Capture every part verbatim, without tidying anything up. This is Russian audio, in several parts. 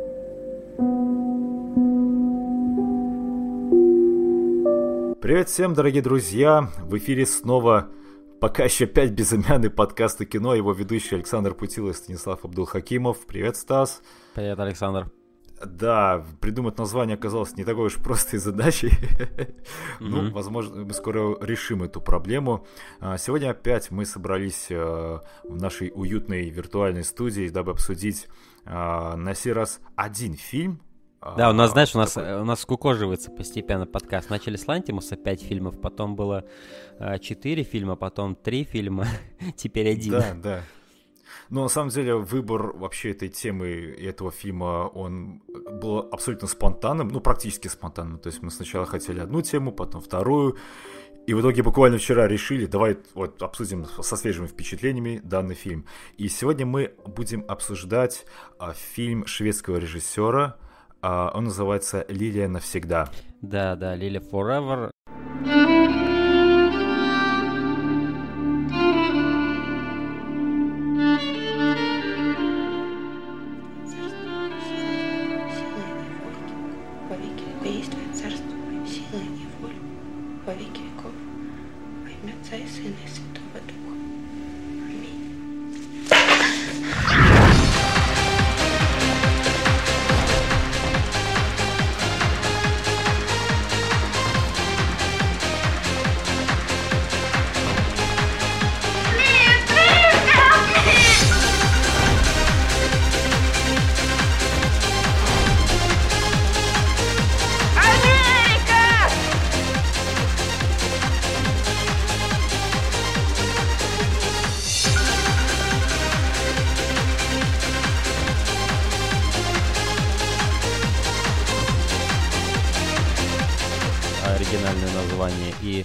Привет всем, дорогие друзья! В эфире снова пока еще опять безымянный подкаст о кино. Его ведущий Александр Путилов и Станислав Абдулхакимов. Привет, Стас! Привет, Александр! Да, придумать название оказалось не такой уж простой задачей. Ну, возможно, мы скоро решим эту проблему. Сегодня опять мы собрались в нашей уютной виртуальной студии, дабы обсудить на сей раз один фильм. Да, у нас, знаешь, у нас, у нас скукоживается постепенно подкаст. Начали с Лантимуса пять фильмов, потом было четыре фильма, потом три фильма, теперь один. Да, да. Но на самом деле выбор вообще этой темы и этого фильма, он был абсолютно спонтанным, ну, практически спонтанным. То есть мы сначала хотели одну тему, потом вторую. И в итоге буквально вчера решили, давай вот обсудим со свежими впечатлениями данный фильм. И сегодня мы будем обсуждать а, фильм шведского режиссера. Uh, он называется «Лилия навсегда». Да, да, «Лилия Forever». Оригинальное название. И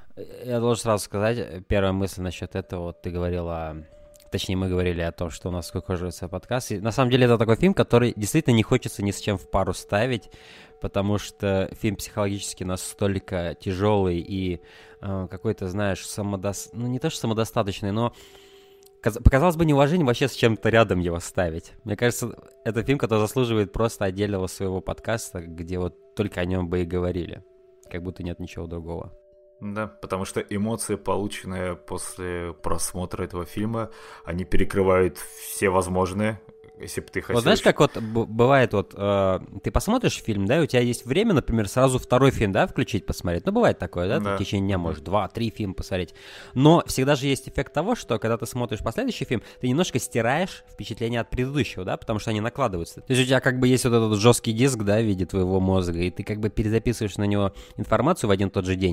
я должен сразу сказать, первая мысль насчет этого, вот ты говорила, точнее мы говорили о том, что у нас скукоживается подкаст. И на самом деле это такой фильм, который действительно не хочется ни с чем в пару ставить, потому что фильм психологически настолько тяжелый и э, какой-то, знаешь, самодос... ну не то что самодостаточный, но показалось бы неуважением вообще с чем-то рядом его ставить. Мне кажется, это фильм, который заслуживает просто отдельного своего подкаста, где вот только о нем бы и говорили. Как будто нет ничего другого. Да, потому что эмоции, полученные после просмотра этого фильма, они перекрывают все возможные, если бы ты хотел... Вот знаешь, как вот б- бывает, вот э, ты посмотришь фильм, да, и у тебя есть время, например, сразу второй фильм, да, включить, посмотреть. Ну, бывает такое, да, да. Ты в течение дня можешь два-три фильма посмотреть. Но всегда же есть эффект того, что когда ты смотришь последующий фильм, ты немножко стираешь впечатление от предыдущего, да, потому что они накладываются. То есть у тебя как бы есть вот этот жесткий диск, да, в виде твоего мозга, и ты как бы перезаписываешь на него информацию в один и тот же день.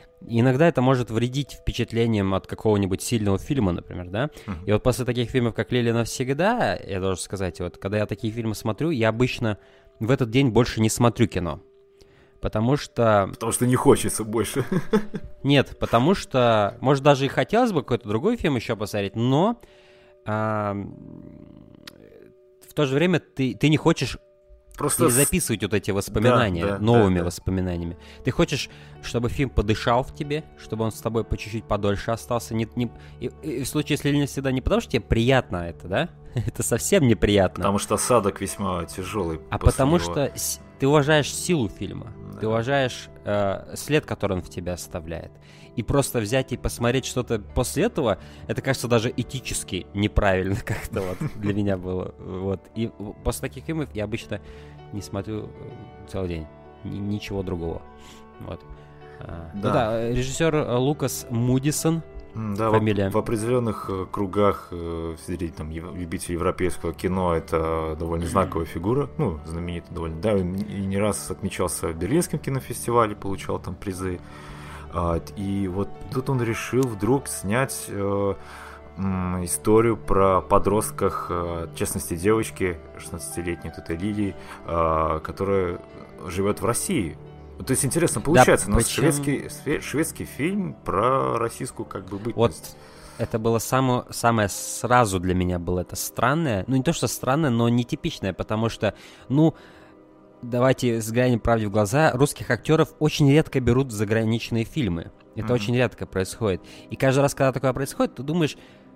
И иногда это может вредить впечатлениям от какого-нибудь сильного фильма, например, да? Uh-huh. И вот после таких фильмов, как «Лилия навсегда», я должен сказать, вот, когда я такие фильмы смотрю, я обычно в этот день больше не смотрю кино. Потому что... Потому что не хочется больше. Нет, потому что, может, даже и хотелось бы какой-то другой фильм еще посмотреть, но а, в то же время ты, ты не хочешь... Просто перезаписывать вот эти воспоминания да, да, новыми да, да. воспоминаниями. Ты хочешь, чтобы фильм подышал в тебе, чтобы он с тобой по чуть-чуть подольше остался. Не, не, и, и в случае, если не всегда не потому, что тебе приятно это, да? Это совсем неприятно. Потому что осадок весьма тяжелый. А потому него. что с, ты уважаешь силу фильма, да. Ты уважаешь э, след, который он в тебя оставляет. И просто взять и посмотреть что-то после этого, это, кажется, даже этически неправильно как-то вот для меня было. Вот. И после таких фильмов я обычно не смотрю целый день. Ничего другого. Вот. Да. Ну да, режиссер Лукас Мудисон. Да, фамилия. В, в определенных кругах среди там, любителей европейского кино это довольно знаковая фигура, ну, знаменитая довольно. Да, и не раз отмечался в Берлинском кинофестивале, получал там призы. И вот тут он решил вдруг снять э, м, историю про подростках, э, в частности девочки, шестнадцатилетней вот этой Лилии, э, которая живет в России. То есть интересно получается, да, у нас причем... шведский, шведский фильм про российскую как бы бытность. Вот это было само, самое сразу для меня было это странное, ну не то что странное, но нетипичное, потому что, ну... Давайте взглянем правде в глаза. Русских актеров очень редко берут в заграничные фильмы. Это mm-hmm. очень редко происходит. И каждый раз, когда такое происходит, ты думаешь,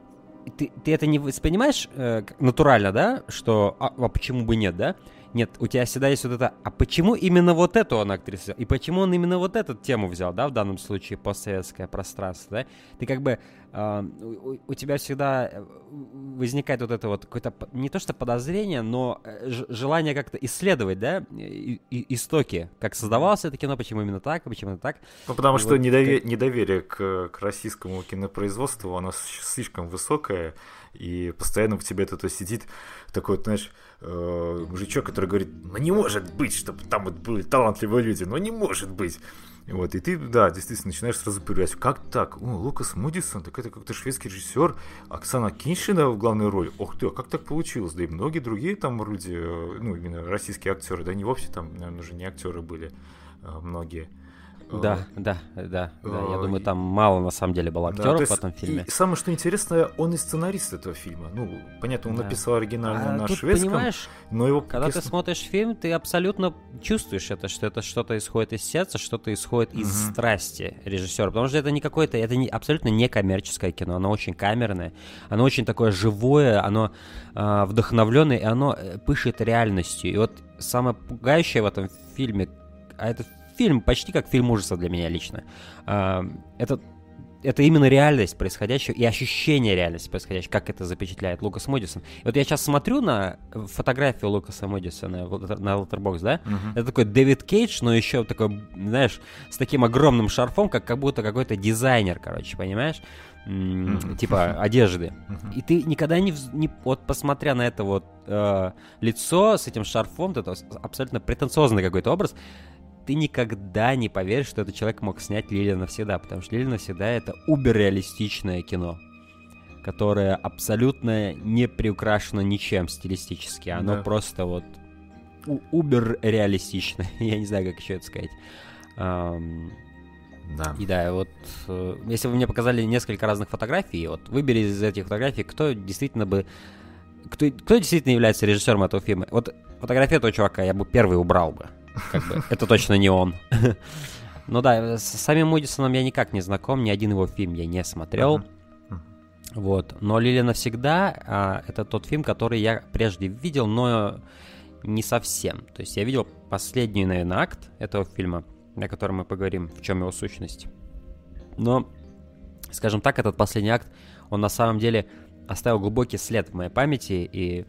ты, ты это не воспринимаешь э, натурально, да, что а, а почему бы нет, да? Нет, у тебя всегда есть вот это, а почему именно вот эту он актрису взял? И почему он именно вот эту тему взял, да, в данном случае постсоветское пространство, да? Ты как бы, э, у, у тебя всегда возникает вот это вот какое-то, не то что подозрение, но ж, желание как-то исследовать, да, и, и, истоки, как создавалось это кино, почему именно так, почему именно так. Ну, потому и что вот недовер... как... недоверие к, к российскому кинопроизводству, оно слишком высокое, и постоянно в тебе это сидит такой, вот, знаешь, э, мужичок, который говорит, ну не может быть, чтобы там вот были талантливые люди, ну не может быть. Вот, и ты, да, действительно начинаешь сразу проверять, как так? О, Лукас Мудисон, так это как-то шведский режиссер, Оксана Киньшина в главной роли. Ох ты, а как так получилось? Да и многие другие там вроде, ну, именно российские актеры, да не вовсе там, наверное, уже не актеры были, а многие. Да, да, да, да. Я думаю, там мало на самом деле было актеров да, в этом фильме. И самое что интересное, он и сценарист этого фильма. Ну, понятно, он да. написал оригинально а на тут, шведском, понимаешь, но его... Когда если... ты смотришь фильм, ты абсолютно чувствуешь это, что это что-то исходит из сердца, что-то исходит из угу. страсти режиссера. Потому что это не какое-то, это не, абсолютно не коммерческое кино, оно очень камерное, оно очень такое живое, оно э, вдохновленное, и оно пышет реальностью. И вот самое пугающее в этом фильме, а это фильм почти как фильм ужаса для меня лично. Это, это именно реальность происходящего и ощущение реальности происходящего, как это запечатляет Лукас Мудисон. И вот я сейчас смотрю на фотографию Лукаса Мудисона на Letterboxd, да? Uh-huh. Это такой Дэвид Кейдж, но еще такой, знаешь, с таким огромным шарфом, как, как будто какой-то дизайнер, короче, понимаешь? Mm-hmm. Типа одежды. Mm-hmm. И ты никогда не, не... Вот посмотря на это вот э, лицо с этим шарфом, это абсолютно претенциозный какой-то образ, ты никогда не поверишь, что этот человек мог снять «Лилия навсегда», потому что «Лилия навсегда» — это убер-реалистичное кино, которое абсолютно не приукрашено ничем стилистически. Оно да. просто вот убер-реалистичное. Я не знаю, как еще это сказать. Um, да. И да, вот если вы мне показали несколько разных фотографий, вот выбери из этих фотографий, кто действительно бы... Кто, кто действительно является режиссером этого фильма. Вот фотографию этого чувака я бы первый убрал бы. Как бы, это точно не он. Ну да, с самим Мудисоном я никак не знаком, ни один его фильм я не смотрел. Uh-huh. Вот. Но «Лилия навсегда» а, это тот фильм, который я прежде видел, но не совсем. То есть я видел последний, наверное, акт этого фильма, о котором мы поговорим, в чем его сущность. Но, скажем так, этот последний акт, он на самом деле оставил глубокий след в моей памяти, и...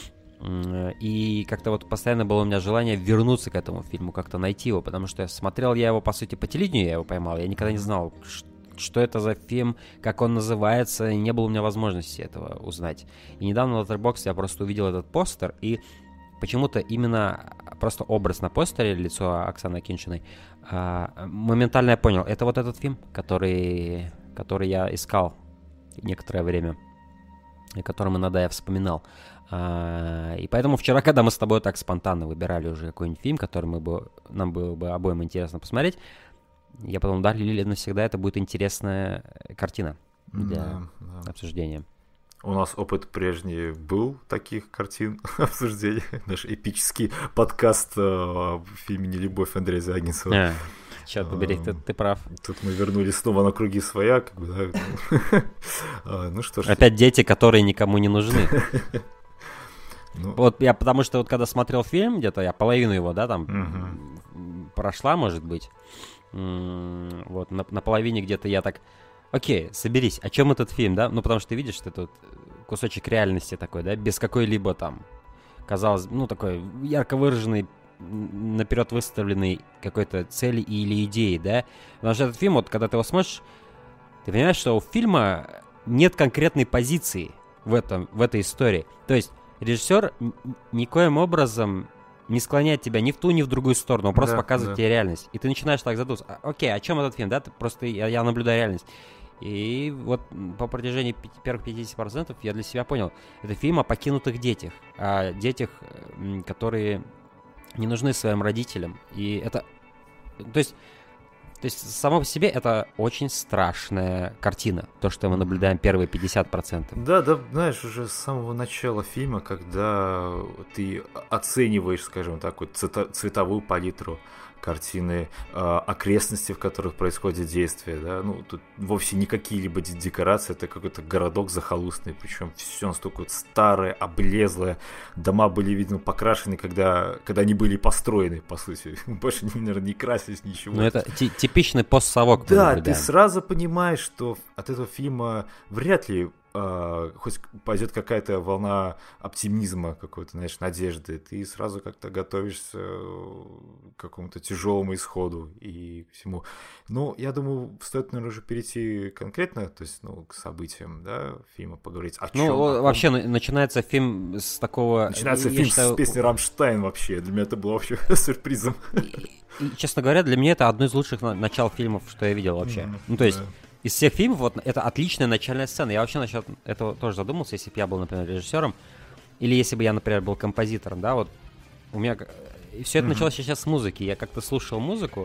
И как-то вот постоянно было у меня желание вернуться к этому фильму, как-то найти его, потому что смотрел я его, по сути, по телевидению я его поймал, я никогда не знал, что это за фильм, как он называется, и не было у меня возможности этого узнать. И недавно на Letterboxd я просто увидел этот постер, и почему-то именно просто образ на постере, лицо Оксаны Киньшиной, моментально я понял, это вот этот фильм, который, который я искал некоторое время, о котором иногда я вспоминал. А, и поэтому вчера, когда мы с тобой так спонтанно выбирали уже какой-нибудь фильм, который мы бы, нам было бы обоим интересно посмотреть, я подумал, да, «Лилия навсегда» — это будет интересная картина для да, да. обсуждения. У нас опыт прежний был таких картин обсуждения. Наш эпический подкаст в фильме «Нелюбовь» Андрея Звягинцева. А, черт побери, ты, ты прав. Тут мы вернулись снова на круги своя. Как бы, да. Ну что ж. Опять дети, которые никому не нужны. Ну. Вот я, потому что вот когда смотрел фильм, где-то я половину его, да, там угу. прошла, может быть. Вот, на, на половине где-то я так, окей, соберись, о чем этот фильм, да? Ну, потому что ты видишь, что это вот кусочек реальности такой, да, без какой-либо там, казалось, ну, такой ярко выраженный, наперед выставленной какой-то цели или идеи, да? Потому что этот фильм, вот, когда ты его смотришь, ты понимаешь, что у фильма нет конкретной позиции в этом, в этой истории. То есть режиссер никоим образом не склоняет тебя ни в ту, ни в другую сторону, он просто да, показывает да. тебе реальность. И ты начинаешь так задумываться, а, окей, о чем этот фильм, да? Ты просто я, я наблюдаю реальность. И вот по протяжении первых пятьдесят процентов я для себя понял, это фильм о покинутых детях, о детях, которые не нужны своим родителям. И это, то есть, то есть само по себе это очень страшная картина, то, что мы наблюдаем первые пятьдесят процентов. Да, да, знаешь, уже с самого начала фильма, когда ты оцениваешь, скажем так, вот цвета- цветовую палитру, картины э, окрестности, в которых происходит действие, да, ну, тут вовсе не какие-либо декорации, это какой-то городок захолустный, причем все настолько вот старое, облезлое, дома были, видно, покрашены, когда, когда они были построены, по сути, больше, наверное, не красились, ничего. Ну, это ти- типичный постсовок. Да, ты сразу понимаешь, что от этого фильма вряд ли Uh, хоть пойдет какая-то волна оптимизма, какой-то, знаешь, надежды, ты сразу как-то готовишься к какому-то тяжелому исходу и к всему. Ну, я думаю, стоит, наверное, уже перейти конкретно, то есть, ну, к событиям, да, фильма, поговорить о чем. Ну, вообще, начинается фильм с такого... Начинается фильм считаю... с песни «Рамштайн» вообще. Для меня это было вообще сюрпризом. И, и, честно говоря, для меня это одно из лучших начал фильмов, что я видел вообще. Mm-hmm. Ну, то есть... Yeah. Из всех фильмов, вот, это отличная начальная сцена. Я вообще насчет этого тоже задумался, если бы я был, например, режиссером, или если бы я, например, был композитором, да, вот, у меня... И все это mm-hmm. началось сейчас с музыки. Я как-то слушал музыку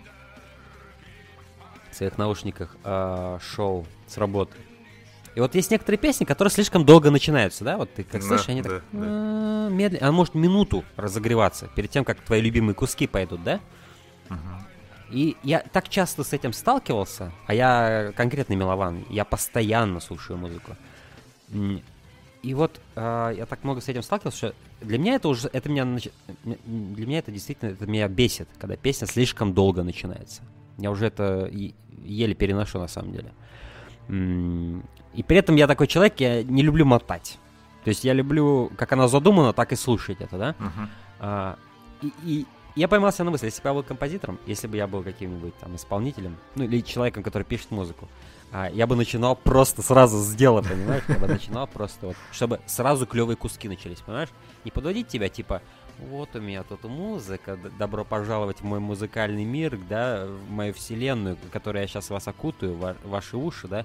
в своих наушниках, э, шоу с работы. И вот есть некоторые песни, которые слишком долго начинаются, да, вот ты как слышишь, да, они да, так да. медленно, а может минуту разогреваться перед тем, как твои любимые куски пойдут, да? Uh-huh. И я так часто с этим сталкивался, а я конкретный меломан, я постоянно слушаю музыку. И вот э, я так много с этим сталкивался, что для меня это уже, это меня, для меня это действительно, это меня бесит, когда песня слишком долго начинается. Я уже это еле переношу на самом деле. И при этом я такой человек, я не люблю мотать. То есть я люблю, как она задумана, так и слушать это, да? Uh-huh. А, и, и я поймался на мысли, если бы я был композитором, если бы я был каким-нибудь там исполнителем, ну или человеком, который пишет музыку, а, я бы начинал просто сразу с дела, понимаешь? Я бы начинал просто вот, чтобы сразу клевые куски начались, понимаешь? Не подводить тебя, типа, вот у меня тут музыка, добро пожаловать в мой музыкальный мир, да, в мою вселенную, в которой я сейчас вас окутаю, ва- ваши уши, да,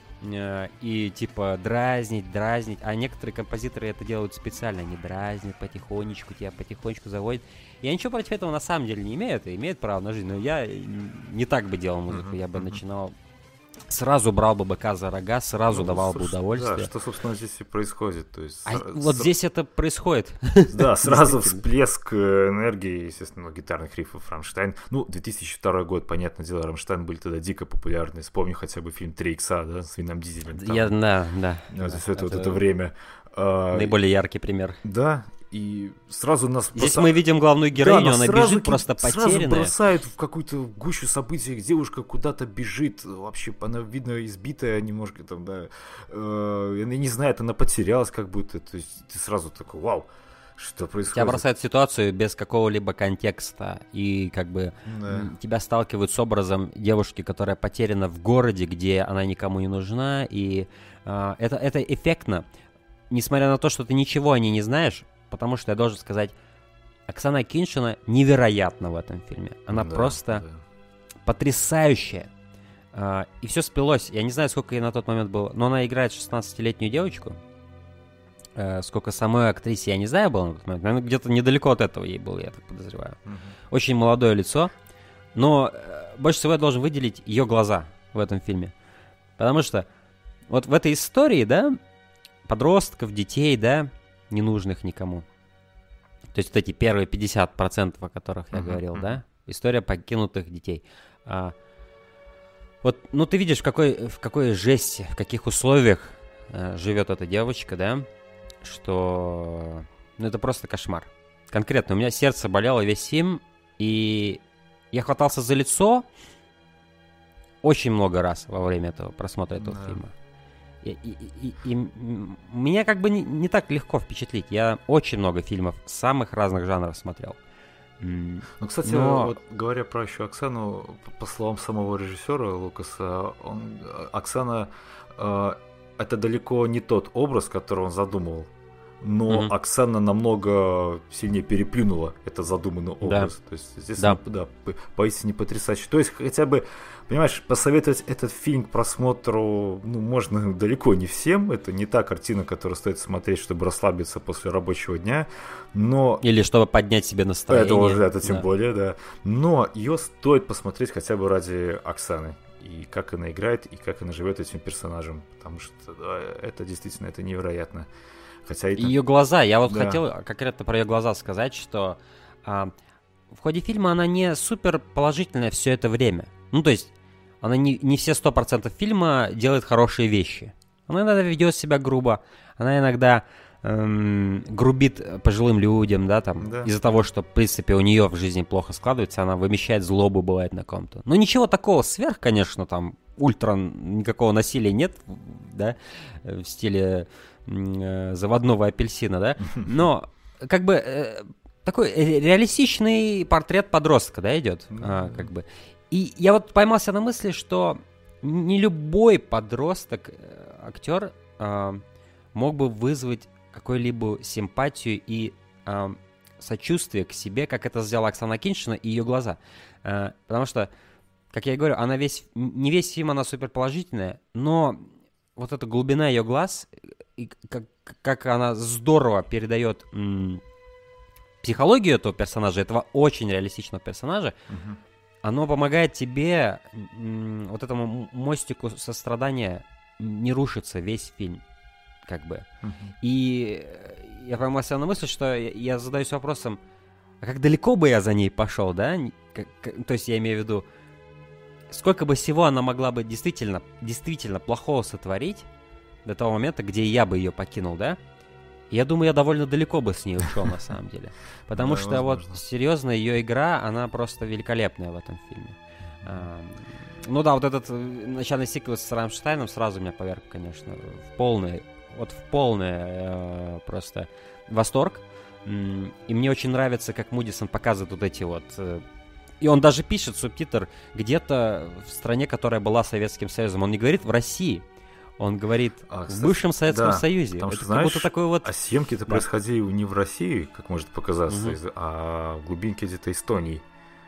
и типа дразнить, дразнить, а некоторые композиторы это делают специально, они дразнят потихонечку, тебя потихонечку заводят. Я ничего против этого на самом деле не имею, это имеет право на жизнь, но я не так бы делал музыку, я бы начинал, сразу брал бы быка за рога, сразу ну, давал бы удовольствие. Да, что, собственно, здесь и происходит. То есть, а с... вот здесь это происходит. Да, сразу всплеск энергии, естественно, гитарных рифов Рамштайн. Ну, две тысячи второй год, понятное дело, Рамштайн были тогда дико популярны. Вспомни хотя бы фильм «Три икса», да, с Вином Дизелем. Там, Я, да, да. Вот, да все это, это вот это время. Наиболее яркий пример. Да. И сразу нас... Здесь бросают... мы видим главную героиню, да, она бежит ки... просто потерянная. Сразу бросают в какую-то гущу событий, где девушка куда-то бежит, вообще она, видно, избитая немножко там, да. Э, она не знает, она потерялась как будто, то есть ты сразу такой, вау, что происходит? Тебя бросают в ситуацию без какого-либо контекста, и как бы да. тебя сталкивают с образом девушки, которая потеряна в городе, где она никому не нужна, и э, это, это эффектно, несмотря на то, что ты ничего о ней не знаешь. Потому что я должен сказать, Оксана Акиньшина невероятна в этом фильме. Она да, просто да. потрясающая. А, и все сплелось. Я не знаю, сколько ей на тот момент было, но она играет шестнадцатилетнюю девочку. А, сколько самой актрисе, я не знаю, было на тот момент. Наверное, где-то недалеко от этого ей было, я так подозреваю. Угу. Очень молодое лицо. Но больше всего я должен выделить ее глаза в этом фильме. Потому что вот в этой истории, да, подростков, детей, да, ненужных никому. То есть вот эти первые пятьдесят процентов, о которых я uh-huh, говорил, uh-huh. да? История покинутых детей. А, вот, ну ты видишь, в какой, в какой жести, в каких условиях а, живет эта девочка, да? Что... Ну это просто кошмар. Конкретно, у меня сердце болело весь фильм, и я хватался за лицо очень много раз во время этого просмотра этого yeah. фильма. И, и, и, и меня как бы не, не так легко впечатлить. Я очень много фильмов самых разных жанров смотрел. Ну, кстати, Но... вот, говоря про еще Оксану, по словам самого режиссера Лукаса, он, Оксана э, это далеко не тот образ, который он задумывал. Но mm-hmm. Оксана намного сильнее переплюнула этот задуманный образ. Да. То есть здесь да. Да, поистине потрясающе. То есть хотя бы, понимаешь, посоветовать этот фильм к просмотру, ну, можно далеко не всем. Это не та картина, которую стоит смотреть, чтобы расслабиться после рабочего дня. Но... Или чтобы поднять себе настроение. Это уже, это тем да. более, да. Но ее стоит посмотреть хотя бы ради Оксаны. И как она играет, и как она живет этим персонажем. Потому что да, это действительно это невероятно. Хотя это... Ее глаза, я вот да. хотел конкретно про ее глаза сказать, что а, в ходе фильма она не супер положительная все это время. Ну, то есть, она не, не все сто процентов фильма делает хорошие вещи. Она иногда ведет себя грубо, она иногда эм, грубит пожилым людям, да, там, Да. из-за того, что, в принципе, у нее в жизни плохо складывается, она вымещает злобу, бывает, на ком-то. Но ничего такого сверх, конечно, там, ультра никакого насилия нет, да, в стиле э, заводного апельсина, да, но, как бы, э, такой реалистичный портрет подростка, да, идет, Mm-hmm. а, как бы. И я вот поймался на мысли, что не любой подросток, актер, э, мог бы вызвать какую-либо симпатию и э, сочувствие к себе, как это сделала Оксана Акиньшина и ее глаза. Э, потому что, как я и говорю, она весь, не весь фильм, она суперположительная, но вот эта глубина ее глаз, и как, как она здорово передает м, психологию этого персонажа, этого очень реалистичного персонажа, Мгм. оно помогает тебе, м, вот этому мостику сострадания, не рушится весь фильм, как бы. Мгм. И я поймался на мысли, что я, я задаюсь вопросом, а как далеко бы я за ней пошел, да? Как, как, то есть я имею в виду, сколько бы всего она могла бы действительно, действительно плохого сотворить до того момента, где я бы ее покинул, да? И я думаю, я довольно далеко бы с ней ушел, на самом деле. Потому Да, что вот, возможно. серьезно, ее игра, она просто великолепная в этом фильме. А, Ну да, вот этот э, начальный сиквел с Рамштайном сразу меня поверг, конечно, в полный, вот в полный э, просто восторг. М, И мне очень нравится, как Мудисон показывает вот эти вот... э, И он даже пишет субтитр где-то в стране, которая была Советским Союзом. Он не говорит в России, он говорит А, в кстати, бывшем Советском да, Союзе. потому Это что, как знаешь, будто такой вот... А съемки-то Да. происходили не в России, как может показаться, Мгм. из- а в глубинке где-то Эстонии.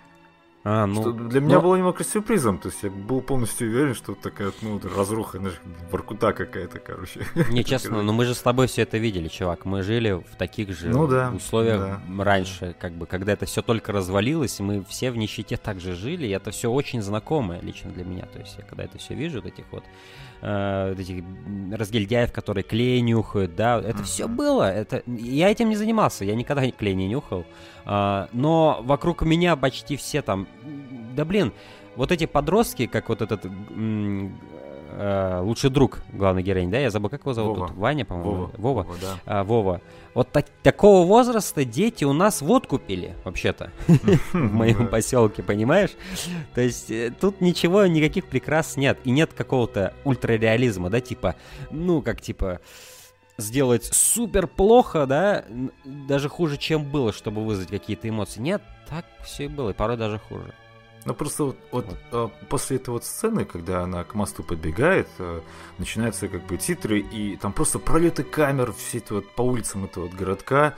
А, ну, Что для меня но- было немного сюрпризом. То есть я был полностью уверен, что такая вот, ну, разруха, знаешь, воркута какая-то, короче. Не, честно, но мы же с тобой все это видели, чувак. Мы жили в таких же Ну да, условиях да. раньше, как бы, когда это все только развалилось, и мы все в нищете также жили, и это все очень знакомое лично для меня. То есть я когда это все вижу, вот этих вот, э, вот этих разгильдяев, которые клей нюхают, да, это Мгм. все было. Это... Я этим не занимался, я никогда не клей не нюхал. А, но вокруг меня почти все там, да блин, вот эти подростки, как вот этот м, э, лучший друг главной героини, да, я забыл, как его зовут? Вова. Тут Ваня, по-моему. Вова. Вова. Вова, да. А, Вова. Вот так- такого возраста дети у нас водку пили, вообще-то, в моем Да. поселке, понимаешь? То есть э, тут ничего, никаких прикрас нет. И нет какого-то ультрареализма, да, типа, ну, как типа сделать супер плохо, да, н- даже хуже, чем было, чтобы вызвать какие-то эмоции. Нет, так все и было, и порой даже хуже. Ну просто вот, вот, э, после этой вот сцены, когда она к мосту подбегает, э, начинаются как бы титры, и там просто пролеты камер все это вот по улицам этого вот городка,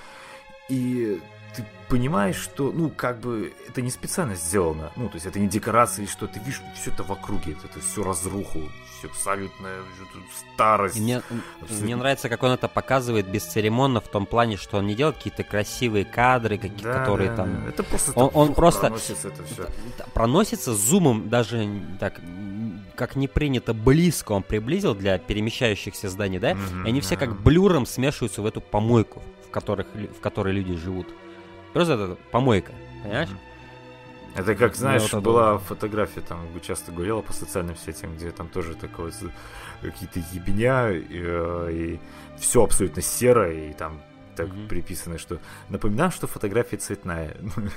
и ты понимаешь, что, ну, как бы, это не специально сделано, ну, то есть это не декорации, что ты видишь все это в округе, это, это все разруху, все абсолютная старость. И мне, абсолютно- мне нравится, как он это показывает бесцеремонно, в том плане, что он не делает какие-то красивые кадры, какие, Да, которые да, там... да. Это просто Он- так он вух просто- проносится это все. Т- проносится зумом, даже так, м, как не принято, близко он приблизил для перемещающихся зданий, да? И они все как блюром смешиваются в эту помойку, в, которых, лю- в которой люди живут. Просто это помойка, понимаешь? Это как, знаешь, вот это была фотография, там, часто гуляла по социальным сетям, где там тоже такое вот, какие-то ебеня, и, э, и все абсолютно серое, и там так Мгм. приписано, что напоминаю, что фотография цветная.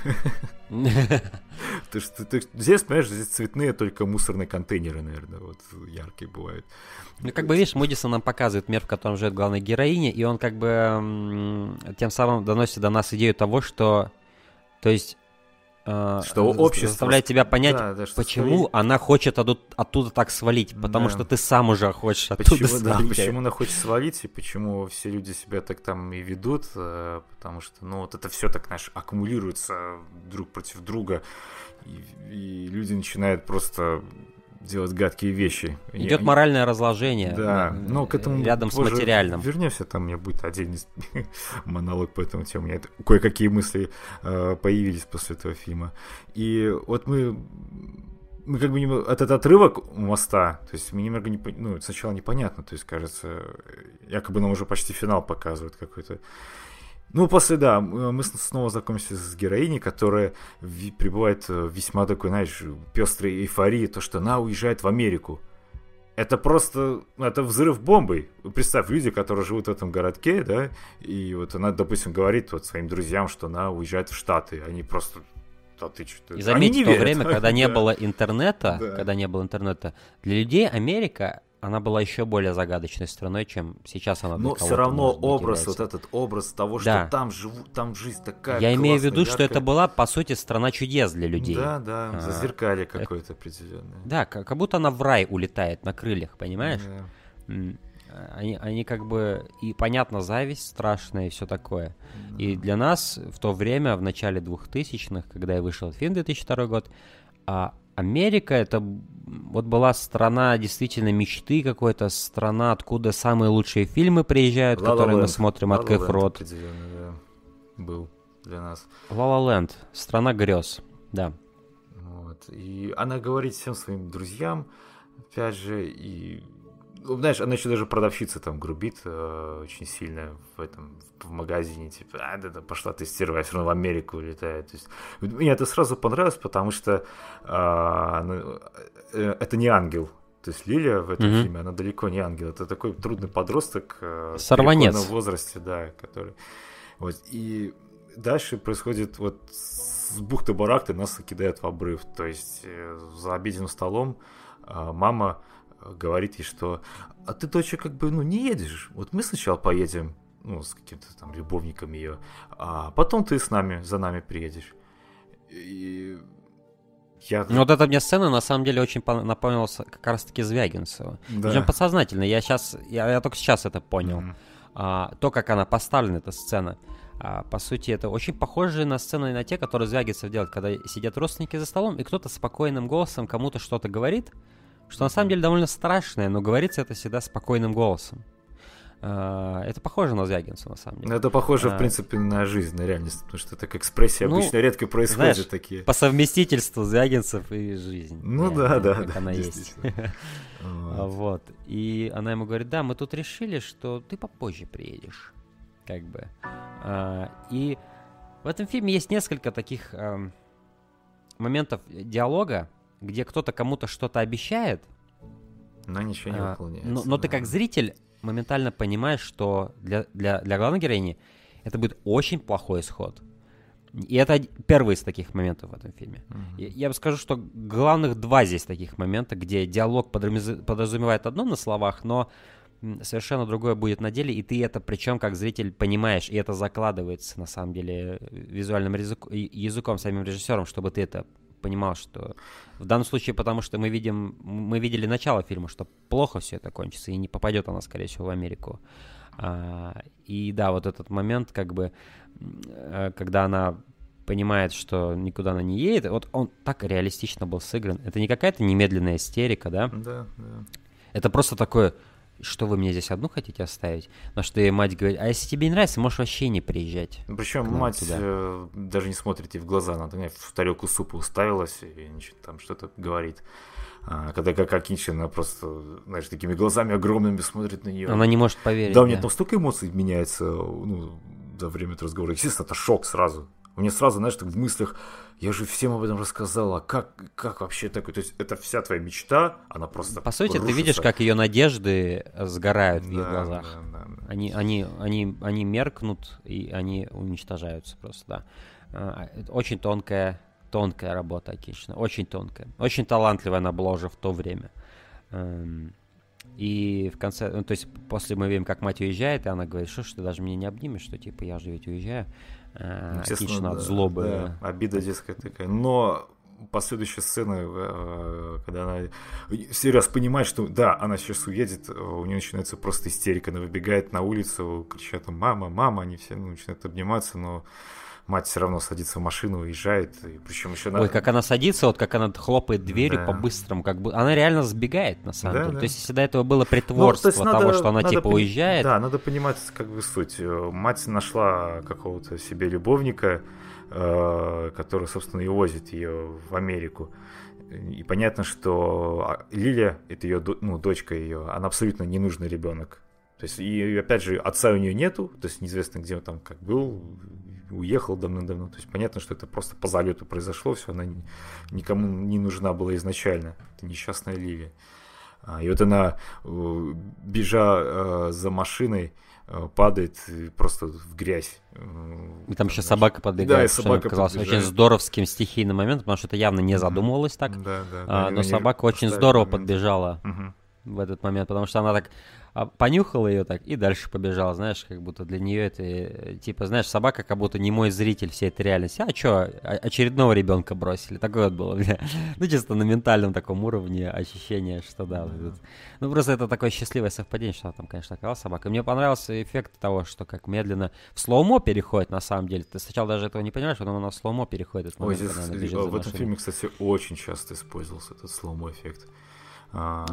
Ты что, ты- здесь, понимаешь, здесь цветные только мусорные контейнеры, наверное, вот яркие бывают. Ну, как бы, видишь, Мудисон нам показывает мир, в котором живет главная героиня, и он как бы м, тем самым доносит до нас идею того, что, то есть, э, Что за- общество- заставляет тебя понять, Да, да, что почему свои- она хочет оттуда, оттуда так свалить, потому Да. что ты сам уже хочешь оттуда Почему, да, свалить. почему она хочет свалить, и почему все люди себя так там и ведут, э, потому что, ну, вот это все так, знаешь, аккумулируется друг против друга, и, и люди начинают просто делать гадкие вещи. Идет И- моральное разложение, Да, э, но к этому рядом с позже материальным. вернемся, там у меня будет отдельный монолог по этому теме. У меня это- кое-какие мысли э, появились после этого фильма. И вот мы, мы как бы не, этот отрывок у моста, то есть мне немного не, пон- ну, сначала непонятно, то есть кажется, якобы нам уже почти финал показывают какой-то. Ну, после, да, мы снова знакомимся с героиней, которая пребывает в весьма такой, знаешь, пестрой эйфории, то, что она уезжает в Америку. Это просто, это взрыв бомбой. Представь, люди, которые живут в этом городке, да, и вот она, допустим, говорит вот своим друзьям, что она уезжает в Штаты, они просто... Да ты что? И заметьте, в то время, когда не да. было интернета, да. когда не было интернета, для людей Америка, она была еще более загадочной страной, чем сейчас она для Но кого-то, все равно может быть, образ, является. вот этот образ того, что Да. там живут, там жизнь такая Я классная, имею в виду, яркая. что это была, по сути, страна чудес для людей. Да, да, А, зазеркалье какое-то определенное. Да, как, как будто она в рай улетает на крыльях, понимаешь? Да. М, Они, они как бы, и понятно, зависть страшная и все такое. И для нас в то время, в начале двухтысячных, когда и вышел фильм две тысячи второй год, а Америка это вот была страна действительно мечты какой-то, страна, откуда самые лучшие фильмы приезжают, La La которые мы Land. смотрим, La La открыв Land рот. определенно, да, был для нас. La La Land, страна грез, да. Вот. И она говорит всем своим друзьям, опять же, и ну, знаешь, она еще даже продавщица там грубит э, очень сильно в этом в магазине, типа, а, да, да, пошла ты стерва, я все равно в Америку улетаю. То есть, мне это сразу понравилось, потому что э, она, э, это не ангел. То есть Лилия в этом mm-hmm. фильме, она далеко не ангел. Это такой трудный подросток э, Сорванец. в возрасте, да, который... Вот. И дальше происходит вот с бухты-барахты нас кидают в обрыв. То есть э, за обеденным столом э, мама говорит ей, что а ты, доча, как бы, ну, не едешь. Вот мы сначала поедем, ну, с каким-то там любовником ее, а потом ты с нами, за нами приедешь. И я... Ну, вот эта мне сцена, на самом деле, очень напомнила как раз-таки Звягинцева. Да. Причем подсознательно. Я сейчас, я, я только сейчас это понял. Mm-hmm. А, то, как она поставлена, эта сцена. А, по сути, это очень похоже на сцены, на те, которые Звягинцев делает, когда сидят родственники за столом, и кто-то спокойным голосом кому-то что-то говорит, что на самом деле довольно страшное, но говорится это всегда спокойным голосом. Uh, это похоже на Звягинцева, на самом деле. Это похоже, uh, в принципе, на жизнь, на реальность, потому что так экспрессия ну, обычно редко происходит. Знаешь, такие. По совместительству Звягинцев и жизнь. Ну да, да, как да. она есть. Вот. И она ему говорит, да, мы тут решили, что ты попозже приедешь. Как бы. И в этом фильме есть несколько таких моментов диалога, где кто-то кому-то что-то обещает, но ничего не выполняется. Но, но да. Ты как зритель моментально понимаешь, что для, для, для главной героини это будет очень плохой исход. И это первый из таких моментов в этом фильме. Uh-huh. Я, я бы скажу, что главных два здесь таких момента, где диалог подразумевает одно на словах, но совершенно другое будет на деле, и ты это, причем как зритель, понимаешь, и это закладывается, на самом деле, визуальным язык, языком, самим режиссером, чтобы ты это понимал, что в данном случае, потому что мы видим, мы видели начало фильма, что плохо все это кончится, и не попадет она, скорее всего, в Америку. А, и да, вот этот момент, как бы, когда она понимает, что никуда она не едет, вот он так реалистично был сыгран. Это не какая-то немедленная истерика, да? Да, да. Это просто такое... Что вы меня здесь одну хотите оставить? На что ей мать говорит, а если тебе не нравится, можешь вообще не приезжать. Причем мать э, даже не смотрит ей в глаза, она в тарелку супа уставилась и значит, там что-то говорит. А, когда как Акиньши, она просто, знаешь, такими глазами огромными смотрит на нее. Она не может поверить. Да, у меня там столько эмоций меняется ну, за время этого разговора. Естественно, это шок сразу. У меня сразу, знаешь, так в мыслях, я же всем об этом рассказала, как, как вообще такое, то есть это вся твоя мечта, она просто По сути, рушится. Ты видишь, как ее надежды сгорают да, в их глазах. Да, да, да. Они, они, они, они меркнут, и они уничтожаются просто, да. Очень тонкая, тонкая работа Акиньшина, очень тонкая. Очень талантливая она была уже в то время. И в конце, ну, то есть после мы видим, как мать уезжает, и она говорит, что ж ты даже меня не обнимешь, что типа я же ведь уезжаю. Акиньшина да, от злобы. Да, обида детская такая. Но последующая сцена, когда она серьезно понимает, что да, она сейчас уедет, у нее начинается просто истерика. Она выбегает на улицу, кричат там «мама, мама», они все ну, начинают обниматься, но мать все равно садится в машину, уезжает, и причем еще... Ой, на... как она садится, вот как она хлопает дверью да. по-быстрому, как бы она реально сбегает, на самом да, деле. Да. То есть, если до этого было притворство ну, того, надо, что она типа пон... уезжает... Да, надо понимать, как бы, суть. Мать нашла какого-то себе любовника, э, который, собственно, и возит ее в Америку. И понятно, что Лилия, это ее, ну, дочка ее, она абсолютно ненужный ребенок. То есть, и опять же, отца у нее нету, то есть неизвестно, где он там как был, уехал давно-давно. То есть понятно, что это просто по залету произошло, все, она никому не нужна была изначально. Это несчастная Ливия. И вот она, бежа за машиной, падает просто в грязь. И там еще собака подбегает, да, и что собака мне показалось подбежает. очень здоровским стихийным моментом, потому что это явно не задумывалось так. Да, да, а, да, но собака очень здорово момент. подбежала угу. в этот момент, потому что она так понюхала ее так и дальше побежала, знаешь, как будто для нее это, типа, знаешь, собака как будто не мой зритель всей этой реальности. А что, очередного ребенка бросили? Такое вот было, бля. Ну, чисто на ментальном таком уровне ощущение, что да. Mm-hmm. Ну, просто это такое счастливое совпадение, что она там, конечно, оказалась собакой. Мне понравился эффект того, что как медленно в слоумо переходит, на самом деле. Ты сначала даже этого не понимаешь, потом она в слоумо переходит. Ой, здесь, в этом фильме, кстати, очень часто использовался этот слоумо эффект. А...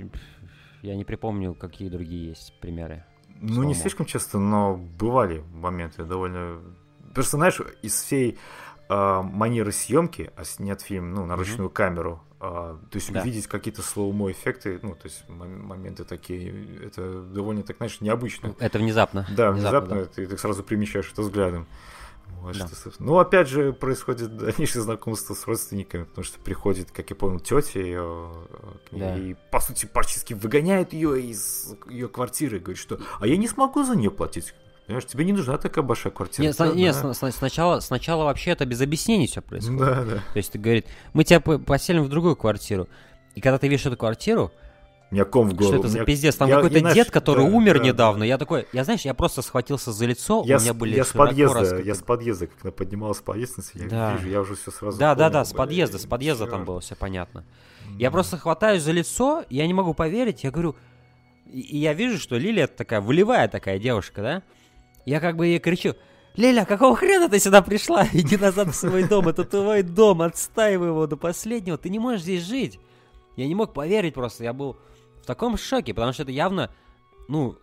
Я не припомню, какие другие есть примеры. Ну, не слишком часто, но бывали моменты довольно... Просто, знаешь, из всей э, манеры съемки, а снят фильм, ну, на ручную mm-hmm. камеру, э, то есть да. увидеть какие-то слоумо эффекты, ну, то есть моменты такие, это довольно, так, знаешь, необычно. Это внезапно. Да, внезапно, внезапно да. ты, ты сразу примечаешь это взглядом. Вот, да. что, ну, опять же, происходит дальнейшее знакомство с родственниками, потому что приходит, как я понял, тетя ее, да. и, по сути, практически выгоняет ее из ее квартиры, говорит, что «а я не смогу за нее платить». Понимаешь, тебе не нужна такая большая квартира. Нет, да, нет да. сначала, сначала вообще это без объяснений все происходит. Да, да. То есть ты говорит, мы тебя поселим в другую квартиру, и когда ты видишь эту квартиру, у меня ком в горле. Что это за меня... пиздец? Там я, какой-то я, дед, который да, умер да, недавно. Да. Я такой, я знаешь, я просто схватился за лицо, я у меня были я с подъезда, раскрыты... я с подъезда, как она поднималась по лестнице, я да. вижу, я уже все сразу Да, понял, да, да, с блин, подъезда, с подъезда черт. Там было все понятно. Mm. Я просто хватаюсь за лицо, я не могу поверить, я говорю, и, и я вижу, что Лилия такая волевая такая девушка, да? Я как бы ей кричу, Лиля, какого хрена ты сюда пришла? Иди назад в свой дом, это твой дом, отстаивай его до последнего, ты не можешь здесь жить. Я не мог поверить просто, я был... в таком шоке, потому что это явно, ну,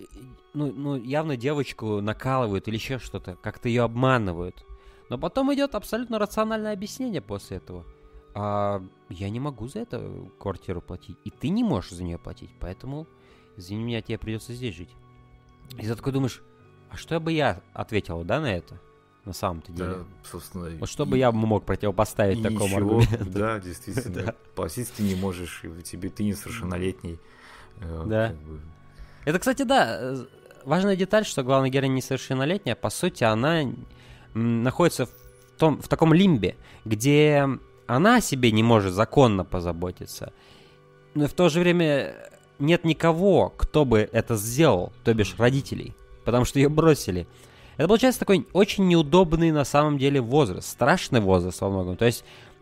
ну, ну, явно девочку накалывают или еще что-то, как-то ее обманывают. Но потом идет абсолютно рациональное объяснение после этого. А я не могу за это квартиру платить, и ты не можешь за нее платить, поэтому, извини меня, тебе придется здесь жить. И ты такой думаешь, а что бы я ответил, да, на это? На самом-то деле. Да, собственно. Вот что бы я мог противопоставить такому ничего, аргументу. Да, действительно. да. Платить ты не можешь, и тебе ты несовершеннолетний. Да. Как бы. Это, кстати, да, важная деталь, что главная героиня несовершеннолетняя, по сути, она находится в, том, в таком лимбе, где она о себе не может законно позаботиться, но в то же время нет никого, кто бы это сделал, то бишь родителей, потому что ее бросили. Это получается такой очень неудобный на самом деле возраст, страшный возраст во многом. То есть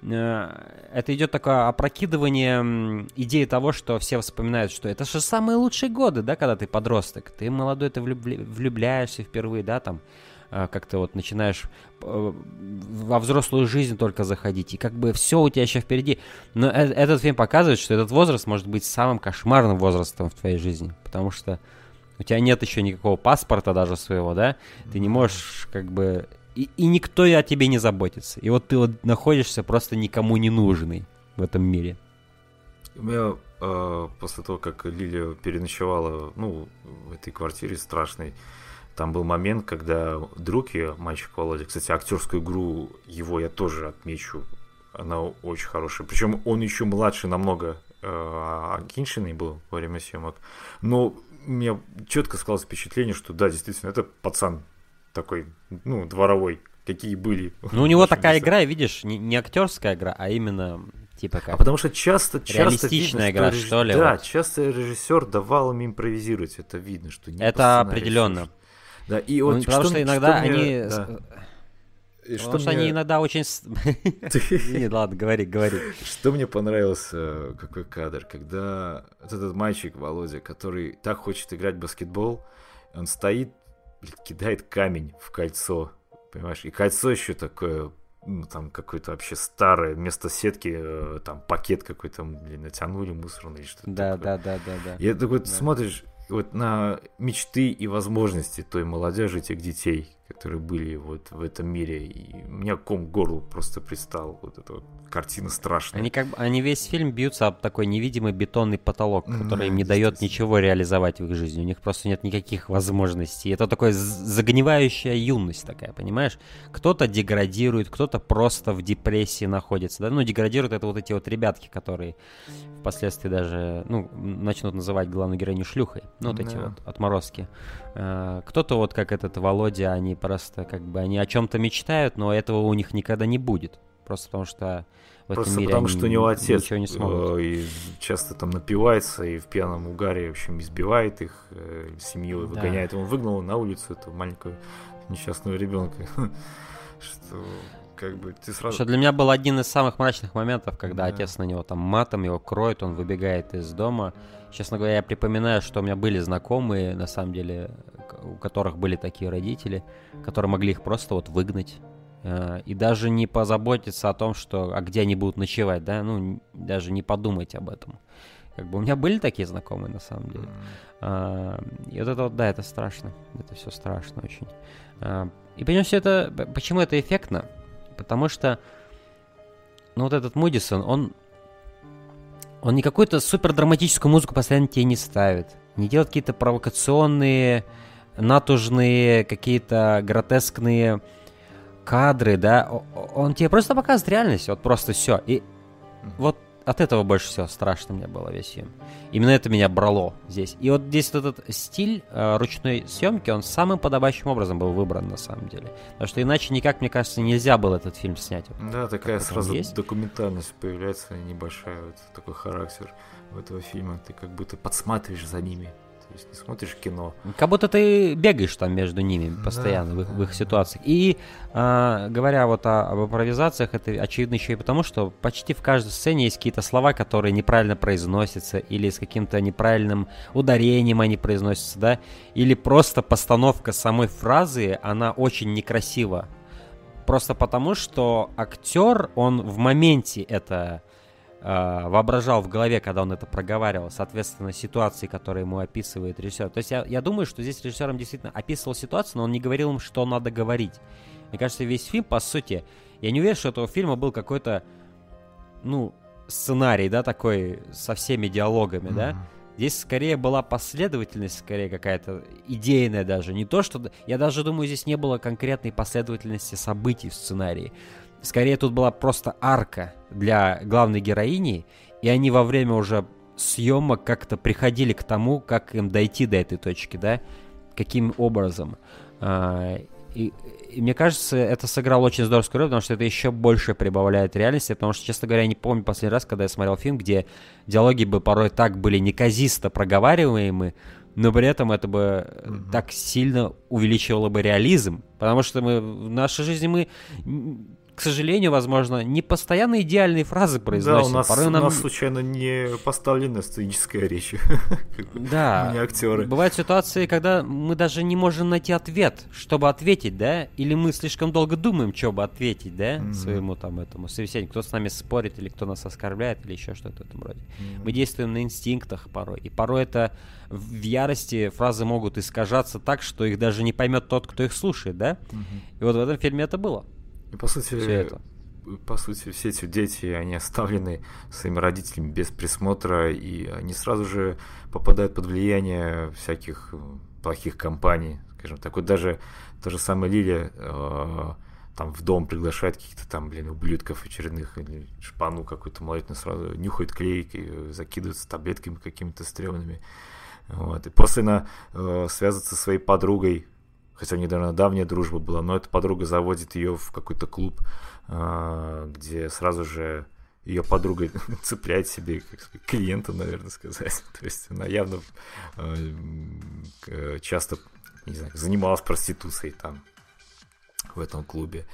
э, это идет такое опрокидывание э, идеи того, что все вспоминают, что это же самые лучшие годы, да, когда ты подросток, ты молодой, ты влюбля- влюбляешься впервые, да, там, э, как ты вот начинаешь э, во взрослую жизнь только заходить, и как бы все у тебя еще впереди. Но э- этот фильм показывает, что этот возраст может быть самым кошмарным возрастом в твоей жизни, потому что у тебя нет еще никакого паспорта даже своего, да? Ты не можешь как бы... И, и никто о тебе не заботится. И вот ты вот находишься просто никому не нужный в этом мире. У меня э, после того, как Лилия переночевала, ну, в этой квартире страшной, там был момент, когда друг ее, мальчик Володя, кстати, актерскую игру его я тоже отмечу, она очень хорошая. Причем он еще младше намного э, Акиньшиной был во время съемок. Но у меня четко сказалось впечатление, что да, действительно, это пацан такой, ну, дворовой, какие были. Ну, у него такая месте. Игра, видишь, не, не актерская игра, а именно типа как... А потому что часто, часто реалистичная видно, игра, что, что ли? Да, вот. Часто режиссер давал им импровизировать, это видно, что не это определенно. Да, и вот ну, потому что, что иногда что они... Мне, да. И Потому что, что мне... они иногда очень... Нет, ладно, говори, говори. Что мне понравилось, какой кадр, когда этот мальчик, Володя, который так хочет играть в баскетбол, он стоит, кидает камень в кольцо, понимаешь, и кольцо еще такое, ну, там какое-то вообще старое, вместо сетки, там пакет какой-то, блин, натянули мусорный или что-то да, такое. Да, да, да, да. И ты такой да. смотришь вот на мечты и возможности той молодежи, тех детей, которые были вот в этом мире. И у меня ком к горлу просто пристал. Вот эта вот картина страшная. Они как бы, они весь фильм бьются об такой невидимый бетонный потолок, который им не дает ничего реализовать в их жизни. У них просто нет никаких возможностей. Это такая загнивающая юность такая, понимаешь? Кто-то деградирует, кто-то просто в депрессии находится. Да? Ну, деградируют это вот эти вот ребятки, которые впоследствии даже, ну, начнут называть главную героиню шлюхой. Ну, вот эти Да. вот отморозки. А, кто-то вот как этот Володя, они просто как бы, они о чем-то мечтают, но этого у них никогда не будет. Просто потому что в этом Просто мире потому, они что у него ни- отец ничего не смогут. э, и часто там напивается и в пьяном угаре, в общем, избивает их, э, семью Да. выгоняет. Он выгнал на улицу этого маленького несчастного ребенка. Что как бы ты сразу... Что для меня был один из самых мрачных моментов, когда Да. отец на него там матом его кроет, он выбегает из дома. Честно говоря, я припоминаю, что у меня были знакомые, на самом деле, к- у которых были такие родители, которые могли их просто вот выгнать. э, И даже не позаботиться о том, что, а где они будут ночевать, да, ну, н- даже не подумать об этом. Как бы у меня были такие знакомые, на самом деле. А, И вот это вот, да, это страшно. Это все страшно очень. А, И понимаешь, все это... п- Почему это эффектно? Потому что, ну, вот этот Мудисон, он... Он не какую-то супер драматическую музыку постоянно тебе не ставит. Не делает какие-то провокационные, натужные, какие-то гротескные кадры, да. О- о- Он тебе просто показывает реальность, вот просто все. И вот от этого больше всего страшно мне было весь фильм. Именно это меня брало здесь. И вот здесь вот этот стиль э, ручной съемки, он самым подобающим образом был выбран на самом деле. Потому что иначе никак, мне кажется, нельзя было этот фильм снять. Вот. Да, такая вот он сразу есть. документальность появляется небольшая, вот такой характер у этого фильма. Ты как будто подсматриваешь за ними. То есть не смотришь кино. Как будто ты бегаешь там между ними постоянно, Да, в, их, в да, их да. ситуациях. И а, говоря вот о- об импровизациях, это очевидно еще и потому, что почти в каждой сцене есть какие-то слова, которые неправильно произносятся, или с каким-то неправильным ударением они произносятся, да, или просто постановка самой фразы, она очень некрасива. Просто потому, что актер, он в моменте это э, воображал в голове, когда он это проговаривал, соответственно, ситуации, которые ему описывает режиссер. То есть я, я думаю, что здесь режиссер им действительно описывал ситуацию, но он не говорил им, что надо говорить. Мне кажется, весь фильм, по сути, я не уверен, что у этого фильма был какой-то, ну, сценарий, да, такой со всеми диалогами, да. Мгм. Здесь скорее была последовательность, скорее какая-то идейная даже. Не то, что... Я даже думаю, здесь не было конкретной последовательности событий в сценарии. Скорее, тут была просто арка для главной героини, и они во время уже съемок как-то приходили к тому, как им дойти до этой точки, да? Каким образом. А, И, и мне кажется, это сыграло очень здоровскую роль, потому что это еще больше прибавляет реальности, потому что, честно говоря, я не помню последний раз, когда я смотрел фильм, где диалоги бы порой так были неказисто проговариваемы, но при этом это бы Мгм. так сильно увеличивало бы реализм, потому что мы в нашей жизни мы, м, к сожалению, возможно, не постоянно идеальные фразы Да, произносим. у нас, Порой у нам- нас случайно не поставлена сценическая речь. Да, Мы не актеры. бывают ситуации, когда мы даже не можем найти ответ, чтобы ответить, да, или мы слишком долго думаем, чтобы ответить, да, Мгм. своему там этому собеседнику, кто с нами спорит, или кто нас оскорбляет, или еще что-то в этом роде. Мы действуем на инстинктах порой, и порой это в ярости фразы могут искажаться так, что их даже не поймет тот, кто их слушает, да, Мгм. и вот в этом фильме это было. И по сути, Всё это. по сути, все эти дети, они оставлены своими родителями без присмотра, и они сразу же попадают под влияние всяких э, плохих компаний, скажем так. Вот даже та же самая Лилия э, там в дом приглашает каких-то там, блин, ублюдков очередных, или шпану какую-то малолетнюю, сразу нюхает клейки, э, закидывается таблетками какими-то стрёмными. Вот. И после она э, связывается со своей подругой, хотя у них, наверное, давняя дружба была, но эта подруга заводит ее в какой-то клуб, а, где сразу же ее подруга цепляет себе как сказать, клиента, наверное, сказать. То есть она явно э, э, часто, не знаю, занималась проституцией там, в этом клубе.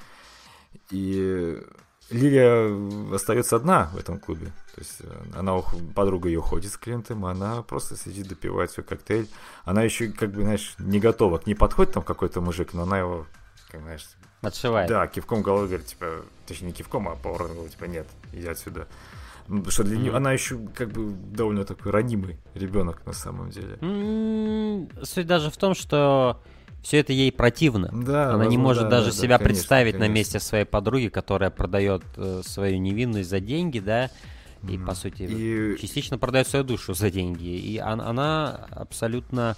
И Лилия остается одна в этом клубе. То есть она, ух- подруга ее ходит с клиентом, а она просто сидит, допивает свой коктейль. Она еще, как бы, знаешь, не готова. К ней подходит там какой-то мужик, но она его, как знаешь, Отшивает. да, кивком головы говорит, типа, точнее, не кивком, а поворотом головы, типа, нет, иди отсюда. Ну, потому что для нее, Мгм. она еще, как бы, довольно такой ранимый ребенок на самом деле. М, Суть даже в том, что все это ей противно. Да, Она возможно, не может да, даже да, себя да, представить конечно, на месте своей подруги, которая продает э, свою невинность за деньги, да, и, Мгм. по сути, И- частично продает свою душу за деньги. И он- она абсолютно...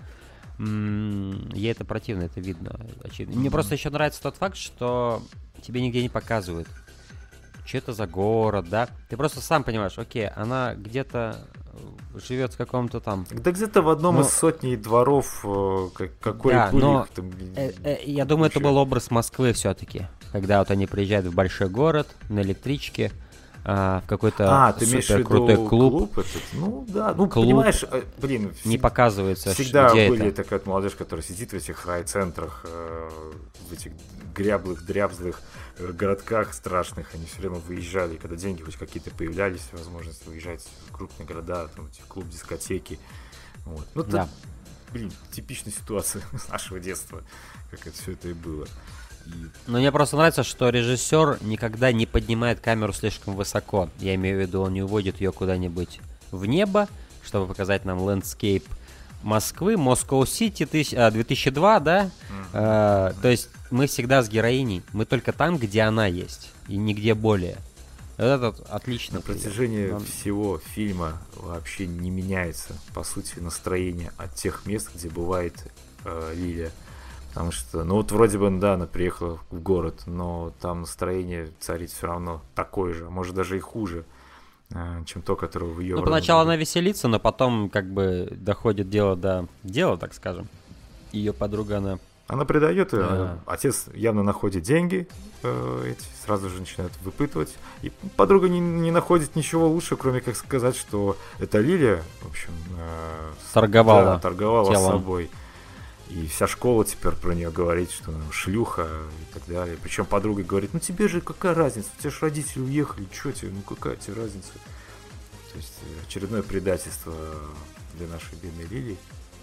м, ей это противно, это видно. Очевидно. Мне Мгм. просто еще нравится тот факт, что тебе нигде не показывают, что это за город, да. Ты просто сам понимаешь, окей, она где-то живет в каком-то там... Да где-то в одном Но- из сотни дворов, э, как- какой Да, были но, их там, Э, э, Я думаю, это куча. был образ Москвы все-таки, когда вот они приезжают в большой город на электричке, а, в какой-то А, ты имеешь в супер виду крутой клуб. клуб этот? Ну да, ну Клуб. понимаешь, э, блин, Не всег- показывается, ш- всегда где были это. такая вот молодежь, которая сидит в этих райцентрах, э, в этих гряблых, дрябзлых э, городках страшных, они все время выезжали, когда деньги хоть какие-то появлялись, возможность выезжать в крупные города, там эти клуб-дискотеки. Вот. Ну, это, Да. блин, типичная ситуация нашего детства, как это все это и было. И Но мне просто нравится, что режиссер никогда не поднимает камеру слишком высоко. Я имею в виду, он не уводит ее куда-нибудь в небо, чтобы показать нам ландскейп Москвы, Москва-Сити, тысяч- а, две тысячи два, да? А, то есть мы всегда с героиней, мы только там, где она есть, и нигде более. Вот этот отличный на пример. протяжении Он- всего фильма вообще не меняется, по сути, настроение от тех мест, где бывает э, Лилия. Потому что, ну вот вроде бы, да, она приехала в город, но там настроение царит все равно такое же, а может даже и хуже, э, чем то, которое в ее Ну, поначалу она веселится, но потом как бы доходит дело до дела, так скажем. Ее подруга, она... Она предает ее, Да. отец явно находит деньги, э, эти, сразу же начинает выпытывать. И подруга не, не находит ничего лучше, кроме как сказать, что это Лилия, в общем, э, с- Торговала да, торговала телом. собой. И вся школа теперь про нее говорит, что она шлюха и так далее. Причем подруга говорит, ну тебе же какая разница, у тебя же родители уехали, что тебе, ну какая тебе разница. То есть э, очередное предательство для нашей бедной Лилии.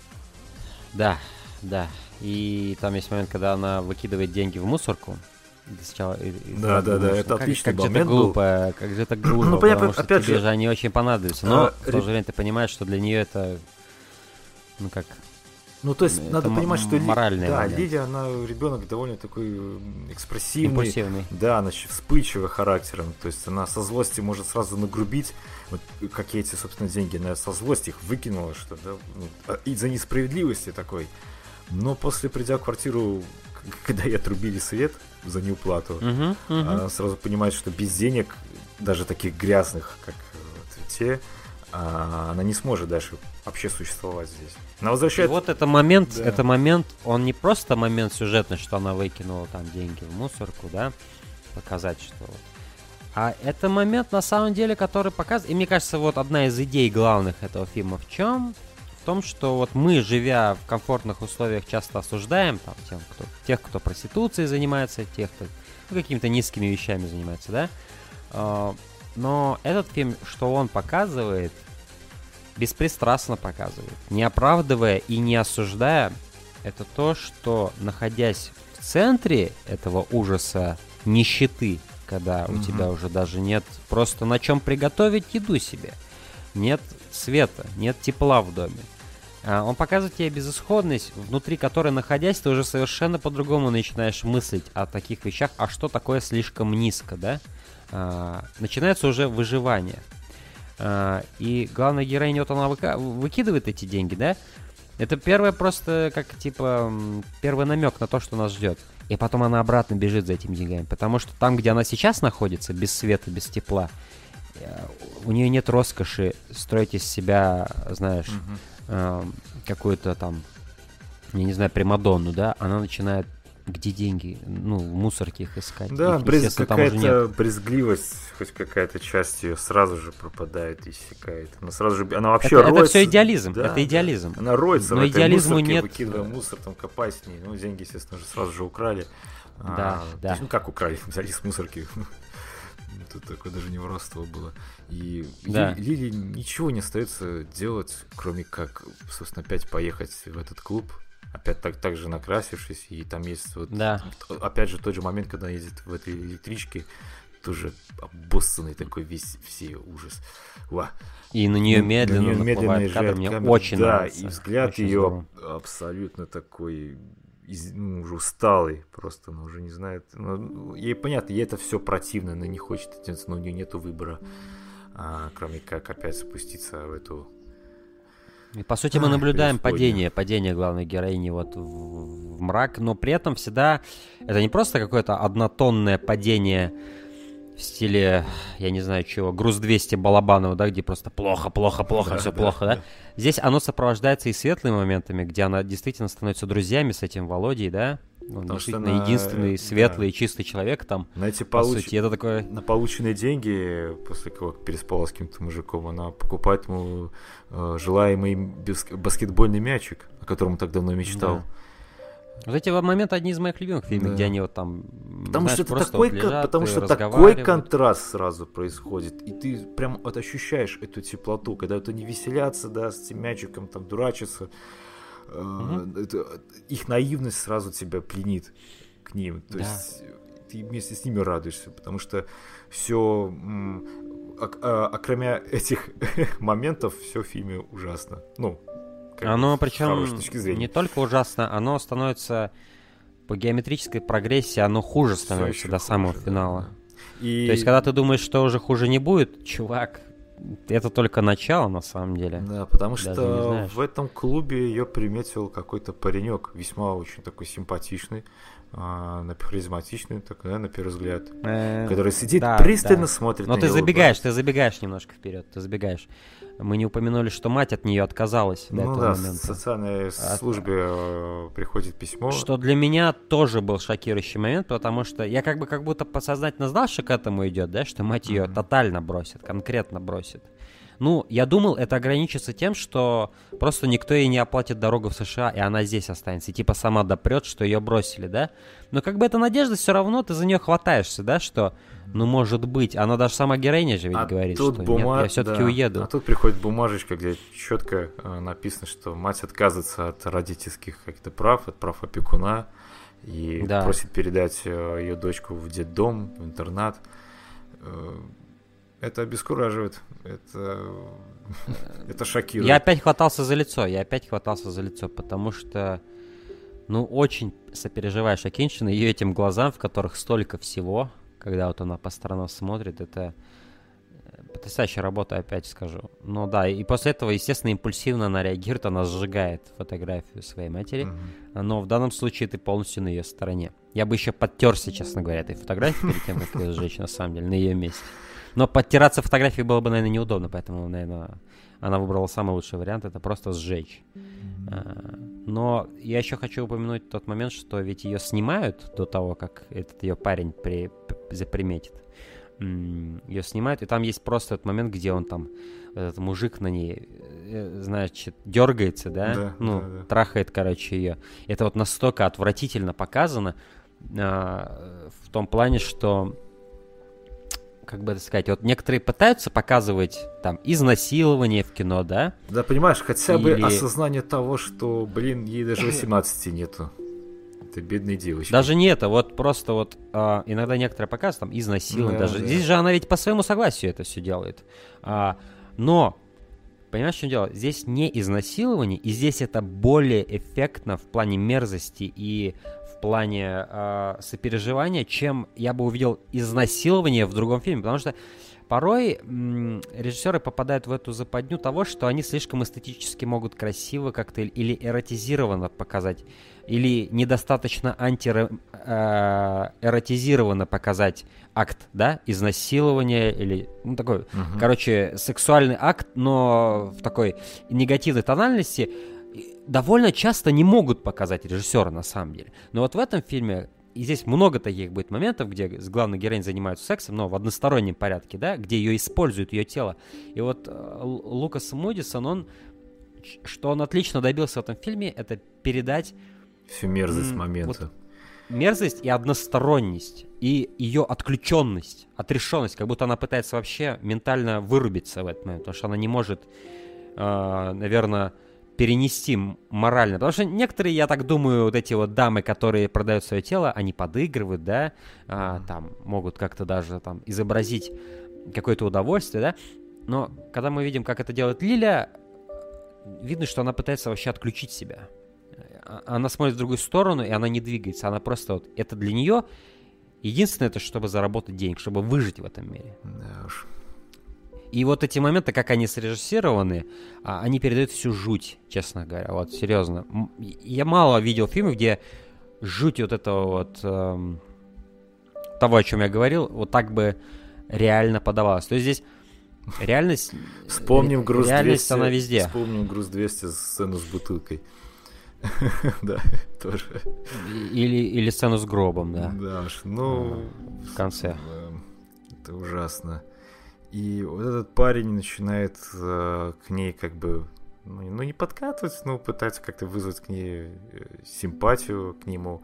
Да, да. И там есть момент, когда она выкидывает деньги в мусорку. И сначала, и- и Да, сразу да, да, думаешь, это ну как- отличный как же это момент был. глупо, как же это глупо, Ну, понятно, потому что опять тебе же, же они очень понадобятся. Но а, в то же время ты понимаешь, что для нее это, ну как, Ну, то есть, Это надо м- понимать, что Ли- моральный да, момент. Лилия, она ребенок довольно такой э, экспрессивный. импульсивный. Да, она еще вспыльчивая характером. То есть она со злости может сразу нагрубить. Вот как эти, собственно, деньги, она со злости их выкинула, что да, ну, а- из-за несправедливости такой. Но после, придя в квартиру, к- когда ей отрубили свет за неуплату, Мгм, мгм. она сразу понимает, что без денег, даже таких грязных, как вот те, а, она не сможет дальше вообще существовать здесь. Она И возвращается... вот это момент, Да. это момент, он не просто момент сюжетный, что она выкинула там деньги в мусорку, да, показать, что вот. А это момент, на самом деле, который показывает, и мне кажется, вот одна из идей главных этого фильма в чем? В том, что вот мы, живя в комфортных условиях, часто осуждаем там, тем, кто, тех, кто проституцией занимается, тех, кто ну, какими-то низкими вещами занимается, да. А, Но этот фильм, что он показывает, беспристрастно показывает, не оправдывая и не осуждая, это то, что, находясь в центре этого ужаса нищеты, когда у Мгм. тебя уже даже нет просто на чем приготовить еду себе, нет света, нет тепла в доме, а, он показывает тебе безысходность, внутри которой, находясь, ты уже совершенно по-другому начинаешь мыслить о таких вещах, а что такое слишком низко, да? А, начинается уже выживание. А, и главная героиня, вот она выка- выкидывает эти деньги, да? Это первое просто, как, типа, м, первый намек на то, что нас ждет. И потом она обратно бежит за этими деньгами. Потому что там, где она сейчас находится, без света, без тепла, э, у нее нет роскоши строить из себя, знаешь, Мгм. э, какую-то там, я не знаю, примадонну, да? Она начинает, где деньги? Ну, в мусорке их искать. Да, Их, брез- естественно, там уже нет. какая-то брезгливость, хоть какая-то часть ее сразу же пропадает, иссякает. Она сразу же, она вообще Это, это роется. все идеализм, Да, это да. идеализм. Она роется Но в этой идеализму мусорке, нет, выкидывая э, мусор, там копаясь с ней. Ну, деньги, естественно, же сразу же украли. Да, А, да. то есть, ну, как украли? Взяли с мусорки. Тут такое даже не воровство было. И Да. Ли- Лилии ничего не остается делать, кроме как, собственно, опять поехать в этот клуб. Опять так, так же накрасившись, и там есть вот, Да. опять же, тот же момент, когда она ездит в этой электричке, тоже обоссанный такой весь, все ужас. Ва. И на нее Ну, медленно на неё медленно наплывает кадр, езжает мне камера, очень да, нравится. и взгляд Очень ее здорово. абсолютно такой из, ну, уже усталый просто, ну, уже не знает. Ну, ей понятно, ей это все противно, она не хочет это делать, но у нее нету выбора, а, кроме как опять спуститься в эту... И, по сути, мы а, наблюдаем падение, падение главной героини вот в, в мрак, но при этом всегда это не просто какое-то однотонное падение в стиле, я не знаю чего, груз двести Балабанова, да, где просто плохо, плохо, плохо, да, все да, плохо, да? да? Здесь оно сопровождается и светлыми моментами, где она действительно становится друзьями с этим Володей, да? Он Потому действительно на... единственный светлый и да. чистый человек там, на эти по получ... сути. Это такое... На полученные деньги, после того, как переспала с каким-то мужиком, она покупает ему э, желаемый бис... баскетбольный мячик, о котором он так давно мечтал. Да. Вот эти моменты одни из моих любимых фильмов, да. где они вот там, потому знаешь, что это просто такой, вот лежат потому что такой контраст сразу происходит, и ты прям вот ощущаешь эту теплоту, когда вот они веселятся, да, с этим мячиком, там, дурачатся. Mm-hmm. Это, их наивность сразу тебя пленит к ним. То да. есть ты вместе с ними радуешься, потому что все, окромя этих моментов, все в фильме ужасно. Ну, оно причем не только ужасно, оно становится по геометрической прогрессии, оно хуже становится до хуже, самого финала. Да. И... То есть, когда ты думаешь, что уже хуже не будет, чувак, это только начало, на самом деле. Да, потому Даже что в этом клубе ее приметил какой-то паренек, весьма очень такой симпатичный, э, харизматичный, так, да, на первый взгляд, э, который сидит, да, пристально да. смотрит Но на ты него. Но ты забегаешь, ты забегаешь немножко вперед, ты забегаешь. Мы не упомянули, что мать от нее отказалась до ну этого да, момента. в социальной службе э, приходит письмо. Что для меня тоже был шокирующий момент, потому что я как бы как будто подсознательно знал, что к этому идет, да, что мать ее mm-hmm. тотально бросит, конкретно бросит. Ну, я думал, это ограничится тем, что просто никто ей не оплатит дорогу в США, и она здесь останется, и типа сама допрет, что ее бросили, да? Но как бы эта надежда все равно, ты за нее хватаешься, да, что, ну, может быть, она даже сама героиня же ведь а говорит, что бума... нет, я все-таки да. уеду. А тут приходит бумажечка, где четко э, написано, что мать отказывается от родительских каких-то прав, от прав опекуна, и да. просит передать э, ее дочку в детдом, в интернат. Э, Это обескураживает, это, это шокирует. Я опять хватался за лицо, я опять хватался за лицо, потому что, ну, очень сопереживаешь Акиньшиной, ее этим глазам, в которых столько всего, когда вот она по сторонам смотрит, это потрясающая работа, опять скажу. Ну да, и после этого, естественно, импульсивно она реагирует, она сжигает фотографию своей матери, mm-hmm. но в данном случае ты полностью на ее стороне. Я бы еще подтерся, честно говоря, этой фотографией перед тем, как ее сжечь, на самом деле, на ее месте. Но подтираться фотографией было бы, наверное, неудобно, поэтому, наверное, она выбрала самый лучший вариант, это просто сжечь. Mm-hmm. Но я еще хочу упомянуть тот момент, что ведь ее снимают до того, как этот ее парень при, заприметит. Ее снимают, и там есть просто этот момент, где он там, этот мужик на ней, значит, дергается, да, да ну, да, да. трахает, короче, ее. Это вот настолько отвратительно показано, а, в том плане, что, как бы это сказать, вот некоторые пытаются показывать там изнасилование в кино, да? Да, понимаешь, хотя Или... бы осознание того, что, блин, ей даже восемнадцати нету. Это бедные девочки. Даже не это, вот просто вот а, иногда некоторые показывают там изнасилование, да, даже да. Здесь же она ведь по своему согласию это все делает. А, но, понимаешь, в чем дело? Здесь не изнасилование, и здесь это более эффектно в плане мерзости и в плане а, сопереживания, чем я бы увидел изнасилование в другом фильме, потому что порой м- режиссеры попадают в эту западню того, что они слишком эстетически могут красиво как-то или эротизированно показать, или недостаточно антиэротизированно показать акт, да, изнасилования, или, ну, такой, uh-huh. короче, сексуальный акт, но в такой негативной тональности довольно часто не могут показать режиссеры, на самом деле. Но вот в этом фильме, и здесь много таких будет моментов, где с главной героиней занимаются сексом, но в одностороннем порядке, да, где ее используют, ее тело. И вот э, Лукас Мудисон, он, что он отлично добился в этом фильме, это передать всю мерзость м- момента. Вот, мерзость и односторонность, и ее отключенность, отрешенность, как будто она пытается вообще ментально вырубиться в этот момент, потому что она не может, э, наверное, перенести морально. Потому что некоторые, я так думаю, вот эти вот дамы, которые продают свое тело, они подыгрывают, да, а, там могут как-то даже там изобразить какое-то удовольствие, да. Но когда мы видим, как это делает Лиля, видно, что она пытается вообще отключить себя. а- она смотрит в другую сторону, и она не двигается. Она просто вот... Это для нее единственное, это чтобы заработать денег, чтобы выжить в этом мире. Да уж. И вот эти моменты, как они срежиссированы, а, они передают всю жуть, честно говоря. Вот, серьезно. М- Я мало видел фильмов, где жуть вот этого вот... эм, того, о чем я говорил, вот так бы реально подавалась. То есть здесь реальность... Вспомним груз реальность, двести. она везде. Вспомним груз двести, сцену с бутылкой. Да, тоже. Или, или сцену с гробом, да. Да уж, ну... В конце. Это ужасно. И вот этот парень начинает э, к ней как бы, ну, ну не подкатывать, но пытается как-то вызвать к ней симпатию к нему,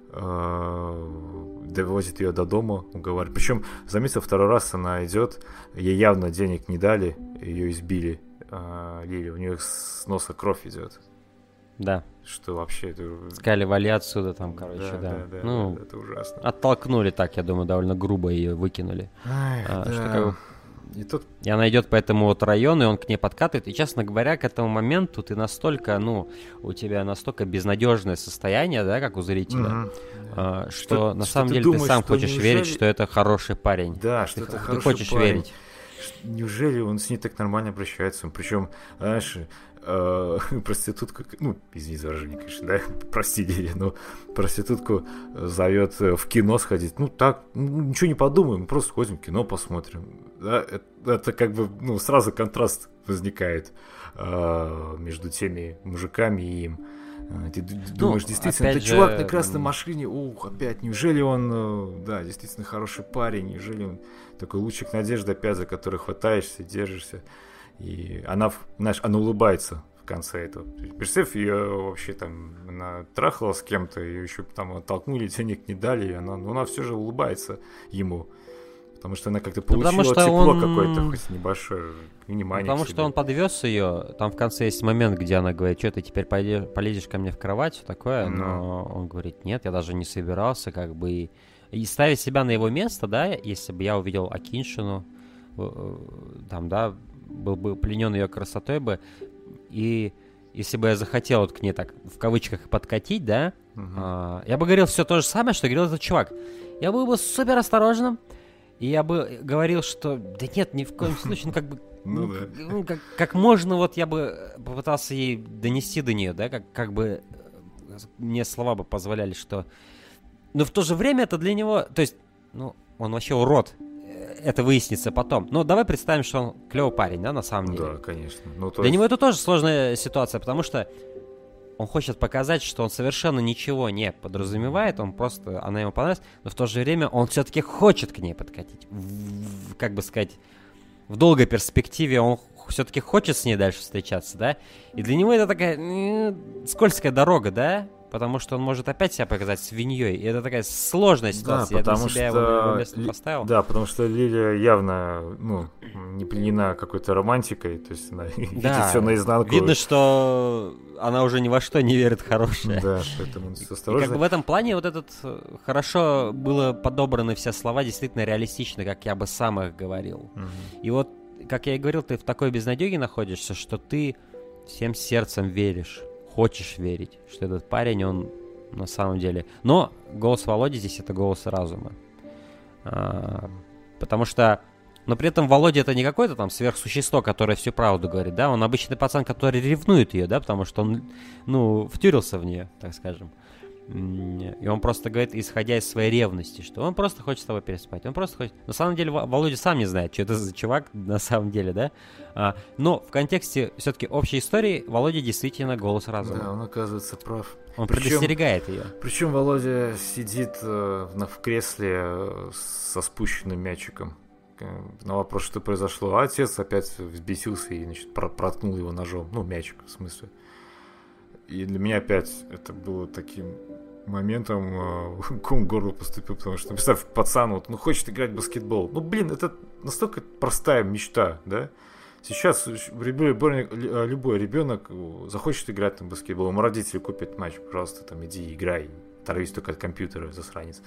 э, довозит ее до дома, уговаривает. Причем, заметил, второй раз она идет, ей явно денег не дали, ее избили, э, Лили, у нее с носа кровь идет. Да. Что вообще это... Сказали, вали отсюда там, короче, да. Да, да, да, ну, да, это ужасно. Оттолкнули так, я думаю, довольно грубо ее выкинули. Ай, а, да. Что как бы... И тут... И она идет по этому вот району, и он к ней подкатывает. И, честно говоря, к этому моменту ты настолько, ну, у тебя настолько безнадежное состояние, да, как у зрителя, Угу. а, что, Что- на что самом ты деле думаешь, ты сам что хочешь неужели- верить, что это хороший парень. Да, что ты, это ты хороший хочешь парень. верить. Неужели он с ней так нормально обращается? Причем, знаешь, э, проститутка, ну, извини за выражение, конечно, да, прости, Лили, но проститутку зовет в кино сходить. Ну, так, ну, ничего не подумаем, просто ходим в кино, посмотрим. Да, это, это как бы, ну, сразу контраст возникает э, между теми мужиками и им. Ты думаешь, действительно, это опять чувак же, на красной м, машине, ух, опять, неужели он, э, да, действительно хороший парень, неужели он такой лучик надежды, опять за который хватаешься, держишься. И она, знаешь, она улыбается в конце этого. Представь, ее вообще там, она трахала с кем-то, ее еще там оттолкнули, денег не дали, и она, но она все же улыбается ему. Потому что она как-то Ну, получила потому что тепло он- какое-то, хоть небольшое, внимание Потому к что себе. он подвез ее. Там в конце есть момент, где она говорит, что ты теперь пойдешь, полезешь ко мне в кровать, все такое. Ну. Но он говорит, нет, я даже не собирался, как бы. И, и ставить себя на его место, да, если бы я увидел Акиншину, э, э, там, да, был бы пленен ее красотой бы, и если бы я захотел вот к ней так, в кавычках, подкатить, да, Мгм. а, я бы говорил все то же самое, что говорил этот чувак. Я был бы супер осторожным, и я бы говорил, что да нет, ни в коем случае, ну как бы, Ну ну, да. как- ну, как, как можно вот я бы попытался ей донести до нее, да, как, как бы э, мне слова бы позволяли, что... Но в то же время это для него, то есть, ну, он вообще урод, э, это выяснится потом. Но давай представим, что он клевый парень, да, на самом деле. Да, конечно. Ну, то Для есть- него это тоже сложная ситуация, потому что он хочет показать, что он совершенно ничего не подразумевает, он просто, она ему понравилась, но в то же время он все-таки хочет к ней подкатить. В- в- как бы сказать, в долгой перспективе он все-таки хочет с ней дальше встречаться, да? И для него это такая м, скользкая дорога, да? Потому что он может опять себя показать свиньей. И это такая сложная ситуация. Я для потому себя что... его на его место Ли- поставил. Да, потому что Лилия явно, ну, не пленена какой-то романтикой, то есть она видит Да, все наизнанку. видно, что она уже ни во что не верит в хорошее. Да, поэтому И как бы осторожно. в этом плане вот этот э, хорошо было подобраны все слова, действительно реалистично, как я бы сам их говорил. Мгм. И вот, как я и говорил, ты в такой безнадеге находишься, что ты всем сердцем веришь, хочешь верить, что этот парень, он на самом деле... Но голос Володи здесь — это голос разума. А, потому что... Но при этом Володя — это не какое-то там сверхсущество, которое всю правду говорит, да? Он обычный пацан, который ревнует ее, да? Потому что он, ну, втюрился в нее, так скажем. М, И он просто говорит, исходя из своей ревности, что он просто хочет с тобой переспать. Он просто хочет... На самом деле Во- Володя сам не знает, что это за чувак на самом деле, да? А, но в контексте все-таки общей истории Володя действительно голос разума. Да, он оказывается прав. Он Причем- предостерегает ее. Причем Володя сидит э, на, в кресле э, со спущенным мячиком. Э, На вопрос, что произошло, а отец опять взбесился и, значит, про- проткнул его ножом. Ну, мячик, в смысле. И для меня опять это было таким моментом, э, ком в горло поступил, потому что, представь, пацан, вот, ну, хочет играть в баскетбол. Ну, блин, это настолько простая мечта, да? Сейчас любой, любой, любой ребенок захочет играть на баскетбол, ему родители купят мяч, пожалуйста, там иди играй, оторвись только от компьютера, засранец.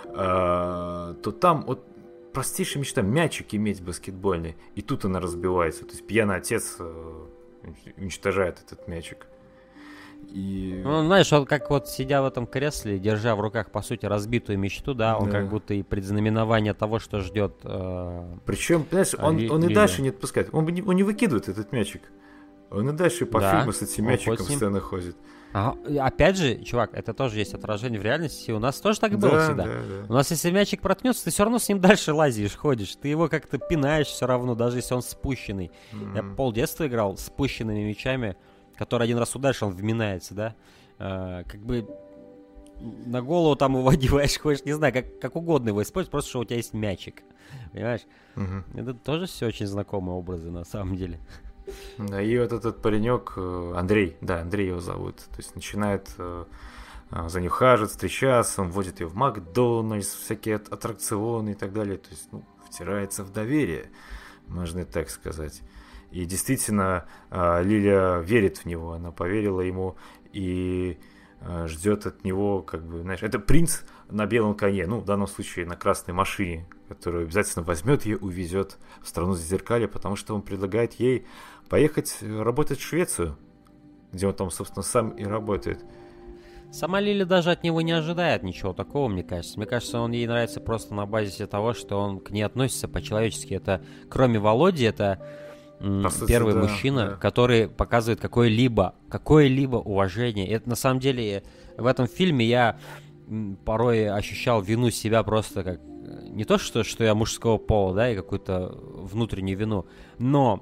А, то там вот простейшая мечта мячик иметь баскетбольный, и тут она разбивается. То есть пьяный отец э, уничтожает этот мячик. И... Ну, знаешь, он как вот сидя в этом кресле, держа в руках, по сути, разбитую мечту, да, он да. как будто и предзнаменование того, что ждет. Э, Причем, знаешь, он, Ли, он и Лиля. дальше не отпускает. Он не, он не выкидывает этот мячик. Он и дальше по да, фильму с этим мячиком постоянно ходит. А, опять же, чувак, это тоже есть отражение в реальности. У нас тоже так и да, было всегда. Да, да. У нас, если мячик проткнется, ты все равно с ним дальше лазишь, ходишь. Ты его как-то пинаешь все равно, даже если он спущенный. Mm-hmm. Я полдетства играл с спущенными мячами, который один раз ударишь, он вминается, да. А, как бы на голову там его одеваешь, ходишь, не знаю, как, как угодно его использовать, просто что у тебя есть мячик. Понимаешь? Mm-hmm. Это тоже все очень знакомые образы на самом деле. Да, и вот этот паренек, Андрей, да, Андрей его зовут, то есть начинает э, за ней ухаживать, встречаться, он водит ее в Макдональдс, всякие аттракционы и так далее, то есть, ну, втирается в доверие, можно и так сказать. И действительно, э, Лиля верит в него, она поверила ему и э, ждет от него, как бы, знаешь, это принц на белом коне, ну, в данном случае на красной машине, которую обязательно возьмет и увезет в страну Зазеркалья, потому что он предлагает ей поехать работать в Швецию, где он там, собственно, сам и работает. Сама Лиля даже от него не ожидает ничего такого, мне кажется. Мне кажется, он ей нравится просто на базе того, что он к ней относится по-человечески. Это, кроме Володи, это м, сути, первый да, мужчина, да. который показывает какое-либо, какое-либо уважение. И это на самом деле в этом фильме я м, порой ощущал вину себя просто как не то, что, что я мужского пола, да, и какую-то внутреннюю вину, но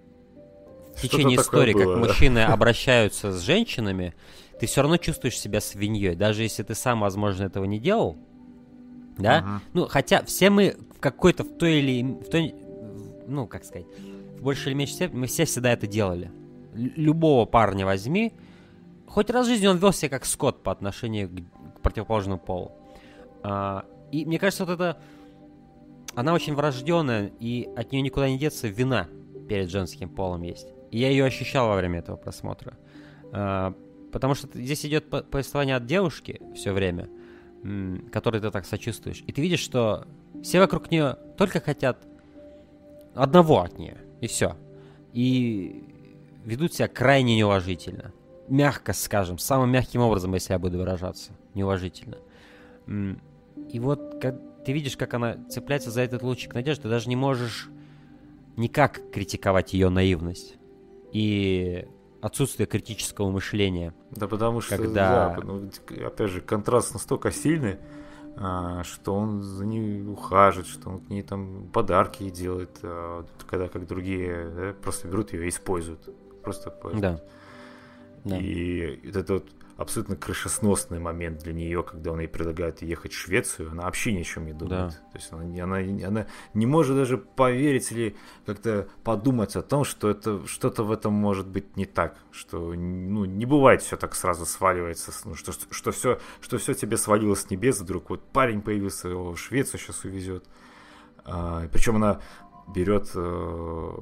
в течение истории, было, как да? мужчины обращаются с женщинами, ты все равно чувствуешь себя свиньей, даже если ты сам, возможно, этого не делал, да? Uh-huh. Ну, хотя все мы в какой-то, в той или, в той, ну, как сказать, в большей или меньшей степени, мы все всегда это делали. Л- любого парня возьми, хоть раз в жизни он вел себя как скот по отношению к, к противоположному полу. А, и мне кажется, вот это, она очень врожденная, и от нее никуда не деться, вина перед женским полом есть. И я ее ощущал во время этого просмотра. А, потому что здесь идет повествование от девушки все время, м- которой ты так сочувствуешь. И ты видишь, что все вокруг нее только хотят одного от нее, и все. И ведут себя крайне неуважительно. Мягко скажем, самым мягким образом, если я буду выражаться. Неуважительно. М- и вот как ты видишь, как она цепляется за этот лучик надежды, ты даже не можешь никак критиковать ее наивность и отсутствие критического мышления. Да, потому что, когда... да, ну, опять же, контраст настолько сильный, а, что он за ней ухаживает, что он к ней там подарки делает, а, когда как другие, да, просто берут ее и используют. Просто пользуют. Да. И да. это вот абсолютно крышесносный момент для нее, когда он ей предлагает ехать в Швецию, она вообще ни о чем не думает. Да. То есть она, она, она не может даже поверить или как-то подумать о том, что это что-то в этом может быть не так, что ну, не бывает все так сразу сваливается, ну, что, что, что, все, что все тебе свалилось с небес, вдруг вот парень появился, его в Швецию сейчас увезет. А, причем она берет э,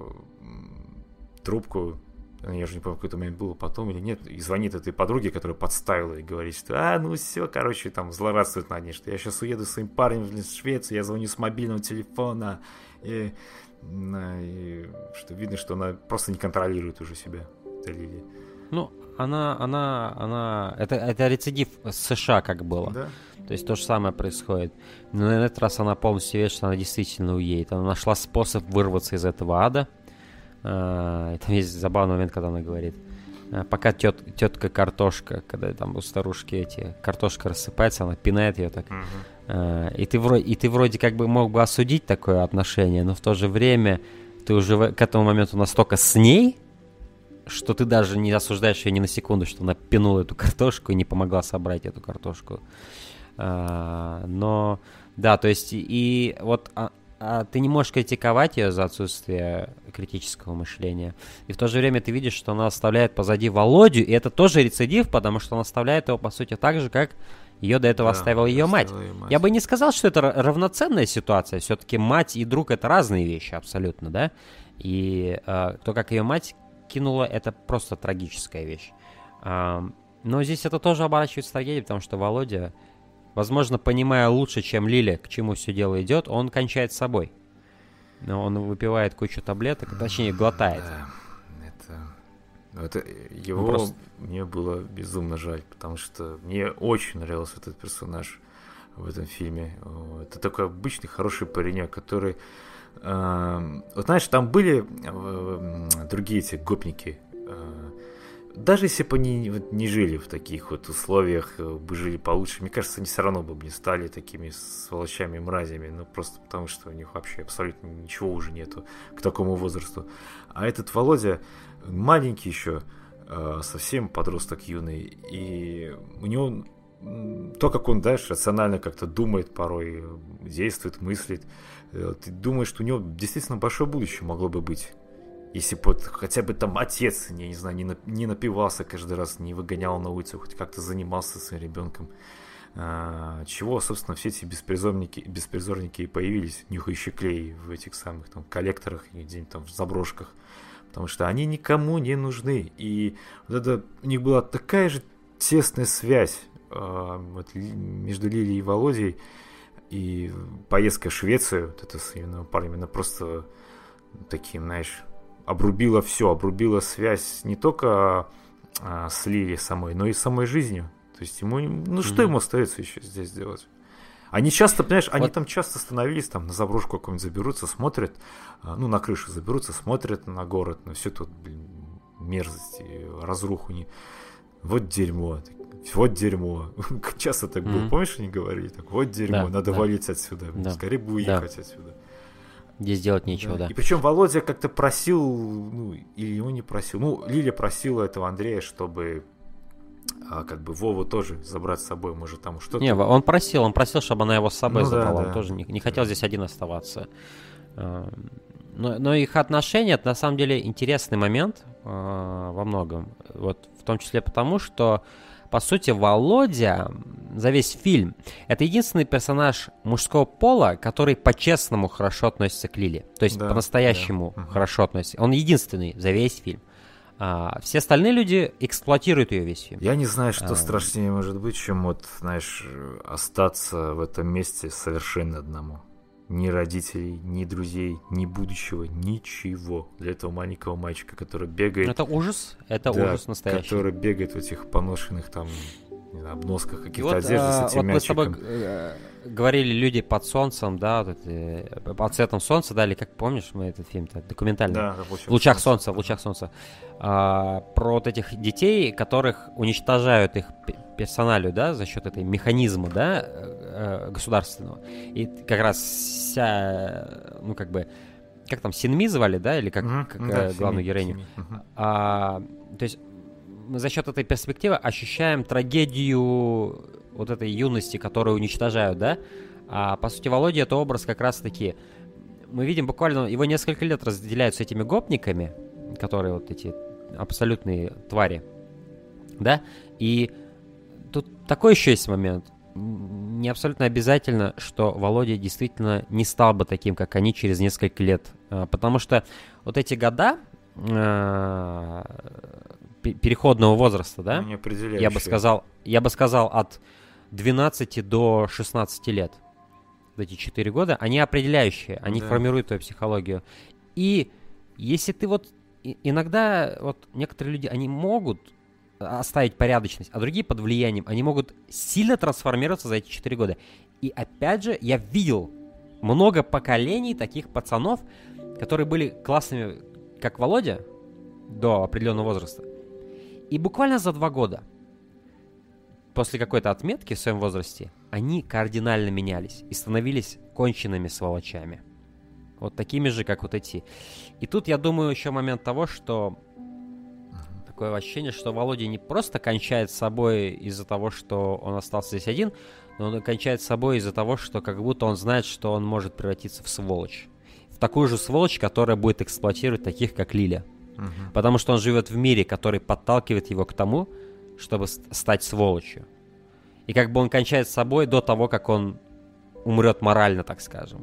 трубку. Я же не помню, какой-то момент было потом или нет, и звонит этой подруге, которая подставила, и говорит, что а, ну все, короче, там злорадствует над ней, что я сейчас уеду с своим парнем в Швецию, я звоню с мобильного телефона, и, и что видно, что она просто не контролирует уже себя, эта Лилия. Ну, она, она, она, это, это рецидив с США как было. Да. То есть то же самое происходит. Но на этот раз она полностью верит, что она действительно уедет. Она нашла способ вырваться из этого ада. Uh, там есть забавный момент, когда она говорит, uh, пока тет, тетка картошка, когда там у старушки эти картошка рассыпается, она пинает ее так. Uh-huh. Uh, и, ты вроде, и ты вроде как бы мог бы осудить такое отношение, но в то же время ты уже в, к этому моменту настолько с ней, что ты даже не осуждаешь ее ни на секунду, что она пинула эту картошку и не помогла собрать эту картошку. Uh, но да, то есть и, и вот... А, А ты не можешь критиковать ее за отсутствие критического мышления. И в то же время ты видишь, что она оставляет позади Володю, и это тоже рецидив, потому что она оставляет его, по сути, так же, как ее до этого да, оставила ее мать. мать. Я бы не сказал, что это равноценная ситуация. Все-таки мать и друг — это разные вещи абсолютно, да? И э, то, как ее мать кинула, это просто трагическая вещь. Э, но здесь это тоже оборачивается трагедией, потому что Володя... Возможно, понимая лучше, чем Лиля, к чему все дело идет, он кончает с собой. Но он выпивает кучу таблеток, точнее, глотает. Да, это... Это, его просто... мне было безумно жаль, потому что мне очень нравился этот персонаж в этом фильме. Это такой обычный хороший паренек, который... Э, вот знаешь, там были э, другие эти гопники. Э, даже если бы они вот, не жили в таких вот условиях, бы жили получше, мне кажется, они все равно бы не стали такими сволочами, мразями. Ну, просто потому что у них вообще абсолютно ничего уже нету к такому возрасту. А этот Володя маленький еще, э, совсем подросток юный. И у него... То, как он дальше рационально как-то думает порой, действует, мыслит, ты думаешь, что у него действительно большое будущее могло бы быть. Если бы вот хотя бы там отец, я не знаю, не, на, не напивался каждый раз, не выгонял на улицу, хоть как-то занимался своим ребенком. А, чего, собственно, все эти беспризорники, беспризорники и появились, нюхающие клей в этих самых там коллекторах и где-нибудь там в заброшках. Потому что они никому не нужны. И вот это, у них была такая же тесная связь вот, между Лилией и Володей, и поездка в Швецию, вот это с именно парнем, она просто таким, знаешь, обрубила все, обрубила связь не только а, с Лилией самой, но и с самой жизнью. То есть ему, ну что mm-hmm. ему остается еще здесь делать? Они часто, понимаешь, вот. Они там часто становились, там на заброшку какую-нибудь заберутся, смотрят, ну на крышу заберутся, смотрят на город, на всю тут, блин, мерзость, разруху. Не... Вот дерьмо. Вот дерьмо. Часто так было. Mm-hmm. Помнишь, они говорили? Так, вот дерьмо, да, надо да. валить отсюда. Да. Скорее бы уехать да. отсюда. Здесь делать нечего, да. да. И причем Володя как-то просил, ну, или его не просил. Ну, Лиля просила этого Андрея, чтобы а, как бы Вову тоже забрать с собой. Может, там что-то... Не, он просил, он просил, чтобы она его с собой ну, забрала. Да, он да. тоже не, не хотел здесь один оставаться. Но, но их отношения, это на самом деле интересный момент во многом. Вот в том числе потому, что по сути, Володя за весь фильм — это единственный персонаж мужского пола, который по-честному хорошо относится к Лиле. То есть да, по-настоящему да. хорошо относится. Он единственный за весь фильм. А все остальные люди эксплуатируют ее весь фильм. Я не знаю, что а, страшнее может быть, чем вот, знаешь, остаться в этом месте совершенно одному. Ни родителей, ни друзей, ни будущего, ничего для этого маленького мальчика, который бегает... Это ужас, это да, ужас настоящий. Который бегает в этих поношенных там, не знаю, обносках каких-то вот, одежд а, с этим вот мячиком. Мы с тобой э, говорили «Люди под солнцем», да, вот эти, под светом солнца, да, или как помнишь мы этот фильм-то, документальный? Да, в лучах, в лучах солнца, солнца, в лучах солнца. А, про вот этих детей, которых уничтожают их персоналию, да, за счет этой механизма, да, э, государственного. И как раз вся, ну, как бы, как там, Синми звали, да, или как, mm-hmm. как да, э, главную Синми, героиню. Синми. Mm-hmm. А, то есть мы за счет этой перспективы ощущаем трагедию вот этой юности, которую уничтожают, да. А по сути, Володя — это образ как раз-таки... Мы видим буквально, его несколько лет разделяют с этими гопниками, которые вот эти абсолютные твари, да, и тут такой еще есть момент. Не абсолютно обязательно, что Володя действительно не стал бы таким, как они, через несколько лет. Потому что вот эти года э, переходного возраста, да, я бы сказал, я бы сказал от двенадцати до шестнадцати лет, вот эти четыре года, они определяющие, они да. формируют твою психологию. И если ты вот иногда, вот некоторые люди, они могут оставить порядочность, а другие под влиянием, они могут сильно трансформироваться за эти четыре года. И опять же, я видел много поколений таких пацанов, которые были классными, как Володя, до определенного возраста. И буквально за два года, после какой-то отметки в своем возрасте, они кардинально менялись и становились конченными сволочами. Вот такими же, как вот эти. И тут, я думаю, еще момент того, что такое ощущение, что Володя не просто кончает с собой из-за того, что он остался здесь один, но он кончает с собой из-за того, что как будто он знает, что он может превратиться в сволочь. В такую же сволочь, которая будет эксплуатировать таких, как Лиля. Угу. Потому что он живет в мире, который подталкивает его к тому, чтобы стать сволочью. И как бы он кончает с собой до того, как он умрет морально, так скажем.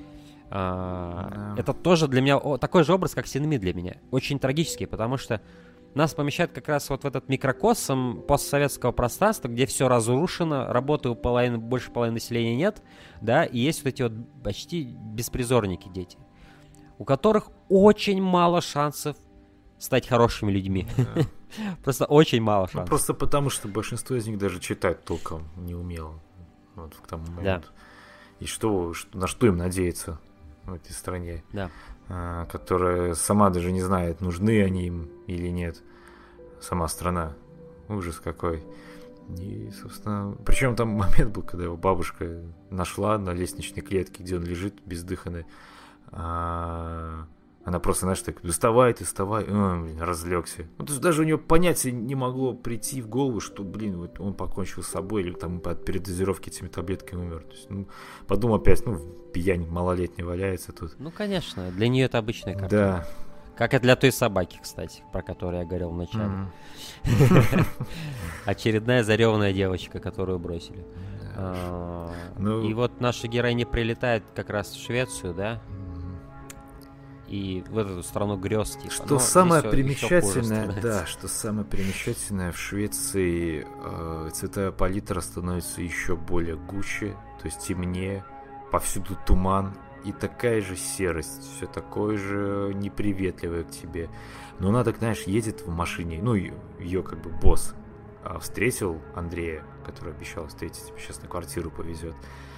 А, да. Это тоже для меня о, такой же образ, как Синми для меня. Очень трагический, потому что нас помещают как раз вот в этот микрокосм постсоветского пространства, где все разрушено, работы у половины, больше половины населения нет, да, и есть вот эти вот почти беспризорники дети, у которых очень мало шансов стать хорошими людьми. Да. Просто очень мало шансов. Ну, просто потому, что большинство из них даже читать толком не умело. Вот к тому моменту. Да. И что, что, на что им надеяться в этой стране, Да. а, которая сама даже не знает, нужны они им или нет. Сама страна. Ужас какой. И, собственно, причем там момент был, когда его бабушка нашла на лестничной клетке, где он лежит бездыханный. А... Она просто, знаешь, так, доставай ты, вставай, а, блин, разлегся. Ну, то есть даже у него понятия не могло прийти в голову, что, блин, вот он покончил с собой или там от передозировки этими таблетками умер. То есть, ну, подумал опять, ну, пьянь малолетний валяется тут. Ну, конечно, для нее это обычная картина. Да. Как и для той собаки, кстати, про которую я говорил вначале. Очередная зареванная девочка, которую бросили. И вот наша героиня прилетает как раз в Швецию, да? И в эту страну грез, типа. Что Но самое здесь примечательное, всё- всё хуже да, что самое примечательное, в Швеции э, цветовая палитра становится еще более гуще, то есть темнее, повсюду туман и такая же серость, все такое же неприветливое к тебе. Но она, так знаешь, едет в машине, ну, ее как бы босс а, встретил Андрея, который обещал встретить, сейчас на квартиру повезет.